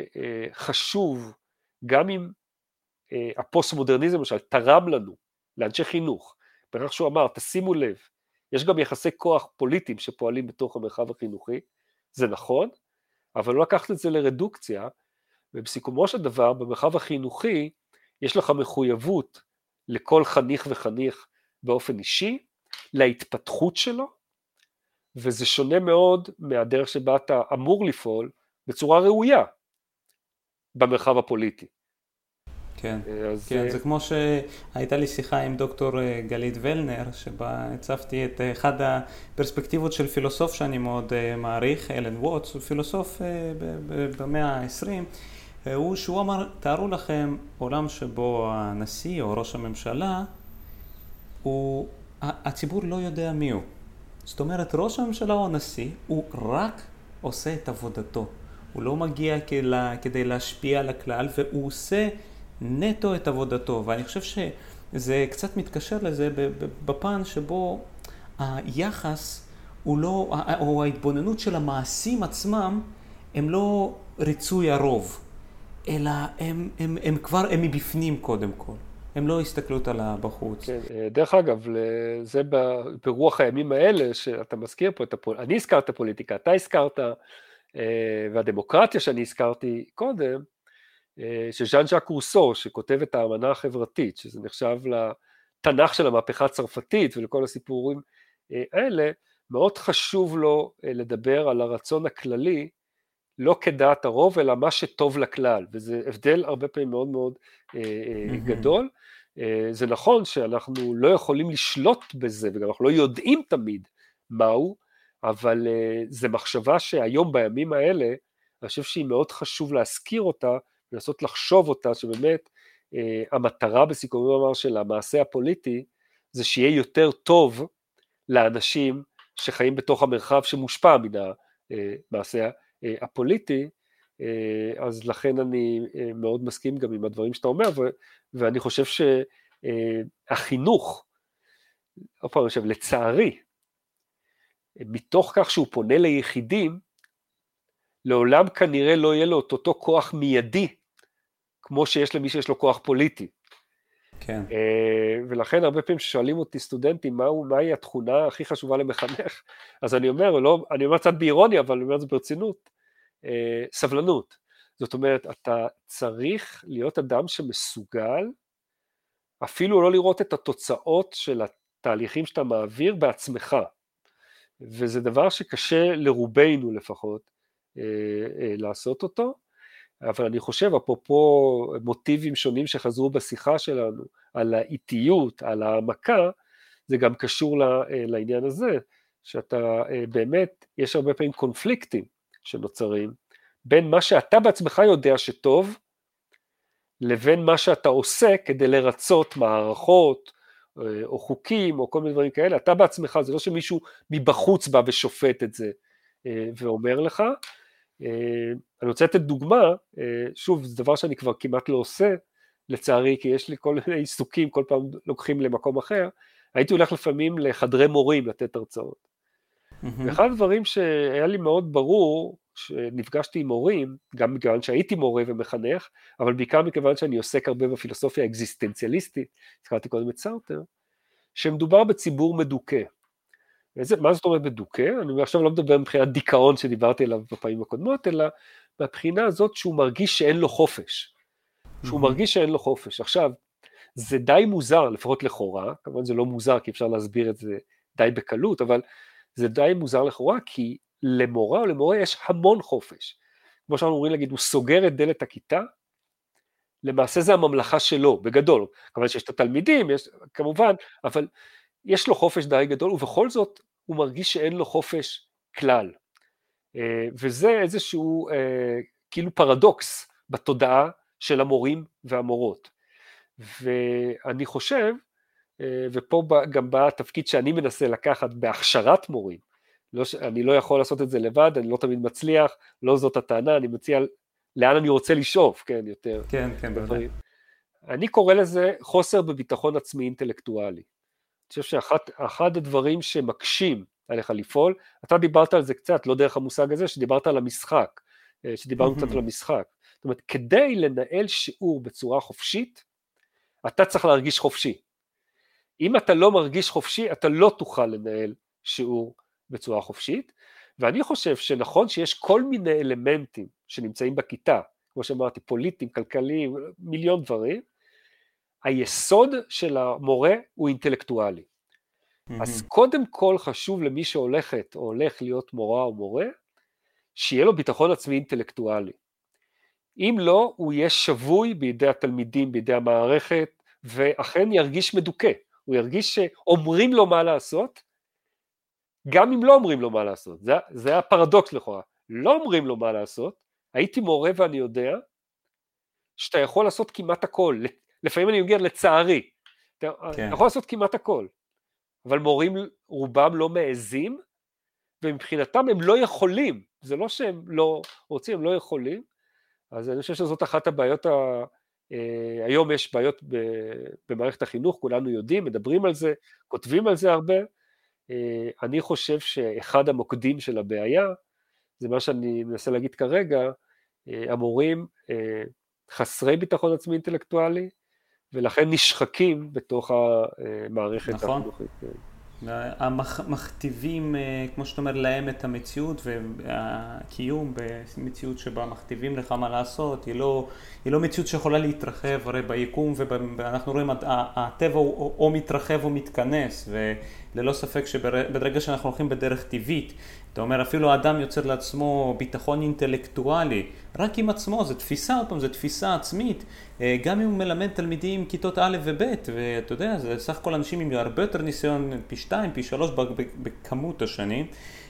שחשוב, גם אם אה, הפוסט-מודרניזם, למשל, תרם לנו, לאנשי חינוך, בכך שהוא אמר, תשימו לב, יש גם יחסי כוח פוליטיים שפועלים בתוך המרחב החינוכי, זה נכון, אבל לא לקחת את זה לרדוקציה, ובסיכומו של דבר, במרחב החינוכי, יש לך מחויבות לכל חניך וחניך באופן אישי, להתפתחות שלו, וזה שונה מאוד מהדרך שבה אתה אמור לפעול בצורה ראויה. במרחב הפוליטי. כן, אז, כן, זה כמו שהייתה לי שיחה עם דוקטור גלית ולנר, שבה הצפתי את אחד הפרספקטיבות של פילוסוף שאני מאוד מעריך, אלן ווטס, הוא פילוסוף במאה ה-עשרים, הוא שהוא אמר, תארו לכם עולם שבו הנשיא או ראש הממשלה, הוא, הציבור לא יודע מי הוא. זאת אומרת, ראש הממשלה או הנשיא, הוא רק עושה את עבודתו. הוא לא מגיע כדי להשפיע על הכלל, והוא עושה נטו את עבודתו. ואני חושב שזה קצת מתקשר לזה בפן שבו היחס הוא לא, או ההתבוננות של המעשים עצמם, הם לא ריצוי הרוב, אלא הם, הם, הם כבר, הם מבפנים קודם כל. הם לא הסתכלות על הבחוץ. כן, דרך אגב, זה ברוח הימים האלה שאתה מזכיר פה את הפוליטיקה, אני הזכרת פוליטיקה, אתה הזכרת, והדמוקרטיה שאני הזכרתי קודם, שז'אן ז'אק רוסו, שכותב את האמנה החברתית, שזה נחשב לתנ"ך של המהפכה הצרפתית ולכל הסיפורים האלה, מאוד חשוב לו לדבר על הרצון הכללי, לא כדעת הרוב, אלא מה שטוב לכלל, וזה הבדל הרבה פעמים מאוד מאוד גדול. זה נכון שאנחנו לא יכולים לשלוט בזה, וגם אנחנו לא יודעים תמיד מהו, אבל זה מחשבה שהיום בימים האלה, אני חושב שהיא מאוד חשוב להזכיר אותה, לנסות לחשוב אותה, שבאמת המטרה בסיכומי מאמר של המעשה הפוליטי, זה שיהיה יותר טוב לאנשים שחיים בתוך המרחב שמושפע מן המעשה הפוליטי, אז לכן אני מאוד מסכים גם עם הדברים שאתה אומר, ואני חושב שהחינוך, עוד פעם, עכשיו, לצערי, מתוך כך שהוא פונה ליחידים, לעולם כנראה לא יהיה לו את אותו כוח מיידי, כמו שיש למי שיש לו כוח פוליטי. כן. ולכן הרבה פעמים ששואלים אותי סטודנטים, מהי התכונה הכי חשובה למחנך, אז אני אומר, לא, אני אומר קצת באירוניה, אבל אני אומר את זה ברצינות, סבלנות. זאת אומרת, אתה צריך להיות אדם שמסוגל, אפילו לא לראות את התוצאות של התהליכים שאתה מעביר בעצמך, וזה דבר שקשה לרובנו לפחות לעשות אותו, אבל אני חושב, אפרופו מוטיבים שונים שחזרו בשיחה שלנו, על האיטיות, על העמקה, זה גם קשור לעניין הזה, שאתה באמת, יש הרבה פעמים קונפליקטים שנוצרים, בין מה שאתה בעצמך יודע שטוב, לבין מה שאתה עושה כדי לרצות מערכות, או חוקים, או כל מיני דברים כאלה, אתה בעצמך, זה לא שמישהו מבחוץ בא ושופט את זה, ואומר לך. אני רוצה לתת דוגמה, שוב, זה דבר שאני כבר כמעט לא עושה, לצערי, כי יש לי כל מיני עיסוקים, כל פעם לוקחים למקום אחר, הייתי הולך לפעמים לחדרי מורים לתת הרצאות. ואחד הדברים שהיה לי מאוד ברור, שנפגשתי עם מורים, גם מכיוון שהייתי מורה ומחנך, אבל בעיקר מכיוון שאני עוסק הרבה בפילוסופיה האקזיסטנציאליסטית, הזכרתי קודם את סארטר, שמדובר בציבור מדוכא. וזה, מה זאת אומרת מדוכא? אני עכשיו לא מדבר מבחינת דיכאון שדיברתי עליו בפעמים הקודמות, אלא מבחינה הזאת שהוא מרגיש שאין לו חופש. שהוא מרגיש שאין לו חופש. עכשיו, זה די מוזר, לפחות לכאורה, כמובן זה לא מוזר כי אפשר להסביר את זה די בקלות, אבל זה די מוזר לכאורה, כי למורה או למורה יש המון חופש. כמו שאנחנו אומרים להגיד, הוא סוגר את דלת הכיתה, למעשה זה הממלכה שלו, בגדול. כמובן שיש את התלמידים, יש, כמובן, אבל יש לו חופש די גדול, ובכל זאת הוא מרגיש שאין לו חופש כלל. וזה איזשהו כאילו פרדוקס בתודעה של המורים והמורות. ואני חושב, ופה גם בא התפקיד שאני מנסה לקחת בהכשרת מורים, לא, אני לא יכול לעשות את זה לבד, אני לא תמיד מצליח, לא זאת הטענה, אני מציע לאן אני רוצה לשאוף, כן, יותר. כן, כן, בוודאי. אני קורא לזה חוסר בביטחון עצמי אינטלקטואלי. אני חושב שאחד הדברים שמקשים עליך לפעול, אתה דיברת על זה קצת, לא דרך המושג הזה, שדיברת על המשחק, שדיברנו קצת על המשחק. זאת אומרת, כדי לנהל שיעור בצורה חופשית, אתה צריך להרגיש חופשי. אם אתה לא מרגיש חופשי, אתה לא תוכל לנהל שיעור בצורה חופשית, ואני חושב שנכון שיש כל מיני אלמנטים שנמצאים בכיתה, כמו שאמרתי, פוליטיים, כלכליים, מיליון דברים, היסוד של המורה הוא אינטלקטואלי. Mm-hmm. אז קודם כל חשוב למי שהולכת או הולך להיות מורה או מורה, שיהיה לו ביטחון עצמי אינטלקטואלי. אם לא, הוא יהיה שבוי בידי התלמידים, בידי המערכת, ואכן ירגיש מדוכא, הוא ירגיש שאומרים לו מה לעשות, גם אם לא אומרים לו מה לעשות, זה, זה הפרדוקס לכאורה, לא אומרים לו מה לעשות, הייתי מורה ואני יודע, שאתה יכול לעשות כמעט הכל, לפעמים אני מגיע לצערי, אתה כן. יכול לעשות כמעט הכל, אבל מורים רובם לא מעזים, ומבחינתם הם לא יכולים, זה לא שהם לא רוצים, הם לא יכולים, אז אני חושב שזאת אחת הבעיות, ה... היום יש בעיות במערכת החינוך, כולנו יודעים, מדברים על זה, כותבים על זה הרבה, אני חושב שאחד המוקדים של הבעיה, זה מה שאני מנסה להגיד כרגע, המורים חסרי ביטחון עצמי אינטלקטואלי, ולכן נשחקים בתוך המערכת נכון. החינוכית. המכתיבים, כמו שאתה אומר, להם את המציאות, והקיום במציאות שבה מכתיבים לך מה לעשות, היא לא, היא לא מציאות שיכולה להתרחב, הרי ביקום, ואנחנו רואים, הטבע הוא או מתרחב או מתכנס, וללא ספק שברגע שאנחנו הולכים בדרך טבעית, אתה אומר, אפילו האדם יוצר לעצמו ביטחון אינטלקטואלי, רק עם עצמו, זו תפיסה, עוד פעם, זו תפיסה עצמית, גם אם הוא מלמד תלמידים כיתות א' וב', ואתה יודע, זה סך הכל אנשים עם הרבה יותר ניסיון, פי שתיים, פי שלוש בכמות השנים,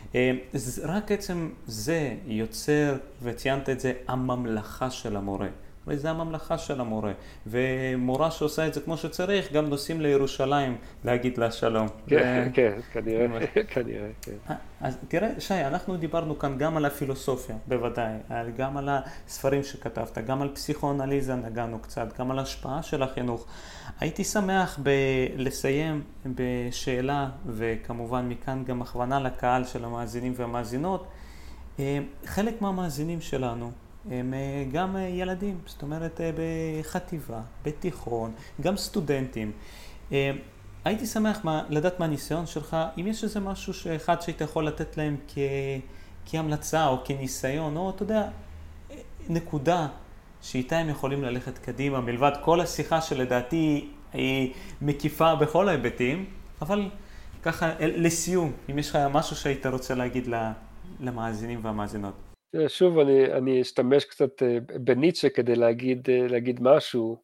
רק עצם זה יוצר, וציינת את זה, הממלכה של המורה. וזה הממלכה של המורה, ומורה שעושה את זה כמו שצריך, גם נוסעים לירושלים להגיד לה שלום. כן, כן, כנראה, כנראה, כן. אז תראה, שי, אנחנו דיברנו כאן גם על הפילוסופיה, בוודאי, גם על הספרים שכתבת, גם על פסיכואנליזה נגענו קצת, גם על ההשפעה של החינוך. הייתי שמח לסיים בשאלה, וכמובן מכאן גם הכוונה לקהל של המאזינים והמאזינות. חלק מהמאזינים שלנו, הם גם ילדים, זאת אומרת בחטיבה, בתיכון, גם סטודנטים. הייתי שמח מה, לדעת מהניסיון שלך, אם יש איזה משהו שאחד שהיית יכול לתת להם כ, כהמלצה או כניסיון, או אתה יודע, נקודה שאיתה הם יכולים ללכת קדימה, מלבד כל השיחה שלדעתי היא מקיפה בכל ההיבטים, אבל ככה לסיום, אם יש לך משהו שהיית רוצה להגיד למאזינים והמאזינות. שוב, אני, אני אשתמש קצת בניטשה כדי להגיד, להגיד משהו.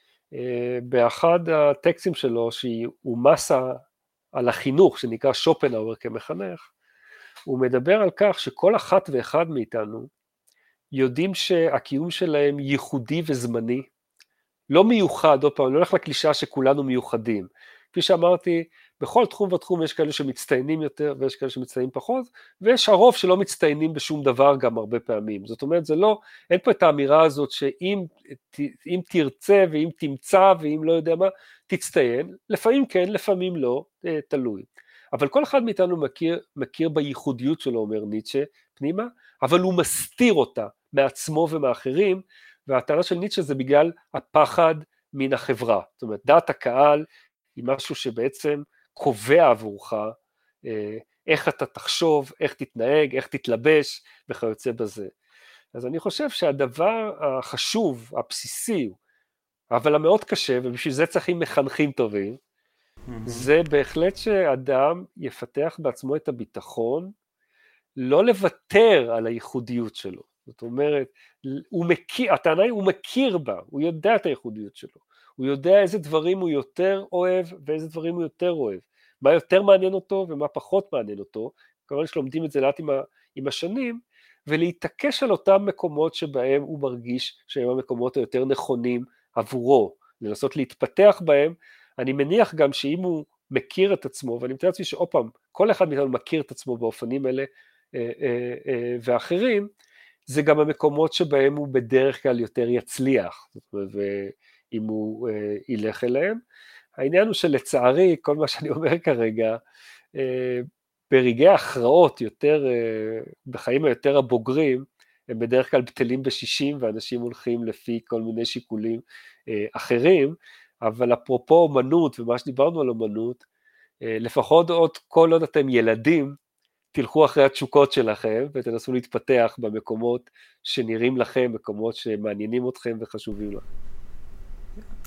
באחד הטקסטים שלו, שהוא מסה על החינוך, שנקרא שופנהאואר כמחנך, הוא מדבר על כך שכל אחת ואחד מאיתנו יודעים שהקיום שלהם ייחודי וזמני, לא מיוחד, עוד פעם, אני לא הולך לקלישה שכולנו מיוחדים. כפי שאמרתי, בכל תחום ותחום יש כאלה שמצטיינים יותר ויש כאלה שמצטיינים פחות, ויש הרוב שלא מצטיינים בשום דבר גם הרבה פעמים. זאת אומרת, זה לא, אין פה את האמירה הזאת שאם אם תרצה ואם תמצא ואם לא יודע מה, תצטיין, לפעמים כן, לפעמים לא, תלוי. אבל כל אחד מאיתנו מכיר, מכיר בייחודיות שלו, אומר ניטשה, פנימה, אבל הוא מסתיר אותה מעצמו ומאחרים, והטענה של ניטשה זה בגלל הפחד מן החברה. זאת אומרת, דעת הקהל היא משהו שבעצם קובע עבורך איך אתה תחשוב, איך תתנהג, איך תתלבש וכיוצא בזה. אז אני חושב שהדבר החשוב, הבסיסי, אבל המאוד קשה, ובשביל זה צריכים מחנכים טובים, mm-hmm. זה בהחלט שאדם יפתח בעצמו את הביטחון, לא לוותר על הייחודיות שלו. זאת אומרת, הוא מכיר, הטענה היא, הוא מכיר בה, הוא יודע את הייחודיות שלו, הוא יודע איזה דברים הוא יותר אוהב ואיזה דברים הוא יותר אוהב, מה יותר מעניין אותו ומה פחות מעניין אותו, כמובן שלומדים את זה לאט עם, ה, עם השנים, ולהתעקש על אותם מקומות שבהם הוא מרגיש שהם המקומות היותר נכונים עבורו, לנסות להתפתח בהם. אני מניח גם שאם הוא מכיר את עצמו, ואני מתאר לעצמי שעוד פעם, כל אחד מאיתנו מכיר את עצמו באופנים האלה אה, אה, אה, ואחרים, זה גם המקומות שבהם הוא בדרך כלל יותר יצליח, ואם הוא אה, ילך אליהם. העניין הוא שלצערי, כל מה שאני אומר כרגע, אה, ברגעי ההכרעות יותר, אה, בחיים היותר הבוגרים, הם בדרך כלל בטלים בשישים, ואנשים הולכים לפי כל מיני שיקולים אה, אחרים, אבל אפרופו אומנות, ומה שדיברנו על אומנות, אה, לפחות עוד כל עוד אתם ילדים, תלכו אחרי התשוקות שלכם, ותנסו להתפתח במקומות שנראים לכם, מקומות שמעניינים אתכם וחשובים לכם.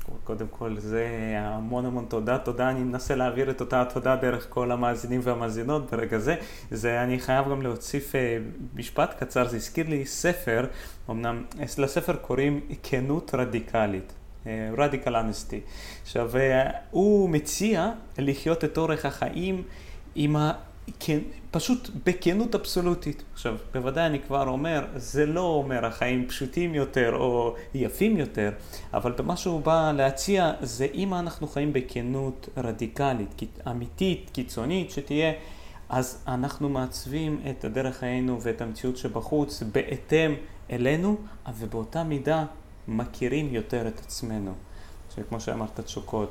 קודם כל זה המון המון תודה, תודה, אני מנסה להעביר את אותה תודה דרך כל המאזינים והמאזינות ברגע זה. זה אני חייב גם להוסיף משפט קצר, זה הזכיר לי ספר, אמנם לספר קוראים כנות רדיקלית. רדיקל אנסטי. עכשיו, הוא מציע לחיות את אורך החיים עם ה... פשוט בכנות אבסולוטית. עכשיו, בוודאי אני כבר אומר, זה לא אומר החיים פשוטים יותר או יפים יותר, אבל במה שהוא בא להציע זה אם אנחנו חיים בכנות רדיקלית, אמיתית, קיצונית, שתהיה, אז אנחנו מעצבים את הדרך חיינו ואת המציאות שבחוץ בהתאם אלינו, ובאותה מידה מכירים יותר את עצמנו. שכמו שאמרת, תשוקות.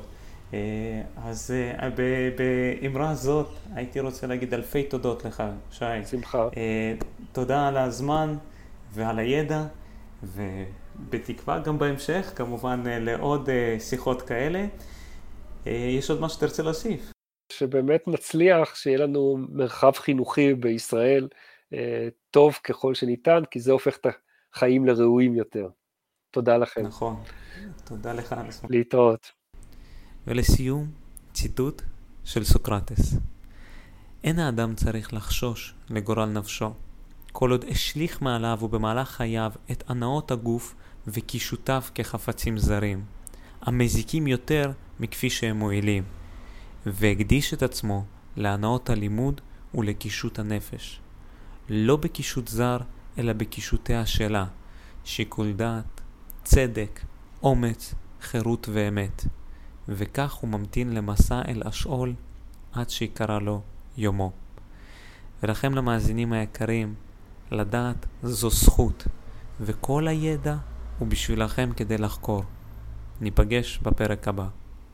אז באמרה הזאת הייתי רוצה להגיד אלפי תודות לך, שי. שמחה. תודה על הזמן ועל הידע, ובתקווה גם בהמשך, כמובן לעוד שיחות כאלה. יש עוד מה שתרצה להוסיף? שבאמת נצליח, שיהיה לנו מרחב חינוכי בישראל טוב ככל שניתן, כי זה הופך את החיים לראויים יותר. תודה לכם. נכון. תודה לך. להתראות. ולסיום, ציטוט של סוקרטס. אין האדם צריך לחשוש לגורל נפשו, כל עוד השליך מעליו ובמהלך חייו את הנאות הגוף וקישותיו כחפצים זרים, המזיקים יותר מכפי שהם מועילים, והקדיש את עצמו להנאות הלימוד ולקישות הנפש. לא בקישות זר, אלא בקישותיה שלה, שיקול דעת, צדק, אומץ, חירות ואמת. וכך הוא ממתין למסע אל השאול עד שיקרא לו יומו. ולכם למאזינים היקרים, לדעת זו זכות, וכל הידע הוא בשבילכם כדי לחקור. ניפגש בפרק הבא.